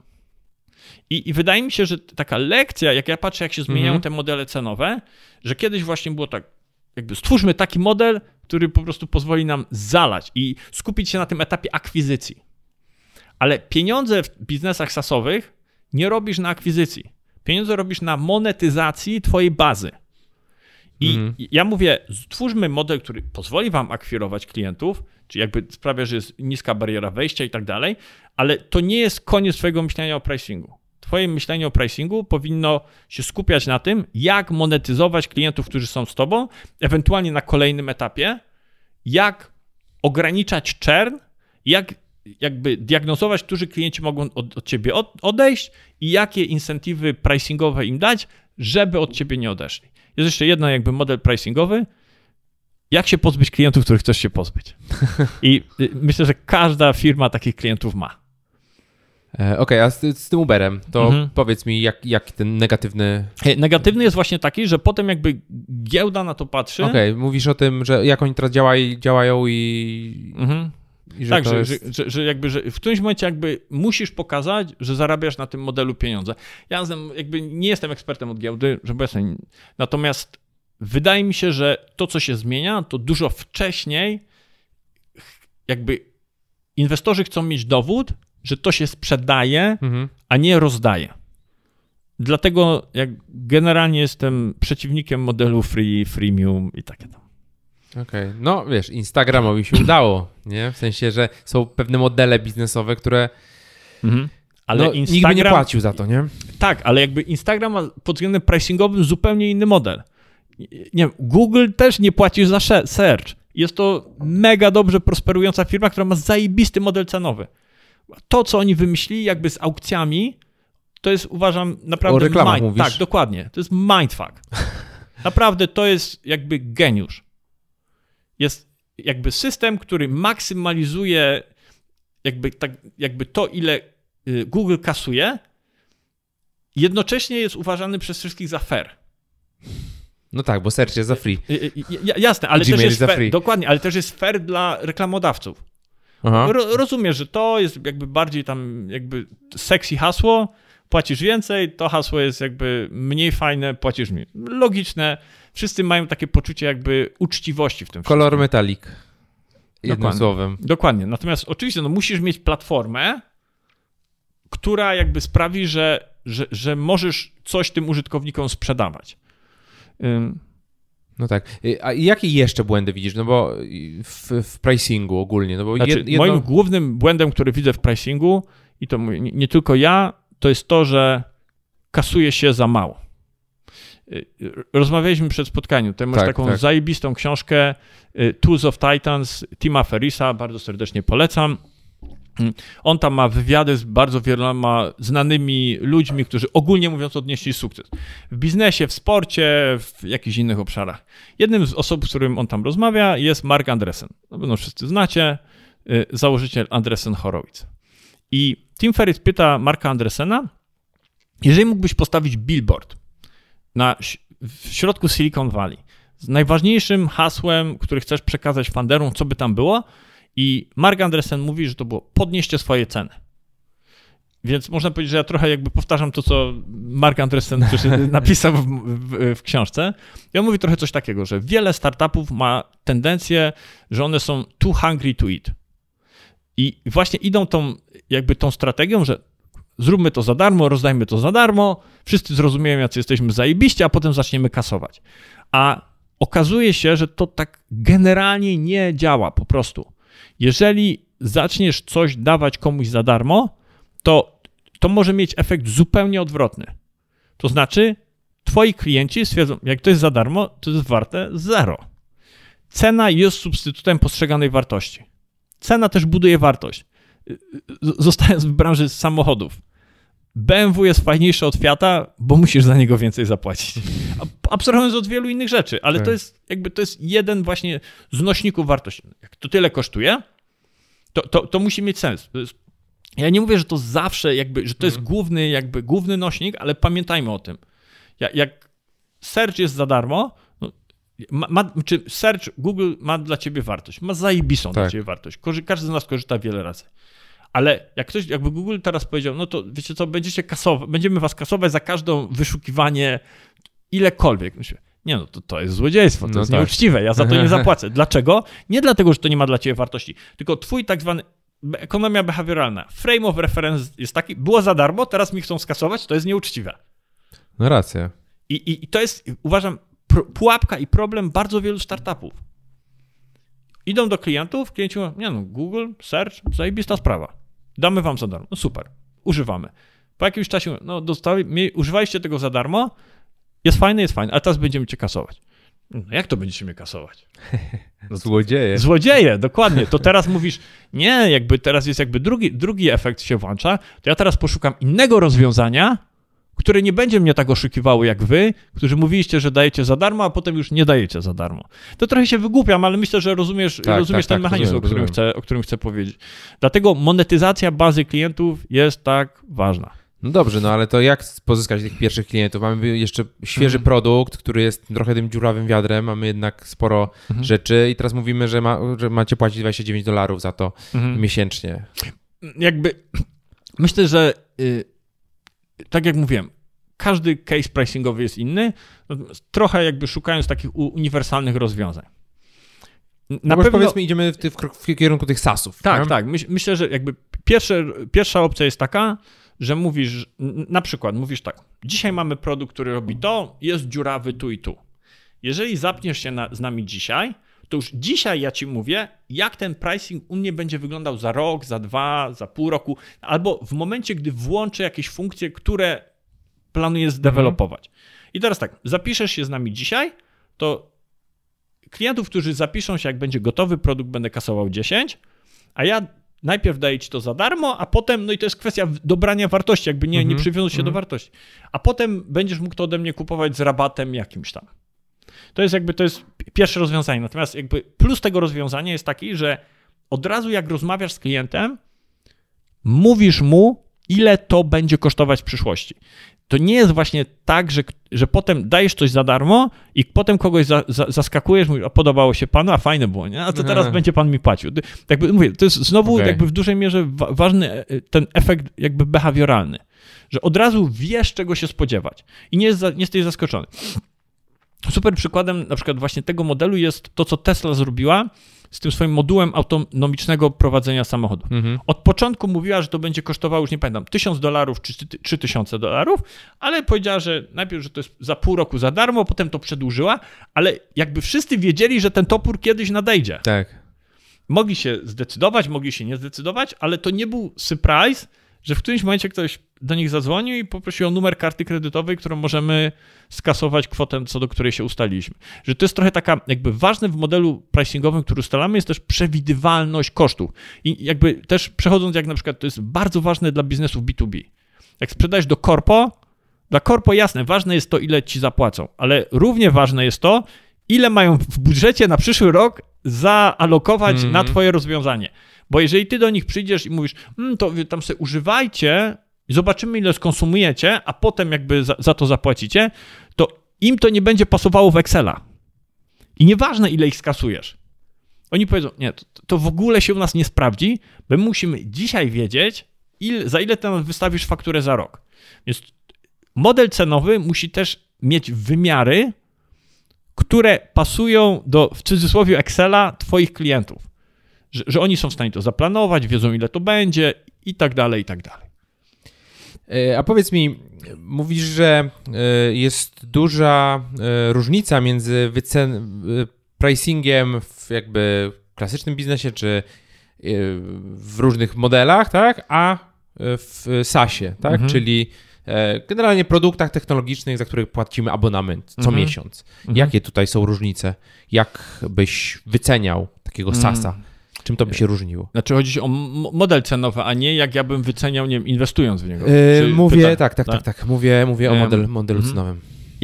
I wydaje mi się, że taka lekcja, jak ja patrzę, jak się zmieniają te modele cenowe, że kiedyś właśnie było tak, jakby stwórzmy taki model, który po prostu pozwoli nam zalać i skupić się na tym etapie akwizycji. Ale pieniądze w biznesach SaaS-owych nie robisz na akwizycji. Pieniądze robisz na monetyzacji twojej bazy. I ja mówię, stwórzmy model, który pozwoli wam akwirować klientów, czyli jakby sprawia, że jest niska bariera wejścia i tak dalej, ale to nie jest koniec twojego myślenia o pricingu. Twoje myślenie o pricingu powinno się skupiać na tym, jak monetyzować klientów, którzy są z tobą, ewentualnie na kolejnym etapie, jak ograniczać churn, jak jakby diagnozować, którzy klienci mogą od ciebie odejść i jakie incentywy pricingowe im dać, żeby od ciebie nie odeszli. Jest jeszcze jeden jakby model pricingowy, jak się pozbyć klientów, których chcesz się pozbyć. I myślę, że każda firma takich klientów ma. Okej, a z tym Uberem, to powiedz mi, jak ten negatywny... Negatywny jest właśnie taki, że potem jakby giełda na to patrzy. Okej, mówisz o tym, że jak oni teraz działają i że tak, to że jakby że w którymś momencie jakby musisz pokazać, że zarabiasz na tym modelu pieniądze. Ja jakby nie jestem ekspertem od giełdy, żeby jasne. Natomiast wydaje mi się, że to, co się zmienia, to dużo wcześniej jakby inwestorzy chcą mieć dowód, że to się sprzedaje, a nie rozdaje. Dlatego jak generalnie jestem przeciwnikiem modelu freemium i takie tam. Okej, no wiesz, Instagramowi się udało, nie? W sensie, że są pewne modele biznesowe, które ale no, Instagram... nikt by nie płacił za to, nie? Tak, ale jakby Instagram ma pod względem pricingowym zupełnie inny model. Nie wiem, Google też nie płacisz za search. Jest to mega dobrze prosperująca firma, która ma zajebisty model cenowy. To, co oni wymyślili jakby z aukcjami, to jest, uważam, naprawdę... O reklamach mówisz? Tak, dokładnie. To jest mindfuck. Naprawdę to jest jakby geniusz. Jest jakby system, który maksymalizuje jakby to, ile Google kasuje, jednocześnie jest uważany przez wszystkich za fair. No tak, bo search jest za free. Jasne, ale Gmail też jest za fair, free. dokładnie, ale też jest fair dla reklamodawców. Rozumiesz, że to jest jakby bardziej tam jakby sexy hasło, płacisz więcej, to hasło jest jakby mniej fajne, płacisz mniej. Logiczne. Wszyscy mają takie poczucie jakby uczciwości w tym wszystkim. Kolor metalik. Jednym słowem. Dokładnie. Natomiast oczywiście no, musisz mieć platformę, która jakby sprawi, że możesz coś tym użytkownikom sprzedawać. No tak. A jakie jeszcze błędy widzisz? No bo w pricingu ogólnie. No bo moim głównym błędem, który widzę w pricingu, i to mówię, nie tylko ja, to jest to, że kasuje się za mało. Rozmawialiśmy przed spotkaniem. Ty masz taką zajebistą książkę Tools of Titans Tima Ferrissa, bardzo serdecznie polecam. On tam ma wywiady z bardzo wieloma znanymi ludźmi, którzy ogólnie mówiąc odnieśli sukces. W biznesie, w sporcie, w jakichś innych obszarach. Jednym z osób, z którym on tam rozmawia, jest Mark Andreessen. No wszyscy znacie, założyciel Andreessen Horowitz. I Tim Ferriss pyta Marka Andreessena, Jeżeli mógłbyś postawić billboard w środku Silicon Valley z najważniejszym hasłem, który chcesz przekazać funderom, co by tam było, i Mark Andreessen mówi, że to było podnieście swoje ceny. Więc można powiedzieć, że ja trochę jakby powtarzam to, co Mark Andreessen napisał w książce. I on mówi trochę coś takiego, że wiele startupów ma tendencję, że one są too hungry to eat. I właśnie idą tą strategią, że zróbmy to za darmo, rozdajmy to za darmo, wszyscy zrozumieją, jacy jesteśmy zajebiście, a potem zaczniemy kasować. A okazuje się, że to tak generalnie nie działa po prostu. Jeżeli zaczniesz coś dawać komuś za darmo, to może mieć efekt zupełnie odwrotny. To znaczy, twoi klienci stwierdzą, jak to jest za darmo, to jest warte 0. Cena jest substytutem postrzeganej wartości. Cena też buduje wartość. Zostając w branży samochodów, BMW jest fajniejsze od Fiata, bo musisz za niego więcej zapłacić. Abstrahując od wielu innych rzeczy, ale to jest jeden właśnie z nośników wartości. Jak to tyle kosztuje, to musi mieć sens. Ja nie mówię, że to zawsze że to jest główny nośnik, ale pamiętajmy o tym. Jak search jest za darmo, czy search Google ma dla ciebie wartość, ma zajebistą dla ciebie wartość. Każdy z nas korzysta wiele razy. Ale jakby Google teraz powiedział, no to wiecie co, będziemy was kasować za każdą wyszukiwanie ilekolwiek. Nie no, to jest złodziejstwo, to jest nieuczciwe, ja za to nie zapłacę. Dlaczego? Nie dlatego, że to nie ma dla ciebie wartości, tylko twój tak zwany ekonomia behawioralna, frame of reference jest taki, było za darmo, teraz mi chcą skasować, to jest nieuczciwe. No racja. I to jest, uważam, pułapka i problem bardzo wielu startupów. Idą do klientów, klienci mówią, nie no, Google, search, zajebista sprawa. Damy wam za darmo. No super, używamy. Po jakimś czasie, no używaliście tego za darmo, jest fajne, a teraz będziemy cię kasować. No jak to będziecie mnie kasować? No, złodzieje. Złodzieje, dokładnie. To teraz mówisz, nie, teraz jest drugi efekt się włącza, to ja teraz poszukam innego rozwiązania, które nie będzie mnie tak oszukiwało jak wy, którzy mówiliście, że dajecie za darmo, a potem już nie dajecie za darmo. To trochę się wygłupiam, ale myślę, że rozumiesz ten mechanizm, o którym chcę powiedzieć. Dlatego monetyzacja bazy klientów jest tak ważna. No dobrze, no ale to jak pozyskać tych pierwszych klientów? Mamy jeszcze świeży produkt, który jest trochę tym dziurawym wiadrem, mamy jednak sporo rzeczy i teraz mówimy, że macie płacić $29 za to miesięcznie. Myślę, że tak jak mówiłem, każdy case pricingowy jest inny, trochę szukając takich uniwersalnych rozwiązań. Na pewno powiedzmy idziemy w kierunku tych SaaS-ów. Tak. Myślę, że pierwsza opcja jest taka, że mówisz, na przykład mówisz tak, dzisiaj mamy produkt, który robi to, jest dziurawy tu i tu. Jeżeli zapniesz się z nami dzisiaj, to już dzisiaj ja ci mówię, jak ten pricing u mnie będzie wyglądał za rok, za 2, za pół roku, albo w momencie, gdy włączę jakieś funkcje, które planuję zdevelopować. I teraz tak, zapiszesz się z nami dzisiaj, to klientów, którzy zapiszą się, jak będzie gotowy produkt, będę kasował 10, a ja najpierw daję ci to za darmo, a potem, no i to jest kwestia dobrania wartości, nie przywiązać się do wartości, a potem będziesz mógł to ode mnie kupować z rabatem jakimś tam. To jest pierwsze rozwiązanie. Natomiast plus tego rozwiązania jest taki, że od razu jak rozmawiasz z klientem, mówisz mu, ile to będzie kosztować w przyszłości. To nie jest właśnie tak, że potem dajesz coś za darmo i potem kogoś zaskakujesz, mówisz, a podobało się panu, a fajne było, nie? A to teraz będzie pan mi płacił. Mówię, to jest znowu w dużej mierze ważny ten efekt behawioralny, że od razu wiesz, czego się spodziewać i nie jesteś zaskoczony. Super przykładem na przykład właśnie tego modelu jest to, co Tesla zrobiła z tym swoim modułem autonomicznego prowadzenia samochodu. Od początku mówiła, że to będzie kosztowało, już nie pamiętam, $1000 czy $3000, ale powiedziała, że najpierw, że to jest za pół roku za darmo, potem to przedłużyła, ale wszyscy wiedzieli, że ten topór kiedyś nadejdzie. Tak. Mogli się zdecydować, mogli się nie zdecydować, ale to nie był surprise, że w którymś momencie ktoś do nich zadzwonił i poprosił o numer karty kredytowej, którą możemy skasować kwotę, co do której się ustaliliśmy. Że to jest trochę taka, ważne w modelu pricingowym, który ustalamy, jest też przewidywalność kosztów. I też przechodząc, jak na przykład to jest bardzo ważne dla biznesów B2B. Jak sprzedajesz do korpo, dla korpo jasne, ważne jest to, ile ci zapłacą, ale równie ważne jest to, ile mają w budżecie na przyszły rok zaalokować na twoje rozwiązanie. Bo jeżeli ty do nich przyjdziesz i mówisz, to tam sobie używajcie, i zobaczymy, ile skonsumujecie, a potem jakby za to zapłacicie, to im to nie będzie pasowało w Excela. I nieważne, ile ich skasujesz. Oni powiedzą, nie, to w ogóle się u nas nie sprawdzi, my musimy dzisiaj wiedzieć, za ile ty nam wystawisz fakturę za rok. Więc model cenowy musi też mieć wymiary, które pasują do, w cudzysłowie, Excela twoich klientów. Że oni są w stanie to zaplanować, wiedzą, ile to będzie i tak dalej, i tak dalej. A powiedz mi, mówisz, że jest duża różnica między pricingiem w jakby klasycznym biznesie, czy w różnych modelach, tak, a w SaaS-ie, tak, czyli generalnie produktach technologicznych, za których płacimy abonament co miesiąc. Jakie tutaj są różnice? Jak byś wyceniał takiego SaaS-a? Czym to by się różniło? Znaczy chodzi o model cenowy, a nie jak ja bym wyceniał, nie wiem, inwestując w niego. Mówię, tak. Mówię o modelu cenowym.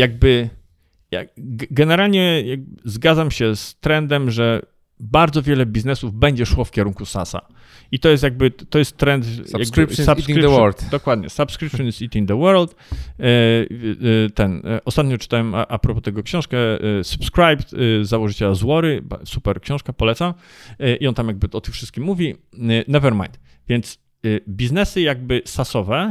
Generalnie zgadzam się z trendem, że bardzo wiele biznesów będzie szło w kierunku SaaS-a. I to jest trend... Subscription is eating the world. Dokładnie. Subscription is eating the world. Ostatnio czytałem a propos tego książkę Subscribed, założyciela Zuory. Super książka, polecam. I on tam jakby o tym wszystkim mówi. Nevermind. Więc biznesy jakby SaaS-owe,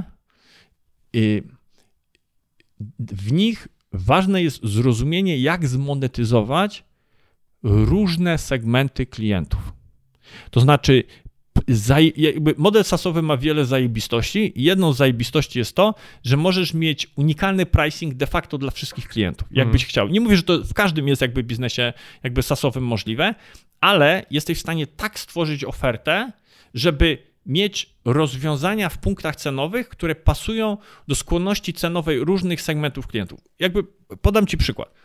w nich ważne jest zrozumienie, jak zmonetyzować różne segmenty klientów. To znaczy, model SaaS-owy ma wiele zajebistości. Jedną z zajebistości jest to, że możesz mieć unikalny pricing de facto dla wszystkich klientów, jakbyś chciał. Nie mówię, że to w każdym jest jakby biznesie jakby SaaS-owym możliwe, ale jesteś w stanie tak stworzyć ofertę, żeby mieć rozwiązania w punktach cenowych, które pasują do skłonności cenowej różnych segmentów klientów. Jakby podam ci przykład.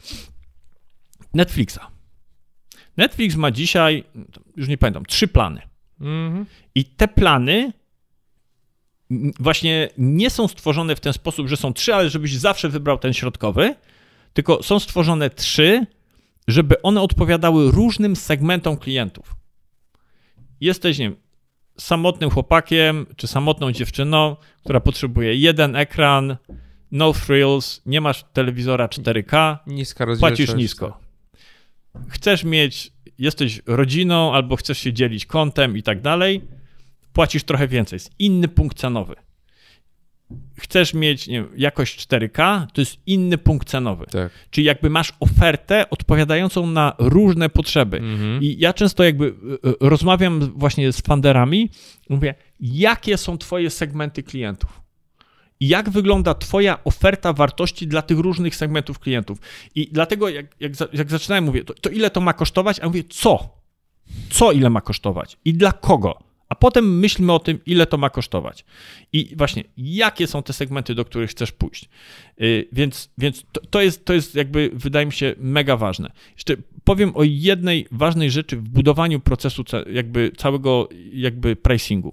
Netflix ma dzisiaj, już nie pamiętam, 3 plany. I te plany właśnie nie są stworzone w ten sposób, że są 3, ale żebyś zawsze wybrał ten środkowy, tylko są stworzone 3, żeby one odpowiadały różnym segmentom klientów. Jesteś, nie wiem, samotnym chłopakiem czy samotną dziewczyną, która potrzebuje jeden ekran, no frills, nie masz telewizora 4K, płacisz nisko. Chcesz mieć, jesteś rodziną albo chcesz się dzielić kontem i tak dalej, płacisz trochę więcej, jest inny punkt cenowy. Chcesz mieć, nie wiem, jakość 4K, to jest inny punkt cenowy. Tak. Czyli jakby masz ofertę odpowiadającą na różne potrzeby. I ja często jakby rozmawiam właśnie z funderami, mówię, jakie są twoje segmenty klientów? I jak wygląda twoja oferta wartości dla tych różnych segmentów klientów? I dlatego jak zaczynałem, mówię, to ile to ma kosztować? A mówię, co ile ma kosztować? I dla kogo? A potem myślmy o tym, ile to ma kosztować. I właśnie, jakie są te segmenty, do których chcesz pójść. Więc to jest jakby, wydaje mi się, mega ważne. Jeszcze powiem o jednej ważnej rzeczy w budowaniu procesu jakby całego jakby pricingu.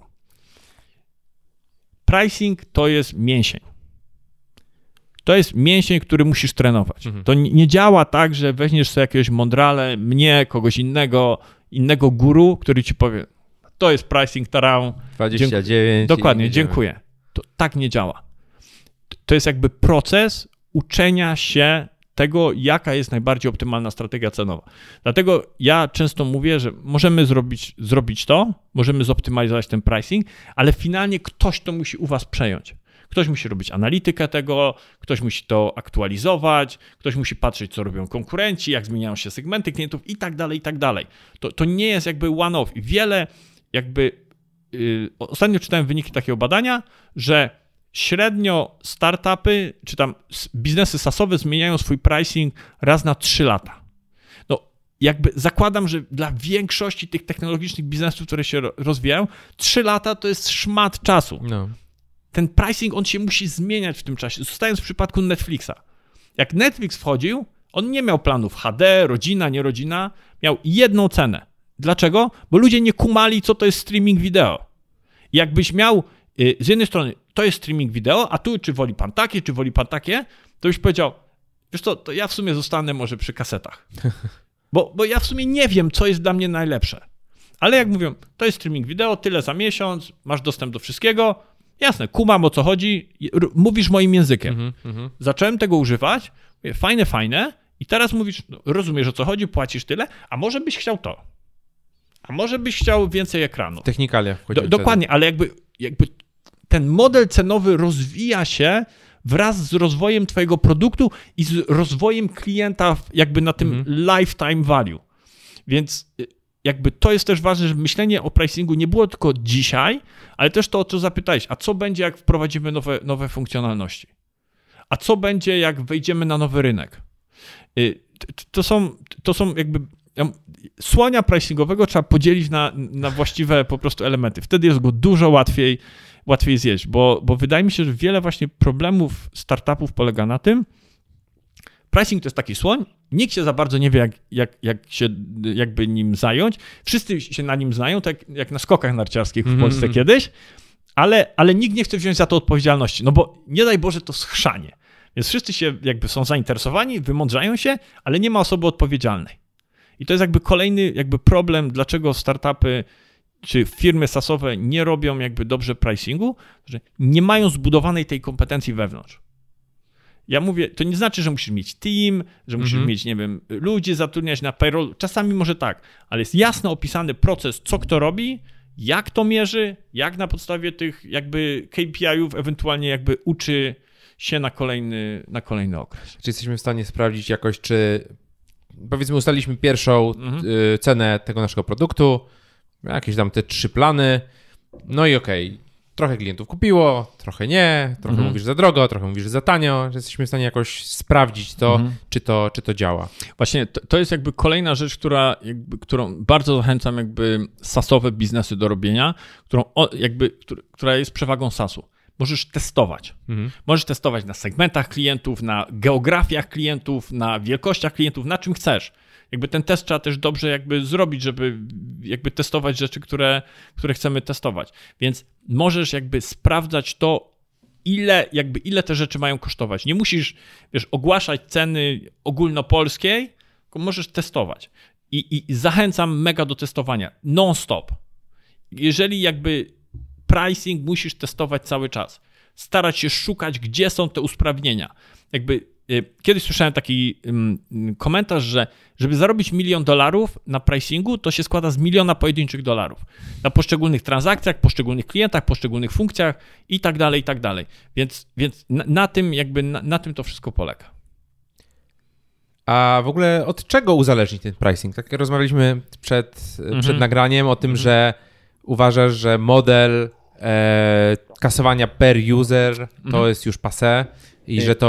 Pricing to jest mięsień. To jest mięsień, który musisz trenować. To nie działa tak, że weźmiesz sobie jakiegoś mądrale, mnie, kogoś innego guru, który ci powie, to jest pricing taran. 29. Dokładnie, dziękuję. To tak nie działa. To jest jakby proces uczenia się tego, jaka jest najbardziej optymalna strategia cenowa. Dlatego ja często mówię, że możemy zrobić to, możemy zoptymalizować ten pricing, ale finalnie ktoś to musi u was przejąć. Ktoś musi robić analitykę tego, ktoś musi to aktualizować, ktoś musi patrzeć, co robią konkurenci, jak zmieniają się segmenty klientów i tak dalej, i tak dalej. To nie jest jakby one-off. I wiele jakby... Ostatnio czytałem wyniki takiego badania, że średnio startupy, czy tam biznesy SaaS-owe zmieniają swój pricing raz na 3 lata. No, jakby zakładam, że dla większości tych technologicznych biznesów, które się rozwijają, 3 lata to jest szmat czasu. No. Ten pricing, on się musi zmieniać w tym czasie. Zostając w przypadku Netflixa. Jak Netflix wchodził, on nie miał planów HD, rodzina, nie rodzina, miał jedną cenę. Dlaczego? Bo ludzie nie kumali, co to jest streaming wideo. Jakbyś miał z jednej strony, to jest streaming wideo, a tu czy woli pan takie, czy woli pan takie, to byś powiedział, wiesz co, to ja w sumie zostanę może przy kasetach. Bo ja w sumie nie wiem, co jest dla mnie najlepsze. Ale jak mówią, to jest streaming wideo, tyle za miesiąc, masz dostęp do wszystkiego, Jasne, kumam o co chodzi, mówisz moim językiem. Zacząłem tego używać, mówię, fajne i teraz mówisz, no, rozumiesz o co chodzi, płacisz tyle, a może byś chciał to. A może byś chciał więcej ekranu. Technikalia. Dokładnie, ale jakby ten model cenowy rozwija się wraz z rozwojem twojego produktu i z rozwojem klienta jakby na tym lifetime value. Więc jakby to jest też ważne, że myślenie o pricingu nie było tylko dzisiaj, ale też to, o co zapytałeś, a co będzie, jak wprowadzimy nowe funkcjonalności? A co będzie, jak wejdziemy na nowy rynek? To są jakby... Słonia pricingowego trzeba podzielić na właściwe po prostu elementy. Wtedy jest go dużo łatwiej zjeść, bo wydaje mi się, że wiele właśnie problemów startupów polega na tym, pricing to jest taki słoń, nikt się za bardzo nie wie, jak się jakby nim zająć. Wszyscy się na nim znają, tak jak na skokach narciarskich w Polsce kiedyś, ale nikt nie chce wziąć za to odpowiedzialności, no bo nie daj Boże to schrzanie. Więc wszyscy się jakby są zainteresowani, wymądrzają się, ale nie ma osoby odpowiedzialnej. I to jest jakby kolejny jakby problem, dlaczego startupy czy firmy SaaS-owe nie robią jakby dobrze pricingu, że nie mają zbudowanej tej kompetencji wewnątrz. Ja mówię, to nie znaczy, że musisz mieć team, że musisz mieć, nie wiem, ludzi zatrudniać na payroll. Czasami może tak, ale jest jasno opisany proces, co kto robi, jak to mierzy, jak na podstawie tych jakby KPI-ów ewentualnie jakby uczy się na kolejny okres. Czy jesteśmy w stanie sprawdzić jakoś, czy powiedzmy ustaliliśmy pierwszą cenę tego naszego produktu, jakieś tam te 3 plany, no i okej, trochę klientów kupiło, trochę nie, trochę mówisz za drogo, trochę mówisz za tanio, że jesteśmy w stanie jakoś sprawdzić to, czy to działa. Właśnie to jest jakby kolejna rzecz, którą bardzo zachęcam jakby SaaS-owe biznesy do robienia, która jest przewagą SaaS-u. Możesz testować. Możesz testować na segmentach klientów, na geografiach klientów, na wielkościach klientów, na czym chcesz. Jakby ten test trzeba też dobrze jakby zrobić, żeby jakby testować rzeczy, które chcemy testować. Więc możesz jakby sprawdzać to, ile te rzeczy mają kosztować. Nie musisz, ogłaszać ceny ogólnopolskiej, tylko możesz testować. I zachęcam mega do testowania. Non-stop. Jeżeli jakby pricing musisz testować cały czas. Starać się szukać, gdzie są te usprawnienia. Jakby kiedyś słyszałem taki komentarz, że żeby zarobić $1 milion na pricingu, to się składa z miliona pojedynczych dolarów. Na poszczególnych transakcjach, poszczególnych klientach, poszczególnych funkcjach i tak dalej, i tak dalej. Więc na tym jakby na tym to wszystko polega. A w ogóle od czego uzależni ten pricing? Tak jak rozmawialiśmy przed nagraniem o tym, że uważasz, że model kasowania per user to jest już passé i że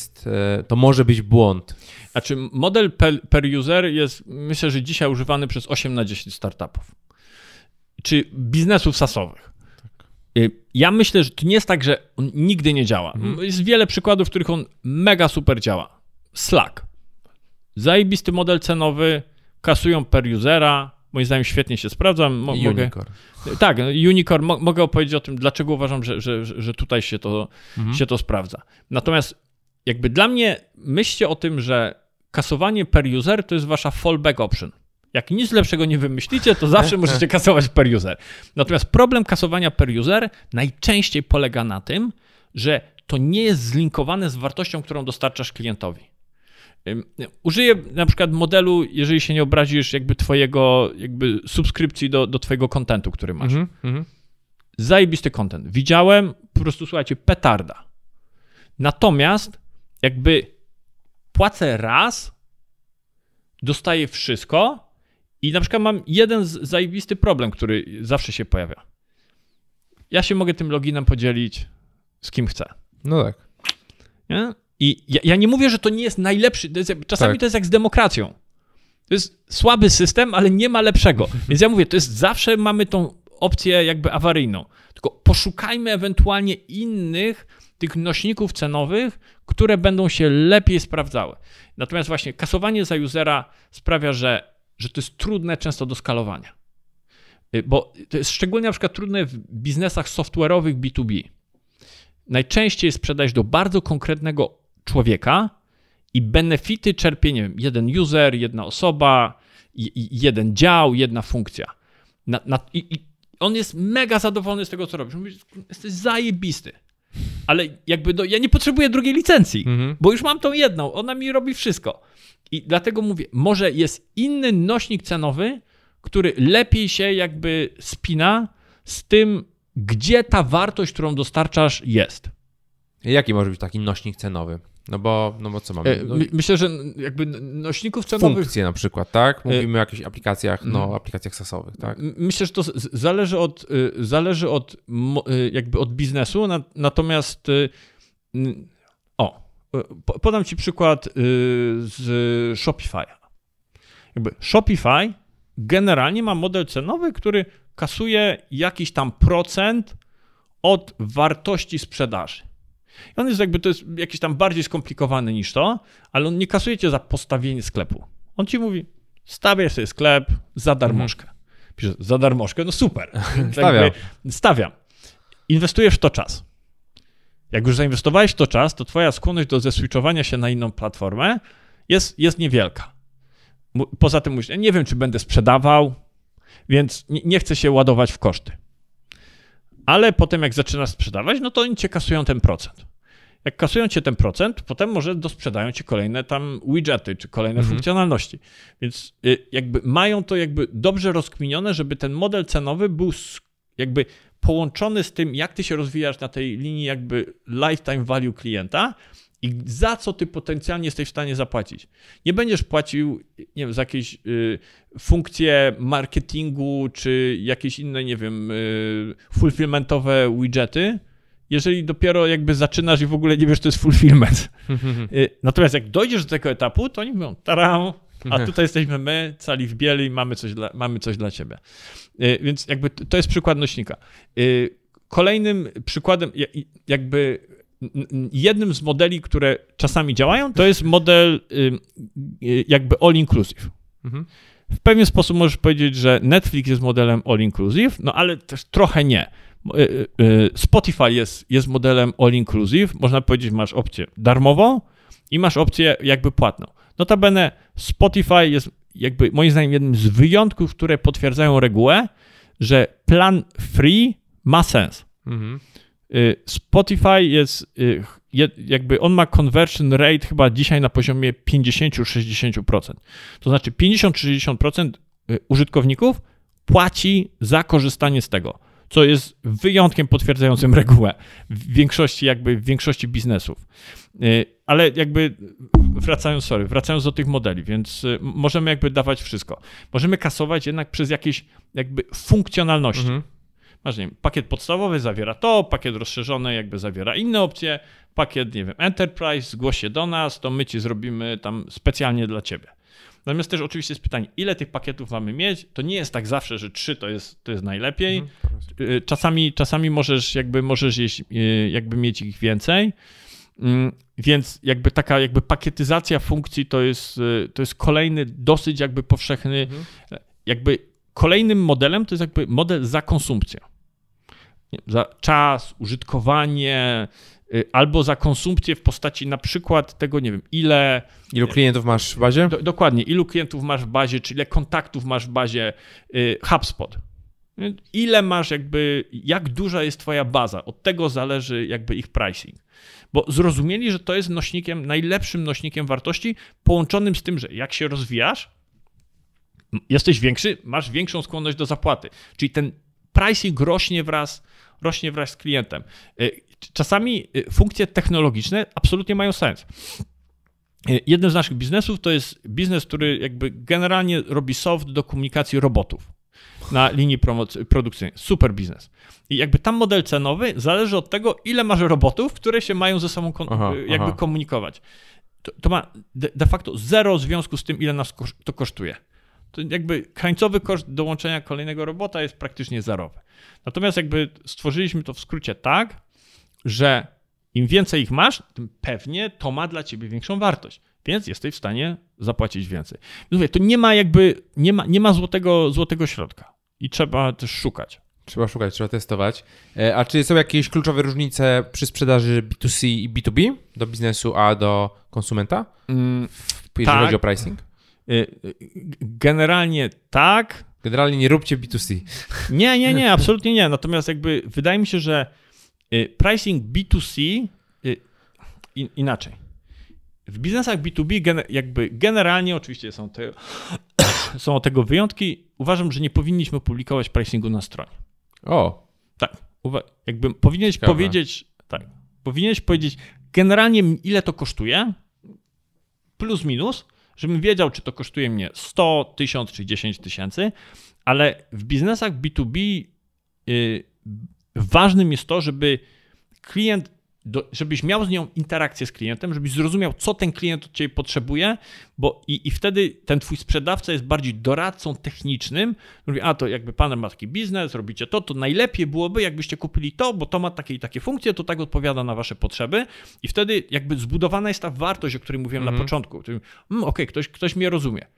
to może być błąd. Znaczy model per user jest, myślę, że dzisiaj używany przez 8 na 10 startupów. Czy biznesów SaaS-owych. Tak. Ja myślę, że to nie jest tak, że on nigdy nie działa. Jest wiele przykładów, w których on mega super działa. Slack. Zajebisty model cenowy, kasują per usera, moim zdaniem świetnie się sprawdza. Unicorn. Tak, Unicorn. Mogę opowiedzieć o tym, dlaczego uważam, że tutaj się to sprawdza. Natomiast jakby dla mnie myślcie o tym, że kasowanie per user to jest wasza fallback option. Jak nic lepszego nie wymyślicie, to zawsze możecie kasować per user. Natomiast problem kasowania per user najczęściej polega na tym, że to nie jest zlinkowane z wartością, którą dostarczasz klientowi. Użyję na przykład modelu, jeżeli się nie obrazisz, jakby twojego subskrypcji do twojego kontentu, który masz. Zajebisty content. Widziałem, po prostu słuchajcie, petarda. Natomiast jakby płacę raz, dostaję wszystko i na przykład mam jeden zajebisty problem, który zawsze się pojawia. Ja się mogę tym loginem podzielić z kim chcę. No tak. Nie? I ja nie mówię, że to nie jest najlepszy. Czasami to jest jak z demokracją. To jest słaby system, ale nie ma lepszego. Więc ja mówię, to jest zawsze mamy tą opcję jakby awaryjną. Tylko poszukajmy ewentualnie innych tych nośników cenowych, które będą się lepiej sprawdzały. Natomiast właśnie kasowanie za usera sprawia, że to jest trudne często do skalowania. Bo to jest szczególnie na przykład trudne w biznesach software'owych B2B. Najczęściej sprzedać do bardzo konkretnego człowieka i benefity czerpie, nie wiem, jeden user, jedna osoba, jeden dział, jedna funkcja. On jest mega zadowolony z tego, co robisz. Mówi, jesteś zajebisty. Ale jakby ja nie potrzebuję drugiej licencji, bo już mam tą jedną. Ona mi robi wszystko. I dlatego mówię, może jest inny nośnik cenowy, który lepiej się jakby spina z tym, gdzie ta wartość, którą dostarczasz, jest. Jaki może być taki nośnik cenowy? No bo co mamy? Myślę, że jakby nośników cenowych... Funkcje na przykład, tak? Mówimy o jakichś aplikacjach, aplikacjach SaaS-owych, tak? Myślę, że to zależy od biznesu, natomiast podam ci przykład z Shopify'a. Jakby Shopify generalnie ma model cenowy, który kasuje jakiś tam procent od wartości sprzedaży. I on jest to jest jakiś tam bardziej skomplikowany niż to, ale on nie kasuje cię za postawienie sklepu. On ci mówi, stawiaj sobie sklep za darmożkę. Pisze, za darmożkę, no super. Stawiam. Inwestujesz w to czas. Jak już zainwestowałeś w to czas, to twoja skłonność do zeswitchowania się na inną platformę jest niewielka. Poza tym mówisz, nie wiem, czy będę sprzedawał, więc nie chcę się ładować w koszty. Ale potem jak zaczynasz sprzedawać, no to oni cię kasują ten procent. Jak kasują cię ten procent, potem może dosprzedają ci kolejne tam widgety, czy kolejne funkcjonalności. Więc jakby mają to jakby dobrze rozkminione, żeby ten model cenowy był jakby połączony z tym, jak ty się rozwijasz na tej linii jakby lifetime value klienta i za co ty potencjalnie jesteś w stanie zapłacić. Nie będziesz płacił, nie wiem, za jakieś funkcje marketingu, czy jakieś inne, nie wiem, fulfillmentowe widgety, jeżeli dopiero jakby zaczynasz i w ogóle nie wiesz, to jest fulfillment. Natomiast jak dojdziesz do tego etapu, to oni mówią, taram, a tutaj jesteśmy my, cali w bieli, mamy coś dla ciebie. Więc jakby to jest przykład nośnika. Kolejnym przykładem, jakby jednym z modeli, które czasami działają, to jest model jakby all inclusive. W pewien sposób możesz powiedzieć, że Netflix jest modelem all inclusive, no ale też trochę nie. Spotify jest modelem all inclusive, można powiedzieć, masz opcję darmową i masz opcję jakby płatną. Notabene Spotify jest jakby moim zdaniem jednym z wyjątków, które potwierdzają regułę, że plan free ma sens. Spotify jest jakby on ma conversion rate chyba dzisiaj na poziomie 50-60%. To znaczy 50-60% użytkowników płaci za korzystanie z tego, co jest wyjątkiem potwierdzającym regułę w większości biznesów. Ale jakby wracając do tych modeli, więc możemy jakby dawać wszystko. Możemy kasować jednak przez jakieś jakby funkcjonalności. Masz, nie wiem, pakiet podstawowy zawiera to, pakiet rozszerzony jakby zawiera inne opcje, pakiet, nie wiem, Enterprise, zgłoś się do nas, to my ci zrobimy tam specjalnie dla ciebie. Natomiast też oczywiście jest pytanie, ile tych pakietów mamy mieć? To nie jest tak zawsze, że 3 to jest najlepiej. Czasami możesz jakby mieć ich więcej. Więc jakby taka jakby pakietyzacja funkcji to jest kolejny dosyć jakby powszechny, jakby kolejnym modelem to jest jakby model za konsumpcję. Za czas, użytkowanie, albo za konsumpcję w postaci na przykład tego, nie wiem, ilu klientów masz w bazie? Dokładnie, ilu klientów masz w bazie, czy ile kontaktów masz w bazie HubSpot. Ile masz jakby, jak duża jest twoja baza, od tego zależy jakby ich pricing. Bo zrozumieli, że to jest najlepszym nośnikiem wartości połączonym z tym, że jak się rozwijasz, jesteś większy, masz większą skłonność do zapłaty. Czyli ten pricing rośnie wraz z klientem. Czasami funkcje technologiczne absolutnie mają sens. Jednym z naszych biznesów to jest biznes, który jakby generalnie robi soft do komunikacji robotów na linii produkcyjnej. Super biznes. I jakby tam model cenowy zależy od tego, ile masz robotów, które się mają ze sobą komunikować. To ma de facto zero związku z tym, ile nas to kosztuje. To jakby krańcowy koszt dołączenia kolejnego robota jest praktycznie zerowy. Natomiast jakby stworzyliśmy to w skrócie tak, że im więcej ich masz, tym pewnie to ma dla ciebie większą wartość, więc jesteś w stanie zapłacić więcej. Mówię, to nie ma złotego środka i trzeba też szukać. Trzeba testować. A czy są jakieś kluczowe różnice przy sprzedaży B2C i B2B do biznesu, a do konsumenta, jeżeli chodzi o pricing? Generalnie tak. Generalnie nie róbcie B2C. Nie, absolutnie nie. Natomiast jakby wydaje mi się, że pricing B2C inaczej. W biznesach B2B jakby generalnie oczywiście są od tego wyjątki. Uważam, że nie powinniśmy publikować pricingu na stronie. O. Tak. Jakby powinieneś powiedzieć generalnie ile to kosztuje, plus minus, żebym wiedział, czy to kosztuje mnie 100, 1000 czy 10 tysięcy, ale w biznesach B2B ważnym jest to, żeby żebyś miał z nią interakcję z klientem, żebyś zrozumiał, co ten klient od ciebie potrzebuje, bo i wtedy ten twój sprzedawca jest bardziej doradcą technicznym. Mówi, to jakby pan ma taki biznes, robicie to najlepiej byłoby, jakbyście kupili to, bo to ma takie i takie funkcje, to tak odpowiada na wasze potrzeby i wtedy jakby zbudowana jest ta wartość, o której mówiłem na początku. Okej, ktoś mnie rozumie.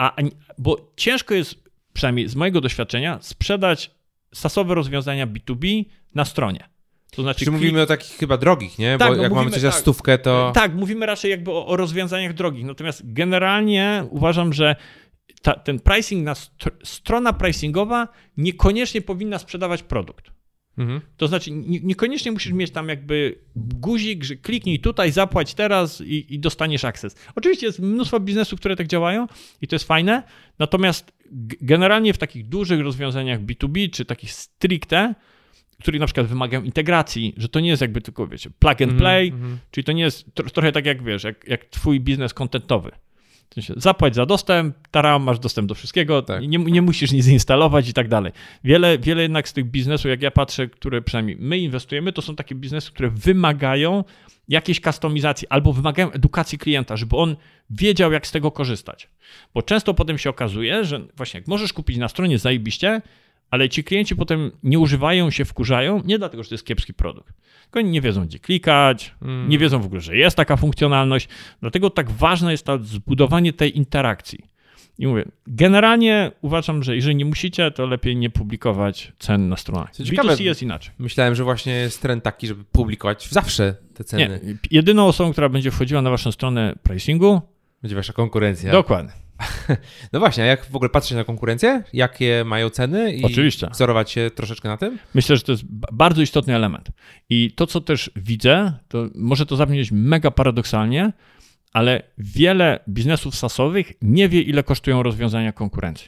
Bo ciężko jest, przynajmniej z mojego doświadczenia, sprzedać SaaS-owe rozwiązania B2B na stronie. To znaczy, mówimy o takich chyba drogich, nie? Tak, bo jak mamy coś za stówkę, to... Tak, mówimy raczej jakby o rozwiązaniach drogich. Natomiast generalnie uważam, że ten pricing, strona pricingowa niekoniecznie powinna sprzedawać produkt. To znaczy niekoniecznie musisz mieć tam jakby guzik, że kliknij tutaj, zapłać teraz i dostaniesz akces. Oczywiście jest mnóstwo biznesów, które tak działają i to jest fajne, natomiast generalnie w takich dużych rozwiązaniach B2B czy takich stricte, które na przykład wymagają integracji, że to nie jest jakby tylko, wiecie, plug and play, czyli to nie jest trochę tak jak, wiesz, jak twój biznes kontentowy. W sensie zapłać za dostęp, masz dostęp do wszystkiego, tak. nie musisz nic instalować i tak dalej. Wiele jednak z tych biznesów, jak ja patrzę, które przynajmniej my inwestujemy, to są takie biznesy, które wymagają jakiejś kustomizacji albo wymagają edukacji klienta, żeby on wiedział, jak z tego korzystać. Bo często potem się okazuje, że właśnie jak możesz kupić na stronie zajebiście, ale ci klienci potem nie używają, się wkurzają, nie dlatego, że to jest kiepski produkt, tylko oni nie wiedzą, gdzie klikać, nie wiedzą w ogóle, że jest taka funkcjonalność, dlatego tak ważne jest to zbudowanie tej interakcji. I mówię, generalnie uważam, że jeżeli nie musicie, to lepiej nie publikować cen na stronach. B2C jest inaczej. Myślałem, że właśnie jest trend taki, żeby publikować zawsze te ceny. Nie, jedyną osobą, która będzie wchodziła na waszą stronę pricingu, będzie wasza konkurencja. Dokładnie. No właśnie, a jak w ogóle patrzeć na konkurencję? Jakie mają ceny i Oczywiście. wzorować się troszeczkę na tym? Myślę, że to jest bardzo istotny element. I to, co też widzę, to może to zabrzmieć mega paradoksalnie, ale wiele biznesów SaaS-owych nie wie, ile kosztują rozwiązania konkurencji.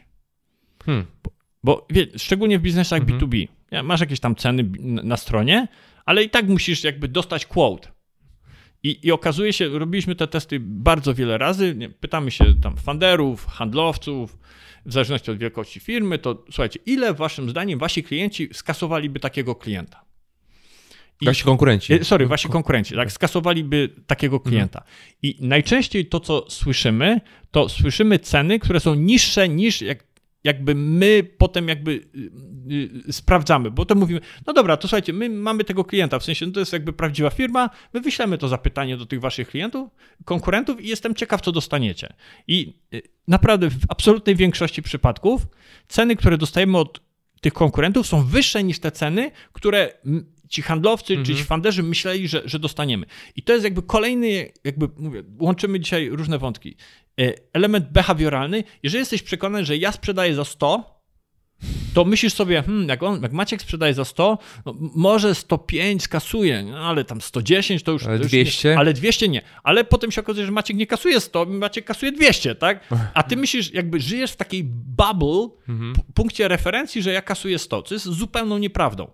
Bo szczególnie w biznesach B2B. Masz jakieś tam ceny na stronie, ale i tak musisz jakby dostać quote. I okazuje się, robiliśmy te testy bardzo wiele razy, pytamy się tam funderów, handlowców, w zależności od wielkości firmy, to słuchajcie, ile waszym zdaniem wasi klienci skasowaliby takiego klienta? Wasi konkurenci. Wasi konkurenci, tak, skasowaliby takiego klienta. I najczęściej to, co słyszymy, to słyszymy ceny, które są niższe niż jakby my potem jakby sprawdzamy, bo to mówimy, no dobra, to słuchajcie, my mamy tego klienta, w sensie to jest jakby prawdziwa firma, my wyślemy to zapytanie do tych waszych klientów, konkurentów i jestem ciekaw, co dostaniecie. I naprawdę w absolutnej większości przypadków ceny, które dostajemy od tych konkurentów są wyższe niż te ceny, które ci handlowcy czy ci funderzy myśleli, że dostaniemy. I to jest jakby kolejny, jakby mówię, łączymy dzisiaj różne wątki. Element behawioralny, jeżeli jesteś przekonany, że ja sprzedaję za 100, to myślisz sobie, jak Maciek sprzedaje za 100, no może 105 skasuje, no ale tam 110 to już... Ale 200? Ale 200 nie. Ale potem się okazuje, że Maciek nie kasuje 100, Maciek kasuje 200, tak? A ty myślisz, jakby żyjesz w takiej bubble, punkcie referencji, że ja kasuję 100, co jest zupełną nieprawdą.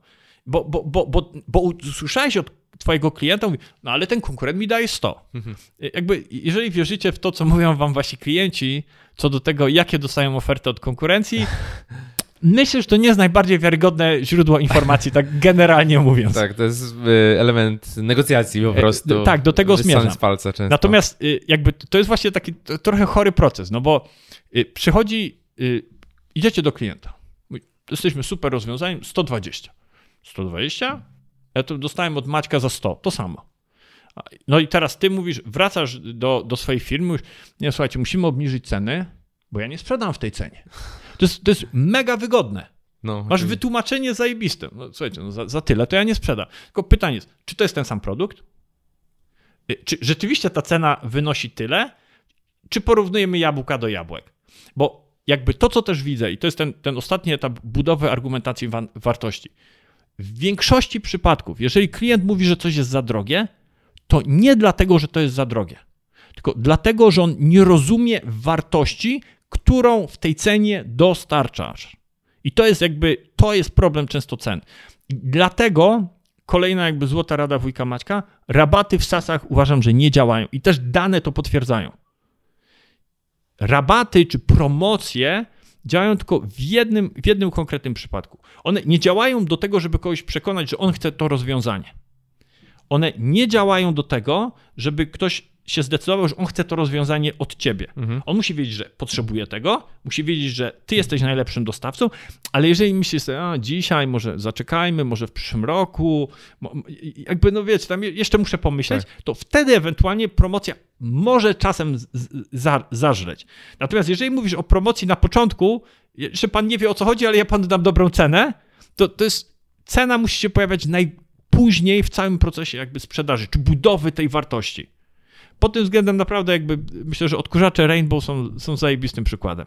Bo usłyszałeś od twojego klienta, mówi, no ale ten konkurent mi daje 100. Jakby, jeżeli wierzycie w to, co mówią wam wasi klienci, co do tego, jakie dostają oferty od konkurencji, myślę, że to nie jest najbardziej wiarygodne źródło informacji, tak generalnie mówiąc. Tak, to jest element negocjacji po prostu. Tak, do tego zmierzam. Z palca często. Natomiast jakby to jest właśnie taki trochę chory proces, no bo przychodzi, idziecie do klienta, jesteśmy super rozwiązaniem, 120. 120? Ja to dostałem od Maćka za 100, to samo. No i teraz ty mówisz, wracasz do swojej firmy, mówisz, nie, słuchajcie, musimy obniżyć ceny, bo ja nie sprzedam w tej cenie. To jest mega wygodne. No, masz wytłumaczenie zajebiste. No, słuchajcie, no za tyle to ja nie sprzedam. Tylko pytanie jest, czy to jest ten sam produkt? Czy rzeczywiście ta cena wynosi tyle? Czy porównujemy jabłka do jabłek? Bo jakby to, co też widzę, i to jest ten ostatni etap budowy argumentacji wartości. W większości przypadków, jeżeli klient mówi, że coś jest za drogie, to nie dlatego, że to jest za drogie, tylko dlatego, że on nie rozumie wartości, którą w tej cenie dostarczasz. I to jest problem często cen. I dlatego kolejna jakby złota rada wujka Maćka, rabaty w SaaS-ach uważam, że nie działają i też dane to potwierdzają. Rabaty czy promocje działają tylko w jednym konkretnym przypadku. One nie działają do tego, żeby kogoś przekonać, że on chce to rozwiązanie. One nie działają do tego, żeby ktoś się zdecydował, że on chce to rozwiązanie od ciebie. On musi wiedzieć, że potrzebuje tego, musi wiedzieć, że ty jesteś najlepszym dostawcą, ale jeżeli myślisz sobie, dzisiaj może zaczekajmy, może w przyszłym roku, jakby no wiecie, tam jeszcze muszę pomyśleć, to wtedy ewentualnie promocja może czasem zażreć. Natomiast jeżeli mówisz o promocji na początku, jeszcze pan nie wie o co chodzi, ale ja panu dam dobrą cenę, to jest cena musi się pojawiać najpóźniej w całym procesie jakby sprzedaży, czy budowy tej wartości. Pod tym względem naprawdę jakby myślę, że odkurzacze Rainbow są zajebistym przykładem.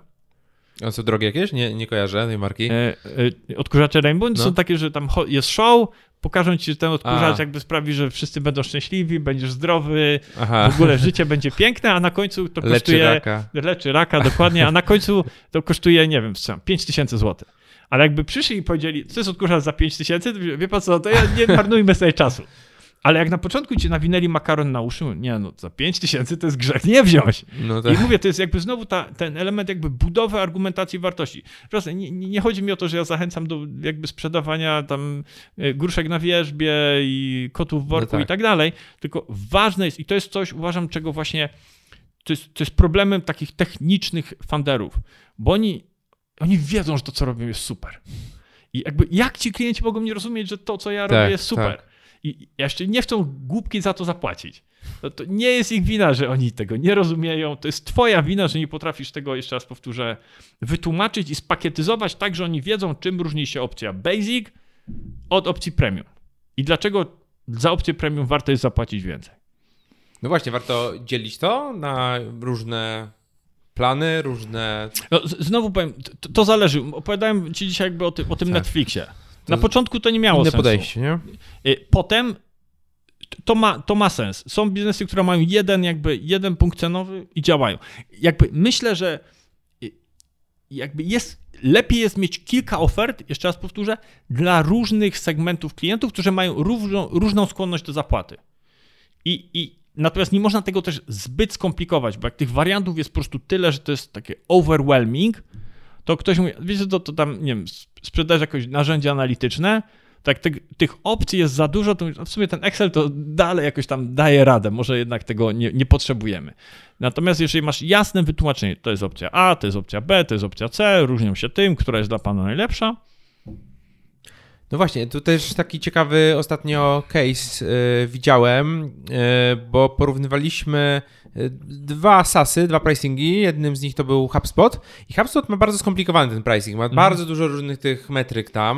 A są drogie jakieś? Nie kojarzę tej marki. Odkurzacze Rainbow są takie, że tam jest show, pokażą ci, że ten odkurzacz jakby sprawi, że wszyscy będą szczęśliwi, będziesz zdrowy, w ogóle życie będzie piękne, a na końcu to kosztuje... Leczy raka, dokładnie, a na końcu to kosztuje, nie wiem, 5000 zł. Ale jakby przyszli i powiedzieli, co jest odkurzacz za 5000, to wie pan co, to nie marnujmy sobie czasu. Ale jak na początku ci nawinęli makaron na uszy, za 5000 to jest grzech nie wziąć. No tak. I mówię, to jest jakby znowu ten element jakby budowy argumentacji wartości. Proszę, nie chodzi mi o to, że ja zachęcam do jakby sprzedawania tam gruszek na wierzbie i kotów w worku i tak dalej, tylko ważne jest, i to jest coś, uważam, czego właśnie, to jest problemem takich technicznych funderów, bo oni wiedzą, że to, co robią, jest super. I jakby jak ci klienci mogą nie rozumieć, że to, co ja robię, jest super. I jeszcze nie chcą głupki za to zapłacić. To nie jest ich wina, że oni tego nie rozumieją. To jest twoja wina, że nie potrafisz tego, jeszcze raz powtórzę, wytłumaczyć i spakietyzować tak, że oni wiedzą, czym różni się opcja Basic od opcji Premium. I dlaczego za opcję Premium warto jest zapłacić więcej. No właśnie, warto dzielić to na różne plany, różne... No, znowu powiem, to zależy. Opowiadałem ci dzisiaj jakby o tym Netflixie. Na początku to nie miało sensu. Podejście, nie? Potem to ma sens. Są biznesy, które mają jeden punkt cenowy i działają. Jakby myślę, że jakby lepiej jest mieć kilka ofert, jeszcze raz powtórzę, dla różnych segmentów klientów, którzy mają różną skłonność do zapłaty. Natomiast nie można tego też zbyt skomplikować, bo jak tych wariantów jest po prostu tyle, że to jest takie overwhelming, to ktoś mówi, wiecie, to tam, nie wiem, sprzedajesz jakieś narzędzie analityczne, tak tych opcji jest za dużo, to w sumie ten Excel to dalej jakoś tam daje radę, może jednak tego nie potrzebujemy. Natomiast jeżeli masz jasne wytłumaczenie, to jest opcja A, to jest opcja B, to jest opcja C, różnią się tym, która jest dla pana najlepsza. No właśnie, tu też taki ciekawy ostatnio case widziałem, bo porównywaliśmy dwa SaaS-y, dwa pricingi, jednym z nich to był HubSpot i HubSpot ma bardzo skomplikowany ten pricing, ma bardzo dużo różnych tych metryk tam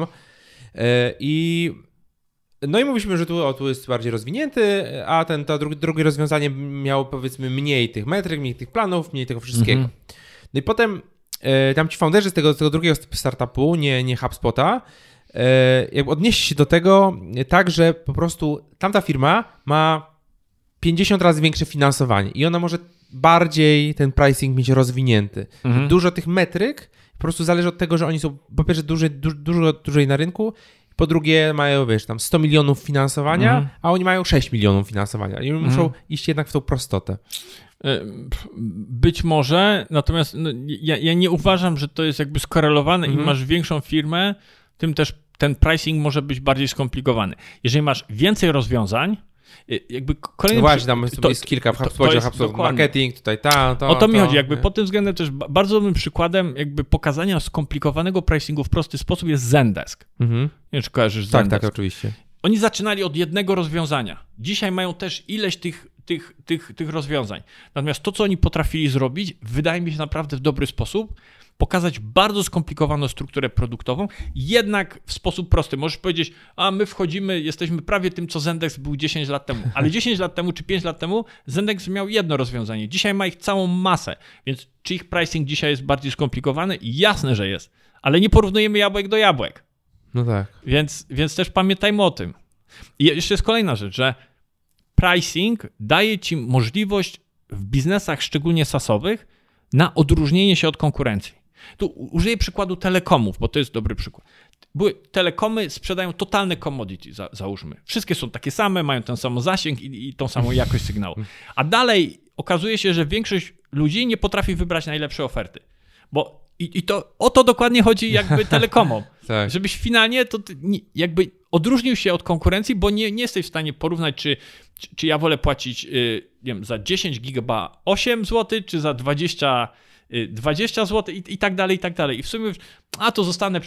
i mówiliśmy, że tu jest bardziej rozwinięty, a to drugie rozwiązanie miało powiedzmy mniej tych metryk, mniej tych planów, mniej tego wszystkiego. No i potem tam ci founderzy z tego drugiego startupu, nie HubSpota, jakby odnieśli się do tego tak, że po prostu tamta firma ma 50 razy większe finansowanie i ona może bardziej ten pricing mieć rozwinięty. Dużo tych metryk po prostu zależy od tego, że oni są po pierwsze dużo dłużej na rynku, po drugie mają, tam 100 milionów finansowania, a oni mają 6 milionów finansowania i muszą iść jednak w tą prostotę. Być może, natomiast ja nie uważam, że to jest jakby skorelowane. Im masz większą firmę, tym też ten pricing może być bardziej skomplikowany. Jeżeli masz więcej rozwiązań, jakby kolejny... No właśnie, tam jest kilka w HubSpocie, HubSpot marketing, tutaj o to mi chodzi, jakby pod tym względem też bardzo dobrym przykładem jakby pokazania skomplikowanego pricingu w prosty sposób jest Zendesk. Nie wiem, czy kojarzysz Zendesk. Tak, oczywiście. Oni zaczynali od jednego rozwiązania. Dzisiaj mają też ileś tych rozwiązań. Natomiast to, co oni potrafili zrobić, wydaje mi się naprawdę w dobry sposób, pokazać bardzo skomplikowaną strukturę produktową, jednak w sposób prosty. Możesz powiedzieć, a my wchodzimy, jesteśmy prawie tym, co Zendesk był 10 lat temu, ale 10 lat temu czy 5 lat temu Zendesk miał jedno rozwiązanie. Dzisiaj ma ich całą masę, więc czy ich pricing dzisiaj jest bardziej skomplikowany? Jasne, że jest, ale nie porównujemy jabłek do jabłek. No tak. Więc też pamiętajmy o tym. I jeszcze jest kolejna rzecz, że pricing daje ci możliwość w biznesach, szczególnie SaaS-owych, na odróżnienie się od konkurencji. Tu użyję przykładu telekomów, bo to jest dobry przykład. Telekomy sprzedają totalne commodity, załóżmy. Wszystkie są takie same, mają ten sam zasięg i tą samą jakość sygnału. A dalej okazuje się, że większość ludzi nie potrafi wybrać najlepszej oferty. I to o to dokładnie chodzi jakby telekomom. Tak. Żebyś finalnie to jakby odróżnił się od konkurencji, bo nie jesteś w stanie porównać, czy ja wolę płacić nie wiem, za 10 giga 8 zł, czy za 20 zł i tak dalej, i tak dalej. I w sumie to zostanę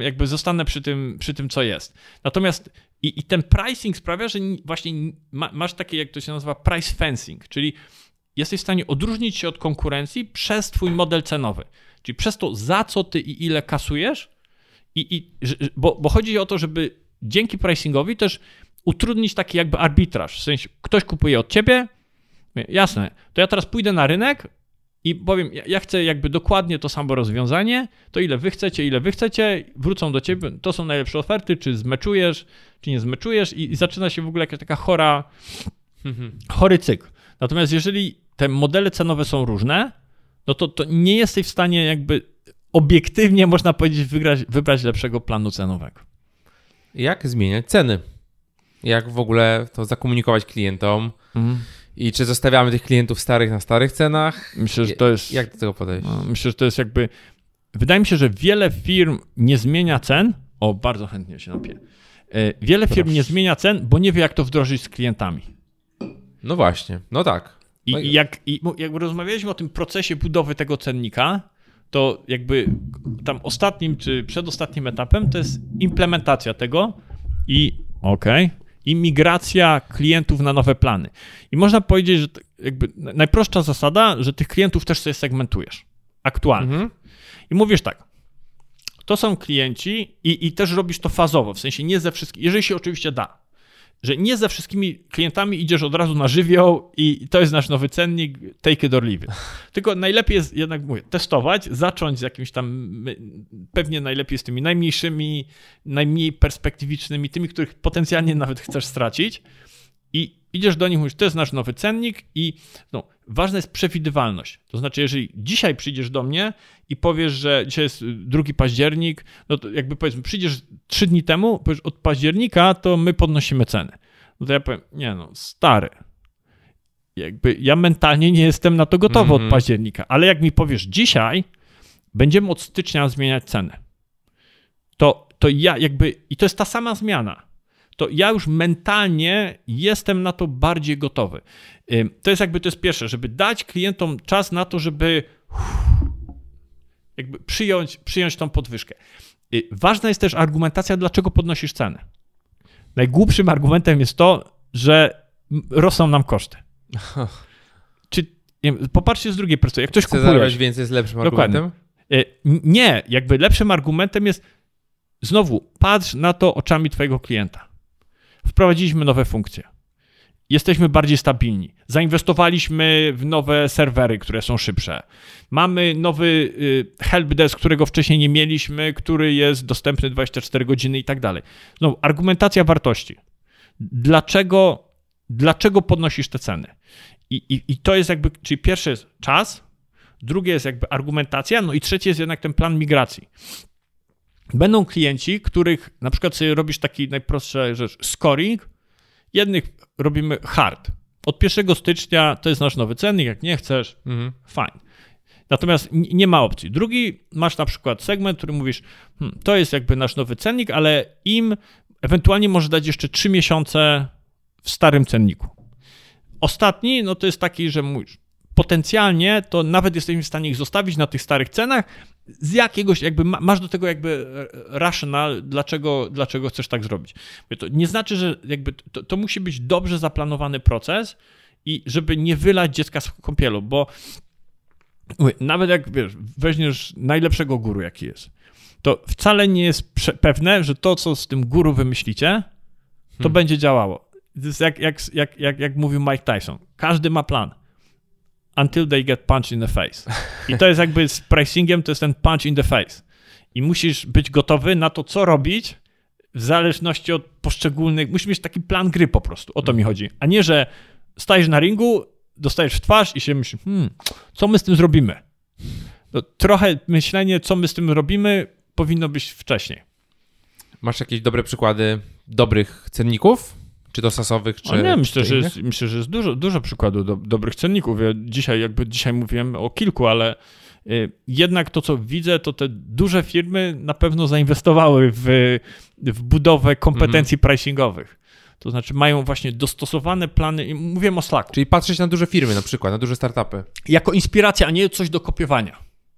przy tym, co jest. Natomiast i ten pricing sprawia, że właśnie masz takie, jak to się nazywa, price fencing, czyli jesteś w stanie odróżnić się od konkurencji przez twój model cenowy. Czyli przez to, za co ty i ile kasujesz, bo chodzi o to, żeby dzięki pricingowi też utrudnić taki jakby arbitraż. W sensie, ktoś kupuje od ciebie, jasne, to ja teraz pójdę na rynek i powiem, ja chcę jakby dokładnie to samo rozwiązanie, to ile wy chcecie, wrócą do ciebie, to są najlepsze oferty, czy zmeczujesz, czy nie zmeczujesz i zaczyna się w ogóle jakaś taka chory cykl. Natomiast jeżeli te modele cenowe są różne, no to nie jesteś w stanie jakby obiektywnie, można powiedzieć, wybrać lepszego planu cenowego. Jak zmieniać ceny? Jak w ogóle to zakomunikować klientom? I czy zostawiamy tych klientów starych na starych cenach? Myślę, że to jest... Jak do tego podejść? Myślę, że to jest jakby... Wydaje mi się, że wiele firm nie zmienia cen. Bardzo chętnie się napiję. Wiele firm nie zmienia cen, bo nie wie, jak to wdrożyć z klientami. No właśnie, no tak. I jak rozmawialiśmy o tym procesie budowy tego cennika, to jakby tam ostatnim czy przedostatnim etapem to jest implementacja tego i migracja klientów na nowe plany. I można powiedzieć, że jakby najprostsza zasada, że tych klientów też sobie segmentujesz aktualnie. I mówisz tak, to są klienci i też robisz to fazowo, w sensie nie ze wszystkimi, jeżeli się oczywiście da. Że nie ze wszystkimi klientami idziesz od razu na żywioł i to jest nasz nowy cennik, take it or leave it. Tylko najlepiej jest jednak, testować, zacząć z jakimś tam, pewnie najlepiej z tymi najmniejszymi, najmniej perspektywicznymi, tymi, których potencjalnie nawet chcesz stracić i idziesz do nich, mówisz, to jest nasz nowy cennik i ważna jest przewidywalność. To znaczy, jeżeli dzisiaj przyjdziesz do mnie i powiesz, że dzisiaj jest 2 październik, no to jakby powiedzmy, przyjdziesz 3 dni temu, powiesz, od października to my podnosimy ceny. No to ja powiem, stary, jakby ja mentalnie nie jestem na to gotowy od października, ale jak mi powiesz dzisiaj, będziemy od stycznia zmieniać ceny. To ja jakby, i to jest ta sama zmiana. To ja już mentalnie jestem na to bardziej gotowy. To jest pierwsze, żeby dać klientom czas na to, żeby jakby przyjąć tą podwyżkę. Ważna jest też argumentacja, dlaczego podnosisz cenę. Najgłupszym argumentem jest to, że rosną nam koszty. Popatrzcie z drugiej perspektywy. Jak ktoś kupuje... zarabiać więcej jest lepszym argumentem? Nie, jakby lepszym argumentem jest znowu, patrz na to oczami twojego klienta. Wprowadziliśmy nowe funkcje. Jesteśmy bardziej stabilni. Zainwestowaliśmy w nowe serwery, które są szybsze. Mamy nowy helpdesk, którego wcześniej nie mieliśmy, który jest dostępny 24 godziny i tak dalej. Znowu, argumentacja wartości. Dlaczego podnosisz te ceny? I to jest jakby, czyli pierwsze jest czas, drugie jest jakby argumentacja, no i trzecie jest jednak ten plan migracji. Będą klienci, których na przykład sobie robisz taki najprostsza rzecz, scoring, jednych robimy hard. Od 1 stycznia to jest nasz nowy cennik, jak nie chcesz, fajnie. Natomiast nie ma opcji. Drugi, masz na przykład segment, który mówisz, to jest jakby nasz nowy cennik, ale im ewentualnie może dać jeszcze 3 miesiące w starym cenniku. Ostatni, no to jest taki, że mówisz, potencjalnie to nawet jesteśmy w stanie ich zostawić na tych starych cenach, z jakiegoś jakby, masz do tego jakby rational, dlaczego chcesz tak zrobić. To nie znaczy, że jakby to musi być dobrze zaplanowany proces i żeby nie wylać dziecka z kąpielą, bo Nawet jak, wiesz, weźmiesz najlepszego guru, jaki jest, to wcale nie jest pewne, że to, co z tym guru wymyślicie, to będzie działało. To jest jak mówił Mike Tyson. Każdy ma plan. Until they get punched in the face. I to jest jakby z pricingiem, to jest ten punch in the face. I musisz być gotowy na to, co robić w zależności od poszczególnych... Musisz mieć taki plan gry po prostu. O to mi chodzi. A nie, że stajesz na ringu, dostajesz w twarz i się myślisz, co my z tym zrobimy? No, trochę myślenie, co my z tym robimy, powinno być wcześniej. Masz jakieś dobre przykłady dobrych cenników? Czy to sasowych, czy... Nie, myślę, że jest dużo przykładów dobrych cenników. Ja dzisiaj mówiłem o kilku, ale jednak to, co widzę, to te duże firmy na pewno zainwestowały w budowę kompetencji pricingowych. To znaczy mają właśnie dostosowane plany, mówiłem o Slacku. Czyli patrzeć na duże firmy na przykład, na duże startupy. Jako inspiracja, a nie coś do kopiowania.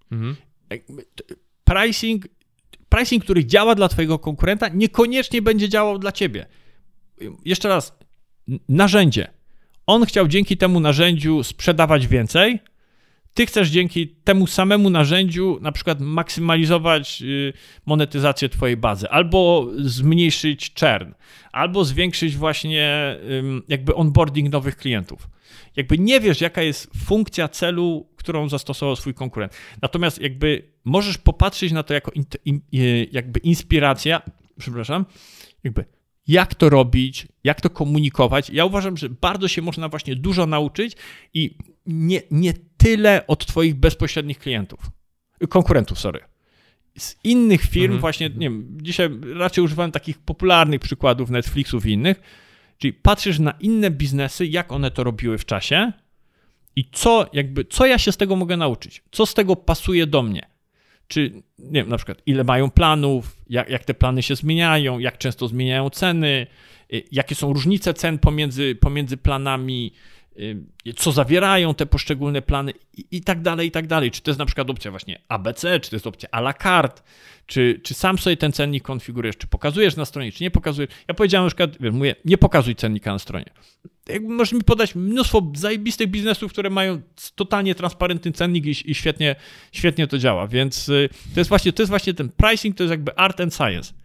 Pricing, który działa dla twojego konkurenta, niekoniecznie będzie działał dla ciebie. Jeszcze raz, narzędzie. On chciał dzięki temu narzędziu sprzedawać więcej, ty chcesz dzięki temu samemu narzędziu na przykład maksymalizować monetyzację twojej bazy, albo zmniejszyć churn, albo zwiększyć właśnie jakby onboarding nowych klientów. Jakby nie wiesz, jaka jest funkcja celu, którą zastosował swój konkurent. Natomiast jakby możesz popatrzeć na to jako jakby inspiracja, jakby jak to robić, jak to komunikować. Ja uważam, że bardzo się można właśnie dużo nauczyć i nie tyle od twoich bezpośrednich konkurentów. Z innych firm właśnie, nie wiem, dzisiaj raczej używam takich popularnych przykładów Netflixów i innych, czyli patrzysz na inne biznesy, jak one to robiły w czasie i co ja się z tego mogę nauczyć, co z tego pasuje do mnie. Czy, nie wiem, na przykład ile mają planów, jak te plany się zmieniają, jak często zmieniają ceny, jakie są różnice cen pomiędzy planami, co zawierają te poszczególne plany i tak dalej, i tak dalej. Czy to jest na przykład opcja właśnie ABC, czy to jest opcja à la carte, czy sam sobie ten cennik konfigurujesz, czy pokazujesz na stronie, czy nie pokazujesz. Ja powiedziałem na przykład, mówię, nie pokazuj cennika na stronie. Możesz mi podać mnóstwo zajebistych biznesów, które mają totalnie transparentny cennik i świetnie to działa, więc to jest właśnie ten pricing, to jest jakby art and science.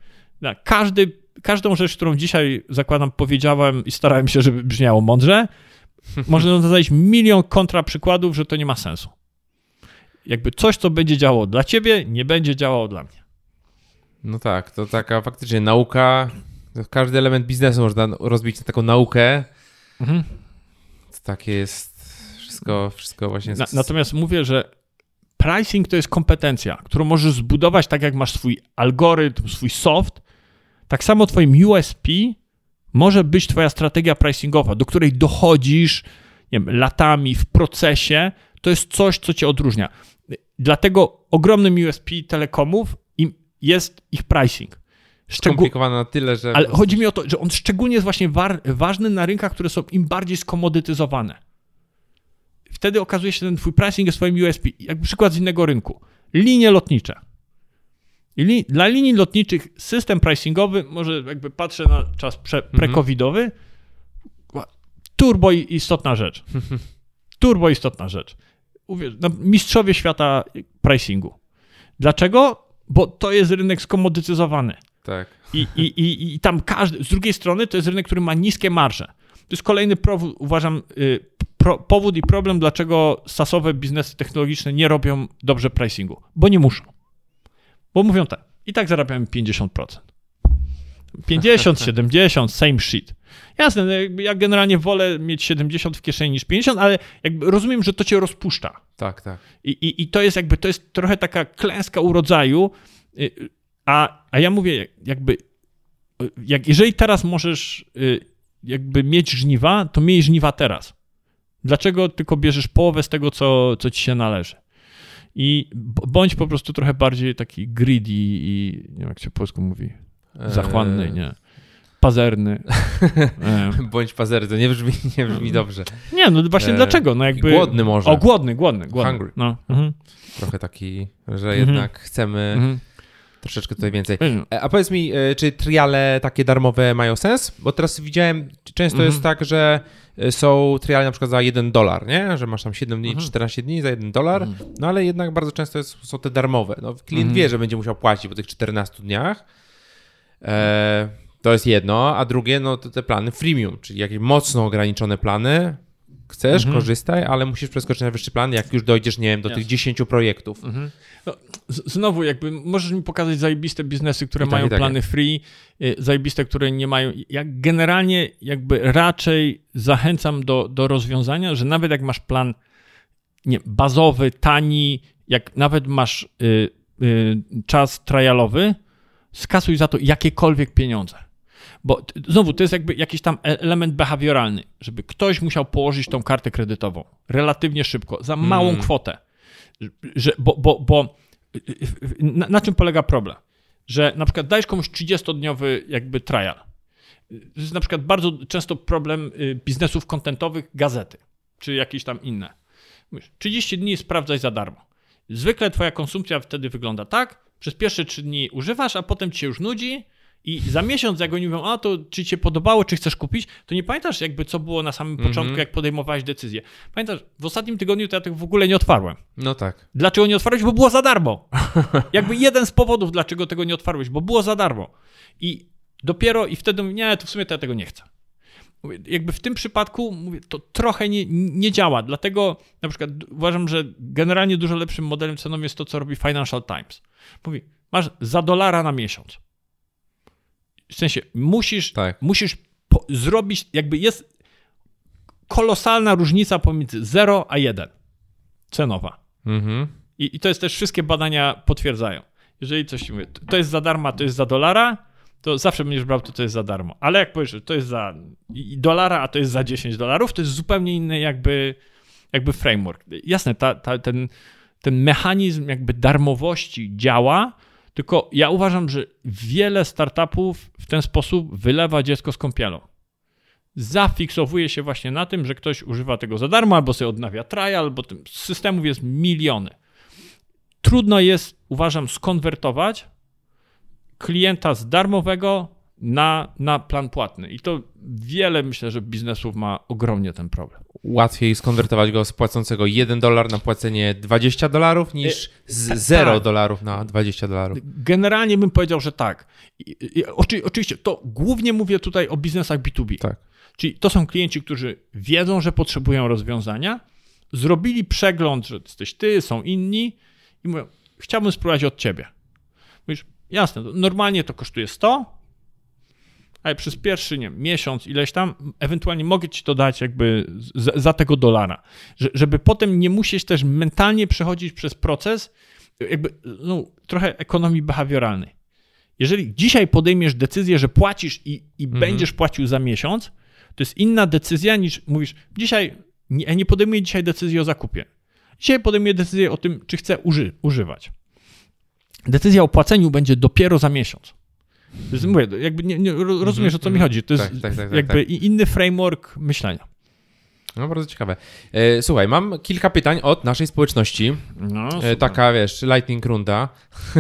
Każdą rzecz, którą dzisiaj zakładam, powiedziałem i starałem się, żeby brzmiało mądrze, można znaleźć milion kontraprzykładów, że to nie ma sensu. Jakby coś, co będzie działało dla ciebie, nie będzie działało dla mnie. No tak, to taka faktycznie nauka, każdy element biznesu można rozbić na taką naukę. To takie jest wszystko właśnie... Natomiast mówię, że pricing to jest kompetencja, którą możesz zbudować tak, jak masz swój algorytm, swój soft. Tak samo twoim USP może być twoja strategia pricingowa, do której dochodzisz, nie wiem, latami w procesie. To jest coś, co cię odróżnia. Dlatego ogromnym USP telekomów jest ich pricing. Skomplikowane na tyle, że... Ale chodzi mi o to, że on szczególnie jest właśnie ważny na rynkach, które są im bardziej skomodytyzowane. Wtedy okazuje się, że ten twój pricing jest swoim USP. Jak przykład z innego rynku. Linie lotnicze. Dla linii lotniczych system pricingowy, może jakby patrzę na czas pre-covidowy, turbo istotna rzecz. Turbo istotna rzecz. Mistrzowie świata pricingu. Dlaczego? Bo to jest rynek skomodytyzowany. Tak. I tam z drugiej strony to jest rynek, który ma niskie marże. To jest kolejny powód, uważam, powód i problem, dlaczego SaaS-owe biznesy technologiczne nie robią dobrze pricingu. Bo nie muszą. Bo mówią tak, i tak zarabiamy 50%. 50, 70, same shit. Jasne, ja generalnie wolę mieć 70 w kieszeni niż 50, ale jakby rozumiem, że to cię rozpuszcza. Tak, tak. I to jest jakby, to jest trochę taka klęska urodzaju, a ja mówię, jeżeli teraz możesz jakby mieć żniwa, to miej żniwa teraz. Dlaczego tylko bierzesz połowę z tego, co ci się należy? I bądź po prostu trochę bardziej taki greedy i nie wiem, jak się po polsku mówi, zachłanny, nie? Pazerny. Bądź pazerny, to nie brzmi dobrze. Nie, no właśnie dlaczego? No jakby... Głodny może. O, głodny. Hungry. No. Trochę taki, że jednak chcemy troszeczkę tutaj więcej. A powiedz mi, czy triale takie darmowe mają sens? Bo teraz widziałem, często jest tak, że są triale na przykład za $1, nie? Że masz tam 7 dni, 14 dni za $1, no ale jednak bardzo często są te darmowe. No, klient wie, że będzie musiał płacić po tych 14 dniach. To jest jedno, a drugie, no to te plany freemium, czyli jakieś mocno ograniczone plany. Chcesz, korzystaj, ale musisz przeskoczyć na wyższy plan, jak już dojdziesz, nie wiem, do tych 10 projektów. No, znowu, jakby możesz mi pokazać zajebiste biznesy, które mają plany free, zajebiste, które nie mają. Ja generalnie jakby raczej zachęcam do rozwiązania, że nawet jak masz plan bazowy, tani, jak nawet masz czas trialowy, skasuj za to jakiekolwiek pieniądze. Bo znowu, to jest jakby jakiś tam element behawioralny, żeby ktoś musiał położyć tą kartę kredytową relatywnie szybko, za małą kwotę. Bo na czym polega problem? Że na przykład dajesz komuś 30-dniowy jakby trial. To jest na przykład bardzo często problem biznesów contentowych, gazety, czy jakieś tam inne. Mówisz, 30 dni sprawdzaj za darmo. Zwykle twoja konsumpcja wtedy wygląda tak, przez pierwsze 3 dni używasz, a potem ci się już nudzi i za miesiąc, jak oni mówią, a to czy ci się podobało, czy chcesz kupić, to nie pamiętasz jakby co było na samym początku, jak podejmowałeś decyzję. Pamiętasz, w ostatnim tygodniu to ja tego w ogóle nie otwarłem. No tak. Dlaczego nie otwarłeś? Bo było za darmo. Jakby jeden z powodów, dlaczego tego nie otwarłeś, bo było za darmo. I dopiero i wtedy mówię, nie, to w sumie to ja tego nie chcę. Mówię, jakby w tym przypadku mówię, to trochę nie działa, dlatego na przykład uważam, że generalnie dużo lepszym modelem cenowym jest to, co robi Financial Times. Mówi, masz za $1 na miesiąc. W sensie musisz zrobić, jakby jest kolosalna różnica pomiędzy 0 a 1 cenowa. I to jest też, wszystkie badania potwierdzają. Jeżeli coś ci mówię, to jest za darmo, to jest za $1, to zawsze będziesz brał to jest za darmo. Ale jak powiesz, że to jest za $1, a to jest za $10, to jest zupełnie inny jakby framework. Jasne, ten mechanizm jakby darmowości działa, tylko ja uważam, że wiele startupów w ten sposób wylewa dziecko z kąpielą. Zafiksowuje się właśnie na tym, że ktoś używa tego za darmo, albo sobie odnawia trial, bo tym systemów jest miliony. Trudno jest, uważam, skonwertować klienta z darmowego na plan płatny. I to wiele, myślę, że biznesów ma ogromnie ten problem. Łatwiej skonwertować go z płacącego $1 na płacenie $20 niż z $0 na $20. Generalnie bym powiedział, że tak. Oczywiście, to głównie mówię tutaj o biznesach B2B. Tak. Czyli to są klienci, którzy wiedzą, że potrzebują rozwiązania, zrobili przegląd, że jesteś ty, są inni i mówią, chciałbym spróbować od ciebie. Mówisz, jasne, normalnie to kosztuje 100, ale przez pierwszy miesiąc ileś tam, ewentualnie mogę ci to dać jakby za tego $1. Żeby potem nie musieć też mentalnie przechodzić przez proces jakby trochę ekonomii behawioralnej. Jeżeli dzisiaj podejmiesz decyzję, że płacisz i będziesz płacił za miesiąc, to jest inna decyzja niż mówisz, nie podejmuję dzisiaj decyzji o zakupie. Dzisiaj podejmuję decyzję o tym, czy chcę używać. Decyzja o płaceniu będzie dopiero za miesiąc. To jest, mówię, jakby nie rozumiesz, o co mi chodzi. To jest jakby inny framework myślenia. No, bardzo ciekawe. Słuchaj, mam kilka pytań od naszej społeczności. No, taka, wiesz, lightning runda.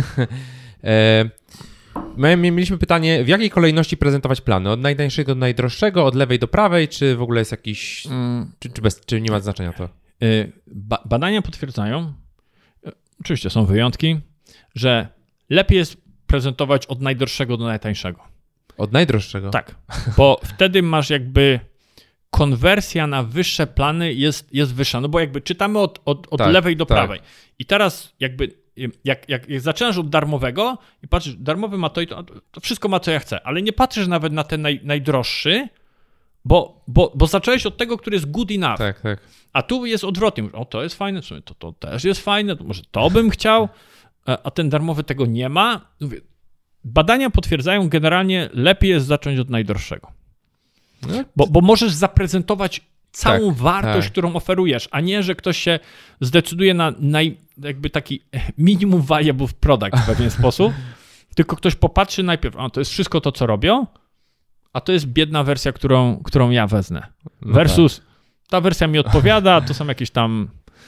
My mieliśmy pytanie, w jakiej kolejności prezentować plany? Od najtańszego do najdroższego, od lewej do prawej, czy w ogóle jest jakiś... Czy nie ma znaczenia to? Badania potwierdzają, oczywiście są wyjątki, że lepiej jest prezentować od najdroższego do najtańszego. Od najdroższego? Tak, bo wtedy masz jakby konwersja na wyższe plany jest wyższa, no bo jakby czytamy od lewej do prawej. I teraz jakby jak zaczynasz od darmowego i patrzysz, darmowy ma to i to wszystko ma, co ja chcę, ale nie patrzysz nawet na ten najdroższy, bo zacząłeś od tego, który jest good enough. Tak. A tu jest odwrotnie. O, to jest fajne, w sumie to też jest fajne, to może to bym chciał, a ten darmowy tego nie ma. Mówię, badania potwierdzają, generalnie lepiej jest zacząć od najdroższego. Bo możesz zaprezentować całą wartość, którą oferujesz, a nie, że ktoś się zdecyduje na jakby taki minimum viable product w pewien sposób, tylko ktoś popatrzy najpierw, to jest wszystko to, co robią, a to jest biedna wersja, którą ja wezmę. Versus ta wersja mi odpowiada, to są jakieś tam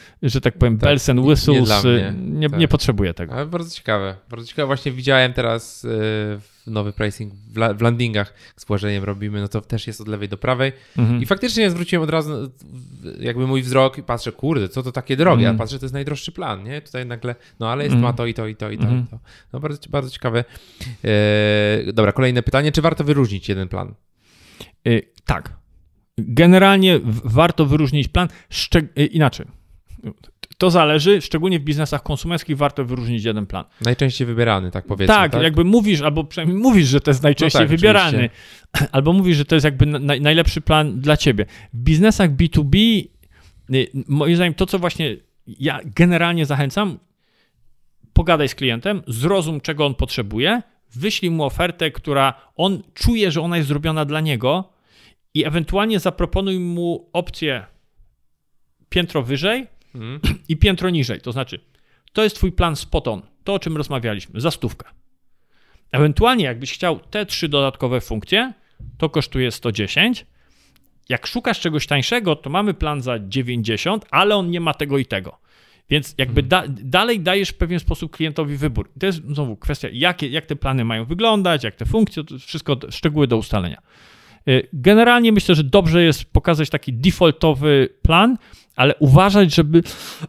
że tak powiem, bells and whistles. Nie tak. potrzebuję tego. Ale bardzo ciekawe. Bardzo ciekawe. Właśnie widziałem teraz nowy pricing w landingach z włożeniem robimy, no to też jest od lewej do prawej. I faktycznie zwróciłem od razu jakby mój wzrok i patrzę, kurde, co to takie drogie? Ja patrzę, to jest najdroższy plan, nie? Tutaj nagle, no ale jest, ma to i to i to i to. No bardzo, bardzo ciekawe. Dobra, kolejne pytanie. Czy warto wyróżnić jeden plan? Tak. Generalnie warto wyróżnić plan. Inaczej. To zależy, szczególnie w biznesach konsumenckich warto wyróżnić jeden plan. Najczęściej wybierany, tak powiedzmy. Tak, jakby mówisz, albo przynajmniej mówisz, że to jest najczęściej wybierany, oczywiście. Albo mówisz, że to jest jakby najlepszy plan dla ciebie. W biznesach B2B, moim zdaniem, to co właśnie ja generalnie zachęcam, pogadaj z klientem, zrozum, czego on potrzebuje, wyślij mu ofertę, która on czuje, że ona jest zrobiona dla niego i ewentualnie zaproponuj mu opcję piętro wyżej i piętro niżej. To znaczy, to jest twój plan spot on, to o czym rozmawialiśmy, za 100. Ewentualnie jakbyś chciał te 3 dodatkowe funkcje, to kosztuje 110. Jak szukasz czegoś tańszego, to mamy plan za 90, ale on nie ma tego i tego. Więc jakby dalej dajesz w pewien sposób klientowi wybór. To jest znowu kwestia, jak te plany mają wyglądać, jak te funkcje, to wszystko szczegóły do ustalenia. Generalnie myślę, że dobrze jest pokazać taki defaultowy plan, ale uważać, żeby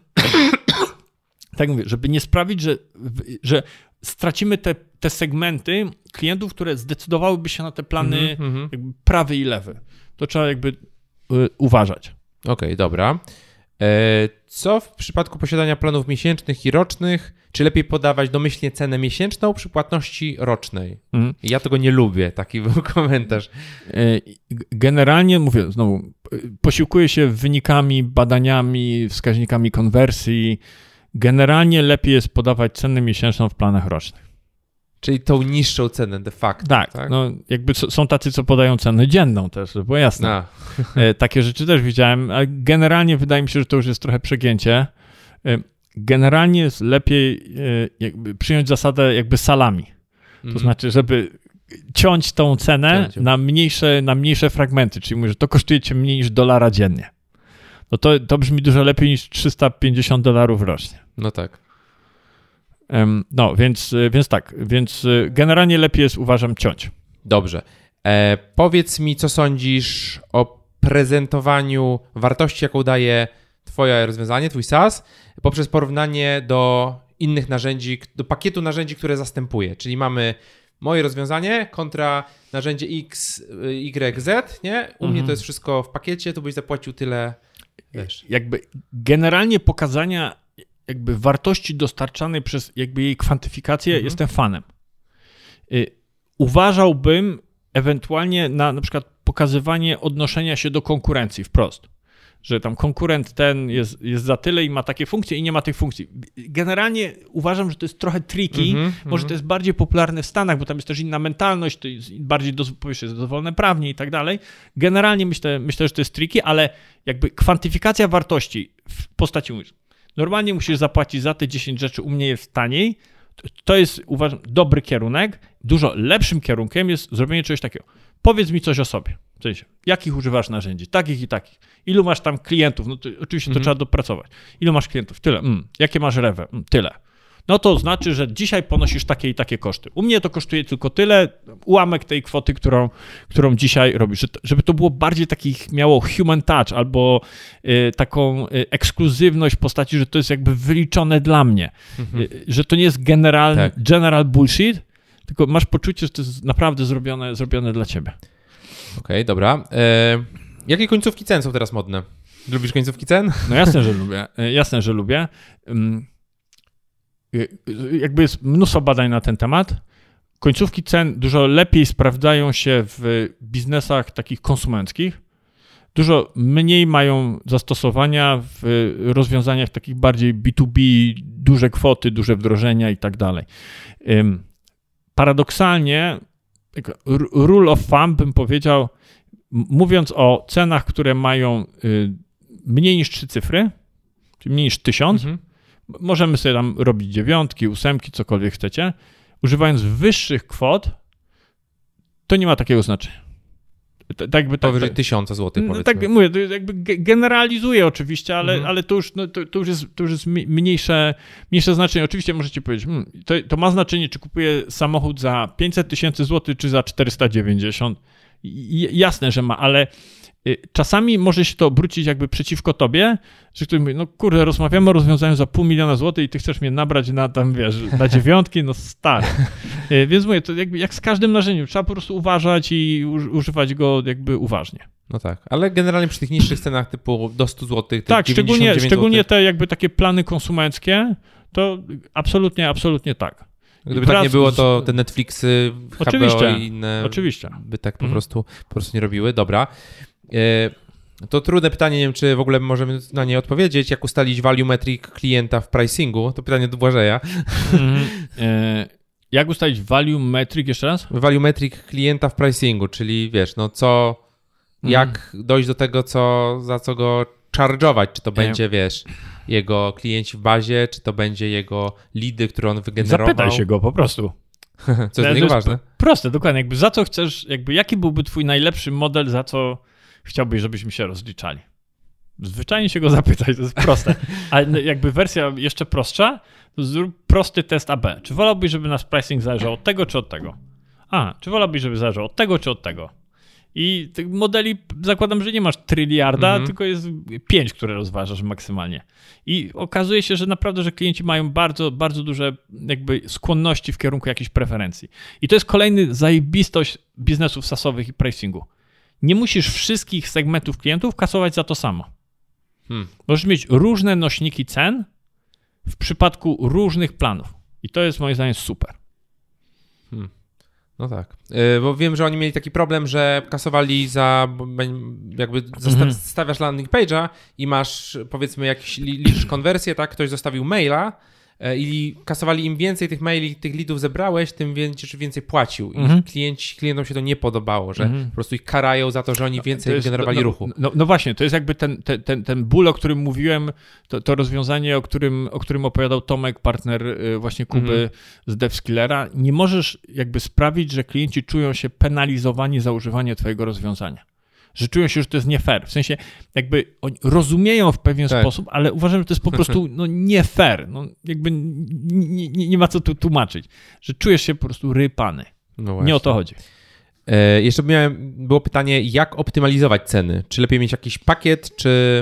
tak mówię, żeby nie sprawić, że stracimy te segmenty klientów, które zdecydowałyby się na te plany jakby prawy i lewy. To trzeba jakby uważać. Okej, dobra. Co w przypadku posiadania planów miesięcznych i rocznych? Czy lepiej podawać domyślnie cenę miesięczną przy płatności rocznej? Ja tego nie lubię, taki był komentarz. Generalnie, mówię znowu, posiłkuję się wynikami, badaniami, wskaźnikami konwersji. Generalnie lepiej jest podawać cenę miesięczną w planach rocznych. Czyli tą niższą cenę de facto. Tak? No jakby są tacy, co podają cenę dzienną też, żeby było jasne. Takie rzeczy też widziałem, ale generalnie wydaje mi się, że to już jest trochę przegięcie. Generalnie jest lepiej jakby przyjąć zasadę jakby salami. To znaczy, żeby ciąć tą cenę na mniejsze fragmenty, czyli mówię, że to kosztuje cię mniej niż $1 dziennie. No to brzmi dużo lepiej niż $350 rocznie. No tak. No, więc tak, więc generalnie lepiej jest, uważam, ciąć. Dobrze. Powiedz mi, co sądzisz o prezentowaniu wartości, jaką daje twoje rozwiązanie, twój SaaS, poprzez porównanie do innych narzędzi, do pakietu narzędzi, które zastępuje. Czyli mamy moje rozwiązanie kontra narzędzie X, Y, Z, nie? U mnie to jest wszystko w pakiecie, tu byś zapłacił tyle, wiesz. Jakby generalnie pokazania jakby wartości dostarczanej przez jakby jej kwantyfikację jestem fanem. Uważałbym ewentualnie na przykład pokazywanie odnoszenia się do konkurencji wprost, że tam konkurent ten jest za tyle i ma takie funkcje i nie ma tych funkcji. Generalnie uważam, że to jest trochę tricky, może to jest bardziej popularne w Stanach, bo tam jest też inna mentalność, to jest bardziej jest dozwolone prawnie i tak dalej. Generalnie myślę, że to jest tricky, ale jakby kwantyfikacja wartości w postaci normalnie musisz zapłacić za te 10 rzeczy, u mnie jest taniej. To jest, uważam, dobry kierunek. Dużo lepszym kierunkiem jest zrobienie czegoś takiego. Powiedz mi coś o sobie. W sensie, jakich używasz narzędzi? Takich i takich. Ilu masz tam klientów? No to oczywiście to trzeba dopracować. Ilu masz klientów? Tyle. Jakie masz rewę? Tyle. No to znaczy, że dzisiaj ponosisz takie i takie koszty. U mnie to kosztuje tylko tyle, ułamek tej kwoty, którą dzisiaj robisz. Żeby to było bardziej takich, miało human touch albo taką ekskluzywność w postaci, że to jest jakby wyliczone dla mnie. Że to nie jest general bullshit, tylko masz poczucie, że to jest naprawdę zrobione dla ciebie. Okej, dobra. Jakie końcówki cen są teraz modne? Lubisz końcówki cen? No jasne, że lubię. Jakby jest mnóstwo badań na ten temat. Końcówki cen dużo lepiej sprawdzają się w biznesach takich konsumenckich. Dużo mniej mają zastosowania w rozwiązaniach takich bardziej B2B, duże kwoty, duże wdrożenia i tak dalej. Paradoksalnie, rule of thumb bym powiedział, mówiąc o cenach, które mają mniej niż 3 cyfry, czyli mniej niż 1000, możemy sobie tam robić 9, 8, cokolwiek chcecie. Używając wyższych kwot, to nie ma takiego znaczenia. Powyżej 1000 zł, powiedzmy. Tak mówię, to jakby generalizuję oczywiście, ale to już jest mniejsze znaczenie. Oczywiście możecie powiedzieć, to ma znaczenie, czy kupuję samochód za 500 tysięcy złotych, czy za 490. Jasne, że ma, ale czasami może się to obrócić jakby przeciwko tobie, że ktoś mówi, no kurde, rozmawiamy o rozwiązaniu za 500 000 złotych i ty chcesz mnie nabrać na tam, wiesz, na 9, no stary. Więc mówię, to jakby jak z każdym narzędziem, trzeba po prostu uważać i używać go jakby uważnie. No tak, ale generalnie przy tych niższych cenach typu do 100 zł, tak, szczególnie te jakby takie plany konsumenckie, to absolutnie tak. Gdyby tak nie było, to te Netflixy, HBO i inne by tak po prostu nie robiły. Dobra. To trudne pytanie, nie wiem, czy w ogóle możemy na nie odpowiedzieć. Jak ustalić value metric klienta w pricingu? To pytanie do Błażeja. Jak ustalić value metric jeszcze raz? Value metric klienta w pricingu, czyli wiesz, no jak dojść do tego, za co go charge'ować, czy to będzie, wiesz, jego klienci w bazie, czy to będzie jego leady, które on wygenerował. Zapytaj się go po prostu. Co jest dla niego ważne. Proste, dokładnie. Jakby za co chcesz, jakby jaki byłby twój najlepszy model, za co chciałbyś, żebyśmy się rozliczali? Zwyczajnie się go zapytaj, to jest proste. A jakby wersja jeszcze prostsza, to zrób prosty test AB. Czy wolałbyś, żeby nasz pricing zależał od tego, czy od tego? Czy wolałbyś, żeby zależał od tego, czy od tego? I tych modeli zakładam, że nie masz tryliarda, tylko jest 5, które rozważasz maksymalnie. I okazuje się, że naprawdę, że klienci mają bardzo, bardzo duże jakby skłonności w kierunku jakichś preferencji. I to jest kolejny zajebistość biznesów SaaS-owych i pricingu. Nie musisz wszystkich segmentów klientów kasować za to samo. Możesz mieć różne nośniki cen w przypadku różnych planów. I to jest moim zdaniem super. No tak, bo wiem, że oni mieli taki problem, że kasowali jakby stawiasz landing page'a i masz, powiedzmy, liczysz konwersję, tak? Ktoś zostawił maila i kasowali im więcej tych maili, tych leadów zebrałeś, tym więcej płacił. I klientom się to nie podobało, że po prostu ich karają za to, że oni więcej generowali ruchu. No właśnie, to jest jakby ten ból, o którym mówiłem, to rozwiązanie, o którym opowiadał Tomek, partner właśnie Kuby z DevSkillera. Nie możesz jakby sprawić, że klienci czują się penalizowani za używanie twojego rozwiązania. Że czują się, że to jest nie fair. W sensie jakby oni rozumieją w pewien sposób, ale uważam, że to jest po prostu nie fair. No, jakby nie ma co tu tłumaczyć. Że czujesz się po prostu rypany. No nie o to chodzi. Jeszcze było pytanie, jak optymalizować ceny? Czy lepiej mieć jakiś pakiet,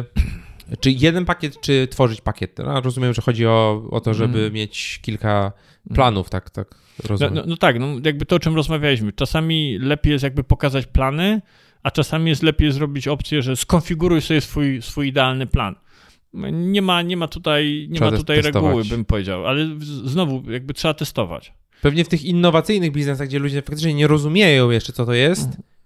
czy jeden pakiet, czy tworzyć pakiet? No, rozumiem, że chodzi o to, żeby mieć kilka planów, tak rozumiem. No tak, jakby to, o czym rozmawialiśmy. Czasami lepiej jest jakby pokazać plany, a czasami jest lepiej zrobić opcję, że skonfiguruj sobie swój idealny plan. Nie ma tutaj reguły, bym powiedział, ale znowu jakby trzeba testować. Pewnie w tych innowacyjnych biznesach, gdzie ludzie faktycznie nie rozumieją jeszcze, co to jest,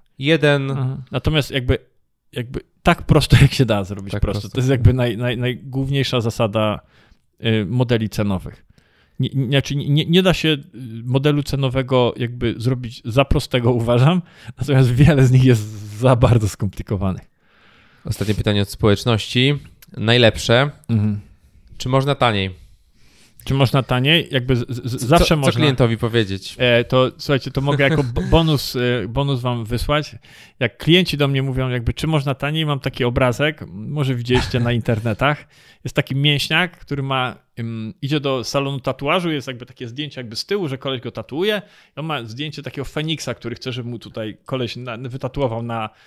Natomiast jakby tak prosto, jak się da zrobić tak prosto. To jest jakby najgłówniejsza zasada modeli cenowych. Nie da się modelu cenowego jakby zrobić za prostego, uważam, natomiast wiele z nich jest za bardzo skomplikowanych. Ostatnie pytanie od społeczności. Najlepsze. Czy można taniej? Czy można taniej? Jakby zawsze można. Co klientowi powiedzieć? To słuchajcie, to mogę jako bonus wam wysłać. Jak klienci do mnie mówią, jakby czy można taniej, mam taki obrazek, może widzieliście na internetach. Jest taki mięśniak, który idzie do salonu tatuażu, jest jakby takie zdjęcie jakby z tyłu, że koleś go tatuuje. I on ma zdjęcie takiego Feniksa, który chce, żeby mu tutaj koleś wytatuował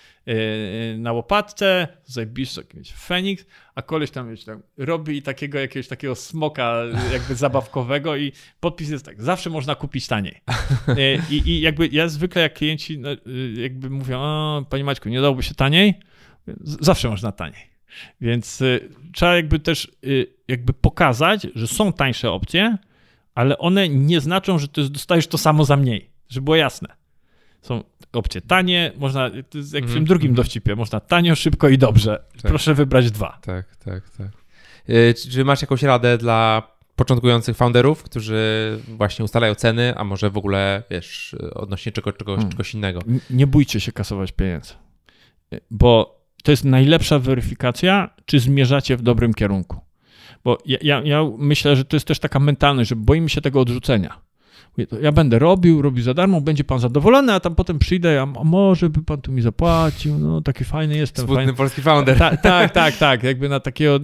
na łopatce, zajebiście jakiś Feniks, a koleś tam robi jakiegoś takiego smoka jakby zabawkowego i podpis jest tak, zawsze można kupić taniej. I jakby ja zwykle jak klienci jakby mówią, panie Maćku, nie dałoby się taniej? Zawsze można taniej. Więc trzeba jakby też jakby pokazać, że są tańsze opcje, ale one nie znaczą, że dostajesz to samo za mniej, żeby było jasne. Są opcje tanie, można, to jest jak w tym drugim dowcipie, można tanio, szybko i dobrze. Tak. Proszę wybrać 2. Tak. Czy masz jakąś radę dla początkujących founderów, którzy właśnie ustalają ceny, a może w ogóle, wiesz, odnośnie czegoś innego? Nie bójcie się kasować pieniędzy, bo to jest najlepsza weryfikacja, czy zmierzacie w dobrym kierunku. Bo ja myślę, że to jest też taka mentalność, że boimy się tego odrzucenia. Mówię, to ja będę robił za darmo, będzie pan zadowolony, a tam potem przyjdę, a może by pan tu mi zapłacił, no taki fajny jestem. Smutny polski founder. Tak, jakby na takiego,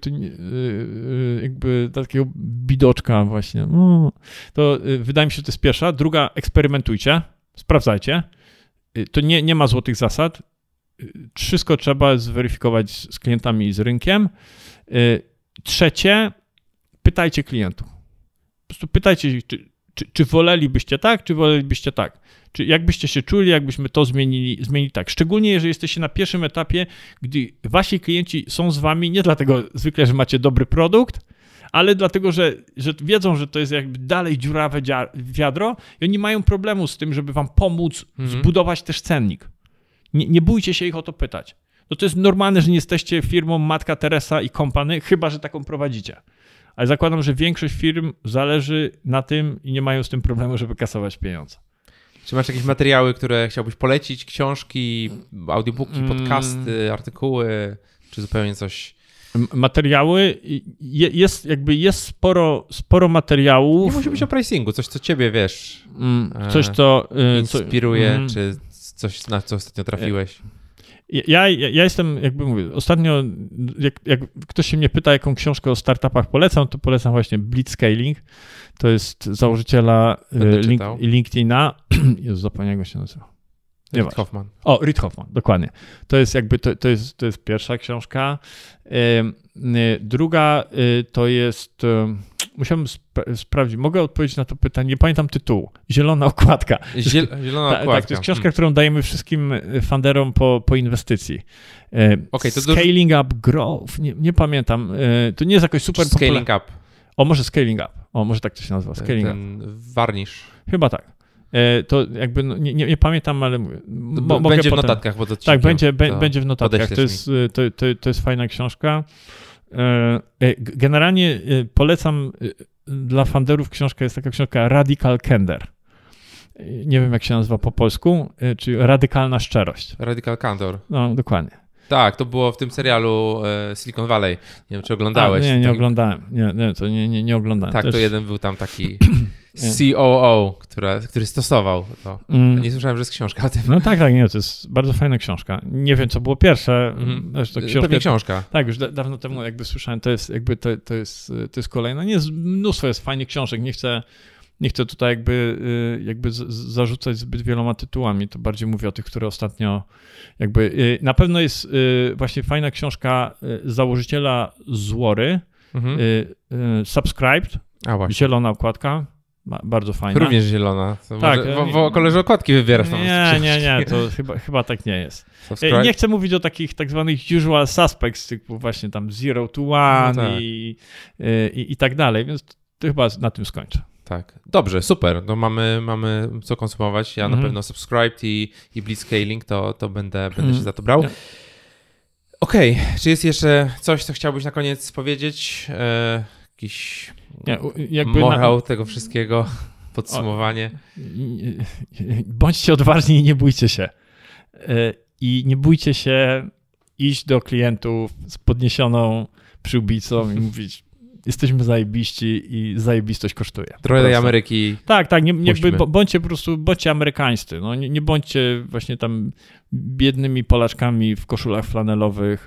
jakby takiego bidoczka właśnie. No, to wydaje mi się, że to jest pierwsza. Druga, eksperymentujcie, sprawdzajcie. To nie ma złotych zasad. Wszystko trzeba zweryfikować z klientami i z rynkiem. Trzecie, pytajcie klientów. Po prostu pytajcie, czy wolelibyście tak, czy wolelibyście tak. Czy jakbyście się czuli, jakbyśmy to zmienili tak. Szczególnie, jeżeli jesteście na pierwszym etapie, gdy wasi klienci są z wami nie dlatego zwykle, że macie dobry produkt, ale dlatego, że wiedzą, że to jest jakby dalej dziurawe wiadro i oni mają problemu z tym, żeby wam pomóc zbudować też cennik. Nie bójcie się ich o to pytać. No to jest normalne, że nie jesteście firmą Matka Teresa i Company, chyba że taką prowadzicie. Ale zakładam, że większość firm zależy na tym i nie mają z tym problemu, żeby kasować pieniądze. Czy masz jakieś materiały, które chciałbyś polecić? Książki, audiobooki, podcasty, artykuły, czy zupełnie coś? Materiały, jest sporo materiałów. Nie musi być o pricingu, coś co ciebie, wiesz, coś co inspiruje, czy coś, na co ostatnio trafiłeś. Ja jestem, jakby mówię, ostatnio jak ktoś się mnie pyta, jaką książkę o startupach polecam, to polecam właśnie Blitzscaling. To jest założyciela LinkedIna. Jezu, zapomniałem, jak się nazywa. Reid Hoffman. Reid Hoffman, dokładnie. To jest jakby, to jest pierwsza książka. Druga to jest, musiałem sprawdzić, mogę odpowiedzieć na to pytanie, nie pamiętam tytułu. Zielona okładka. Zielona okładka. Tak, to jest książka, którą dajemy wszystkim funderom po inwestycji. Okay, to Scaling Up Growth, nie pamiętam. To nie jest jakoś super Scaling Up. Może Scaling Up. Może tak to się nazywa. Scaling Up. Warnisz. Chyba tak. To jakby nie pamiętam, ale mówię. Będzie w notatkach, bo to tak, będzie w notatkach. To jest fajna książka. Generalnie polecam dla funderów książkę, jest taka książka Radical Candor. Nie wiem, jak się nazywa po polsku, czyli Radykalna Szczerość. Radical Candor. No, dokładnie. Tak, to było w tym serialu Silicon Valley. Nie wiem, czy oglądałeś. Nie oglądałem. Nie oglądałem. Tak, to jeden był tam taki COO, który stosował to. Nie słyszałem, że jest książka o tym. No tak, to jest bardzo fajna książka. Nie wiem, co było pierwsze. Pewnie książka. Tak, już dawno temu jakby słyszałem, to jest jakby to jest kolejna. Nie, mnóstwo jest fajnych książek. Nie chcę tutaj jakby zarzucać zbyt wieloma tytułami, to bardziej mówię o tych, które ostatnio jakby... Na pewno jest właśnie fajna książka założyciela Zuory, Subscribed, zielona okładka, bardzo fajna. Również zielona. Tak. Może kolorze okładki wybierasz. Nie, to chyba tak nie jest. Nie chcę mówić o takich tak zwanych usual suspects, typu właśnie tam 0 to 1 i tak dalej, więc to chyba na tym skończę. Tak, dobrze, super. No mamy co konsumować. Ja na pewno Subscribed i Blitzscaling, to będę się za to brał. Okej, czy jest jeszcze coś, co chciałbyś na koniec powiedzieć? Jakiś morał tego wszystkiego, podsumowanie? Bądźcie odważni i nie bójcie się. I nie bójcie się iść do klientów z podniesioną przyłbicą i mówić: jesteśmy zajebiści i zajebistość kosztuje. Trochę tej Ameryki. Tak, bądźcie po prostu, bądźcie amerykańscy. No, nie bądźcie właśnie tam biednymi Polaczkami w koszulach flanelowych,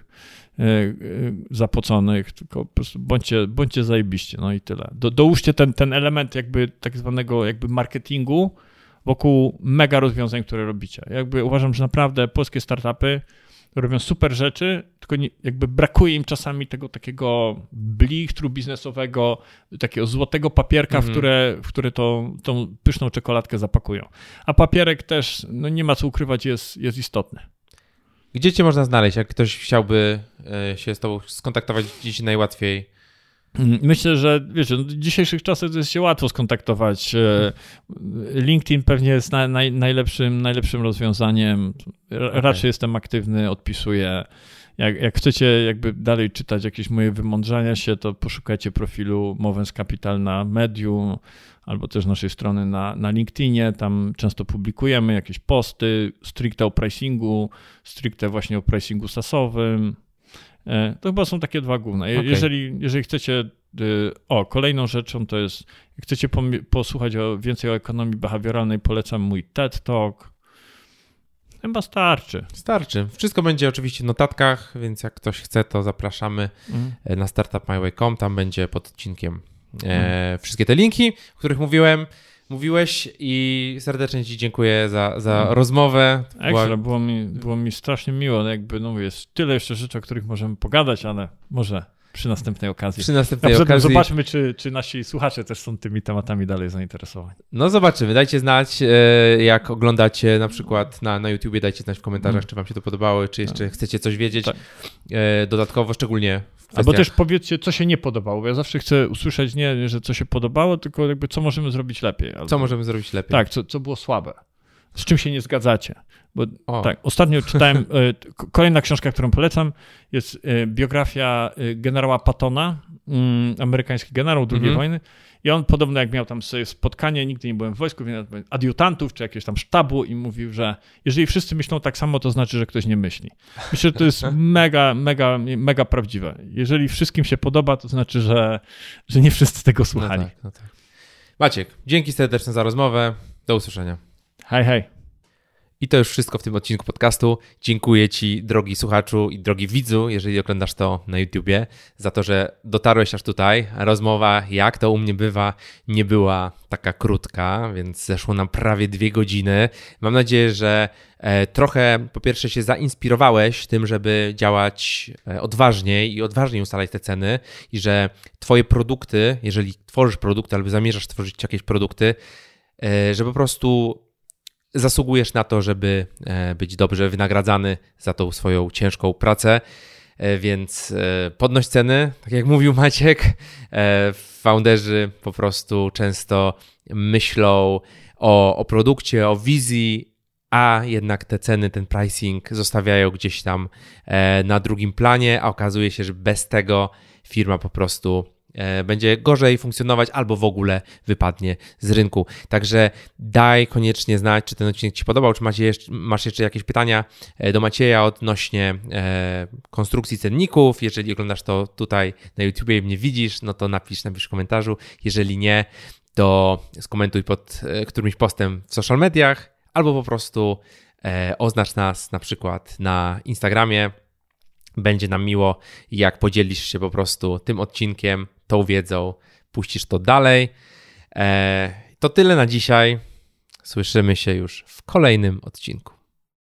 zapoconych, tylko po prostu bądźcie zajebiści, no i tyle. Dołóżcie ten element jakby tak zwanego jakby marketingu wokół mega rozwiązań, które robicie. Jakby uważam, że naprawdę polskie startupy robią super rzeczy, tylko jakby brakuje im czasami tego takiego blichtru biznesowego, takiego złotego papierka, w które tą pyszną czekoladkę zapakują. A papierek też, no nie ma co ukrywać, jest istotny. Gdzie cię można znaleźć, jak ktoś chciałby się z tobą skontaktować dziś najłatwiej? Myślę, że wiecie, w dzisiejszych czasach to jest się łatwo skontaktować. LinkedIn pewnie jest najlepszym rozwiązaniem. Raczej jestem aktywny, odpisuję. Jak chcecie jakby dalej czytać jakieś moje wymądrzania się, to poszukajcie profilu Movens Capital na Medium albo też naszej strony na LinkedInie. Tam często publikujemy jakieś posty stricte o pricingu, stricte właśnie o pricingu SaaS-owym. To chyba są takie dwa główne. Okay. Jeżeli chcecie Kolejną rzeczą to jest, jak chcecie posłuchać więcej o ekonomii behawioralnej, polecam mój TED Talk. Chyba starczy. Starczy. Wszystko będzie oczywiście w notatkach, więc jak ktoś chce, to zapraszamy na startupmyway.com, tam będzie pod odcinkiem wszystkie te linki, o których mówiłeś i serdecznie Ci dziękuję za rozmowę. Ekstra, było mi strasznie miło, jakby jest tyle jeszcze rzeczy, o których możemy pogadać, ale może przy następnej okazji. Zobaczmy, czy nasi słuchacze też są tymi tematami dalej zainteresowani. No zobaczymy, dajcie znać, jak oglądacie na przykład na YouTubie, dajcie znać w komentarzach, czy wam się to podobało, czy jeszcze chcecie coś wiedzieć dodatkowo, szczególnie w kwestiach... Albo też powiedzcie, co się nie podobało, bo ja zawsze chcę usłyszeć nie, że co się podobało, tylko jakby co możemy zrobić lepiej. Albo... Co możemy zrobić lepiej. Tak, co było słabe. Z czym się nie zgadzacie. Bo tak, ostatnio czytałem, kolejna książka, którą polecam, jest biografia generała Pattona, amerykański generał II wojny. I on podobno jak miał tam sobie spotkanie, nigdy nie byłem w wojsku, więc adiutantów czy jakiegoś tam sztabu i mówił, że jeżeli wszyscy myślą tak samo, to znaczy, że ktoś nie myśli. Myślę, że to jest mega prawdziwe. Jeżeli wszystkim się podoba, to znaczy, że nie wszyscy tego słuchali. No tak. Maciek, dzięki serdeczne za rozmowę. Do usłyszenia. Hej. I to już wszystko w tym odcinku podcastu. Dziękuję Ci, drogi słuchaczu i drogi widzu, jeżeli oglądasz to na YouTubie, za to, że dotarłeś aż tutaj. Rozmowa, jak to u mnie bywa, nie była taka krótka, więc zeszło nam prawie 2 godziny. Mam nadzieję, że trochę po pierwsze się zainspirowałeś tym, żeby działać odważniej i odważniej ustalać te ceny i że Twoje produkty, jeżeli tworzysz produkty albo zamierzasz tworzyć jakieś produkty, że po prostu zasługujesz na to, żeby być dobrze wynagradzany za tą swoją ciężką pracę, więc podnoś ceny, tak jak mówił Maciek. Founderzy po prostu często myślą o produkcie, o wizji, a jednak te ceny, ten pricing zostawiają gdzieś tam na drugim planie, a okazuje się, że bez tego firma po prostu będzie gorzej funkcjonować albo w ogóle wypadnie z rynku. Także daj koniecznie znać, czy ten odcinek Ci podobał, czy masz jeszcze jakieś pytania do Macieja odnośnie konstrukcji cenników. Jeżeli oglądasz to tutaj na YouTubie i mnie widzisz, no to napisz w komentarzu. Jeżeli nie, to skomentuj pod którymś postem w social mediach albo po prostu oznacz nas na przykład na Instagramie. Będzie nam miło, jak podzielisz się po prostu tym odcinkiem, tą wiedzą, puścisz to dalej. To tyle na dzisiaj. Słyszymy się już w kolejnym odcinku.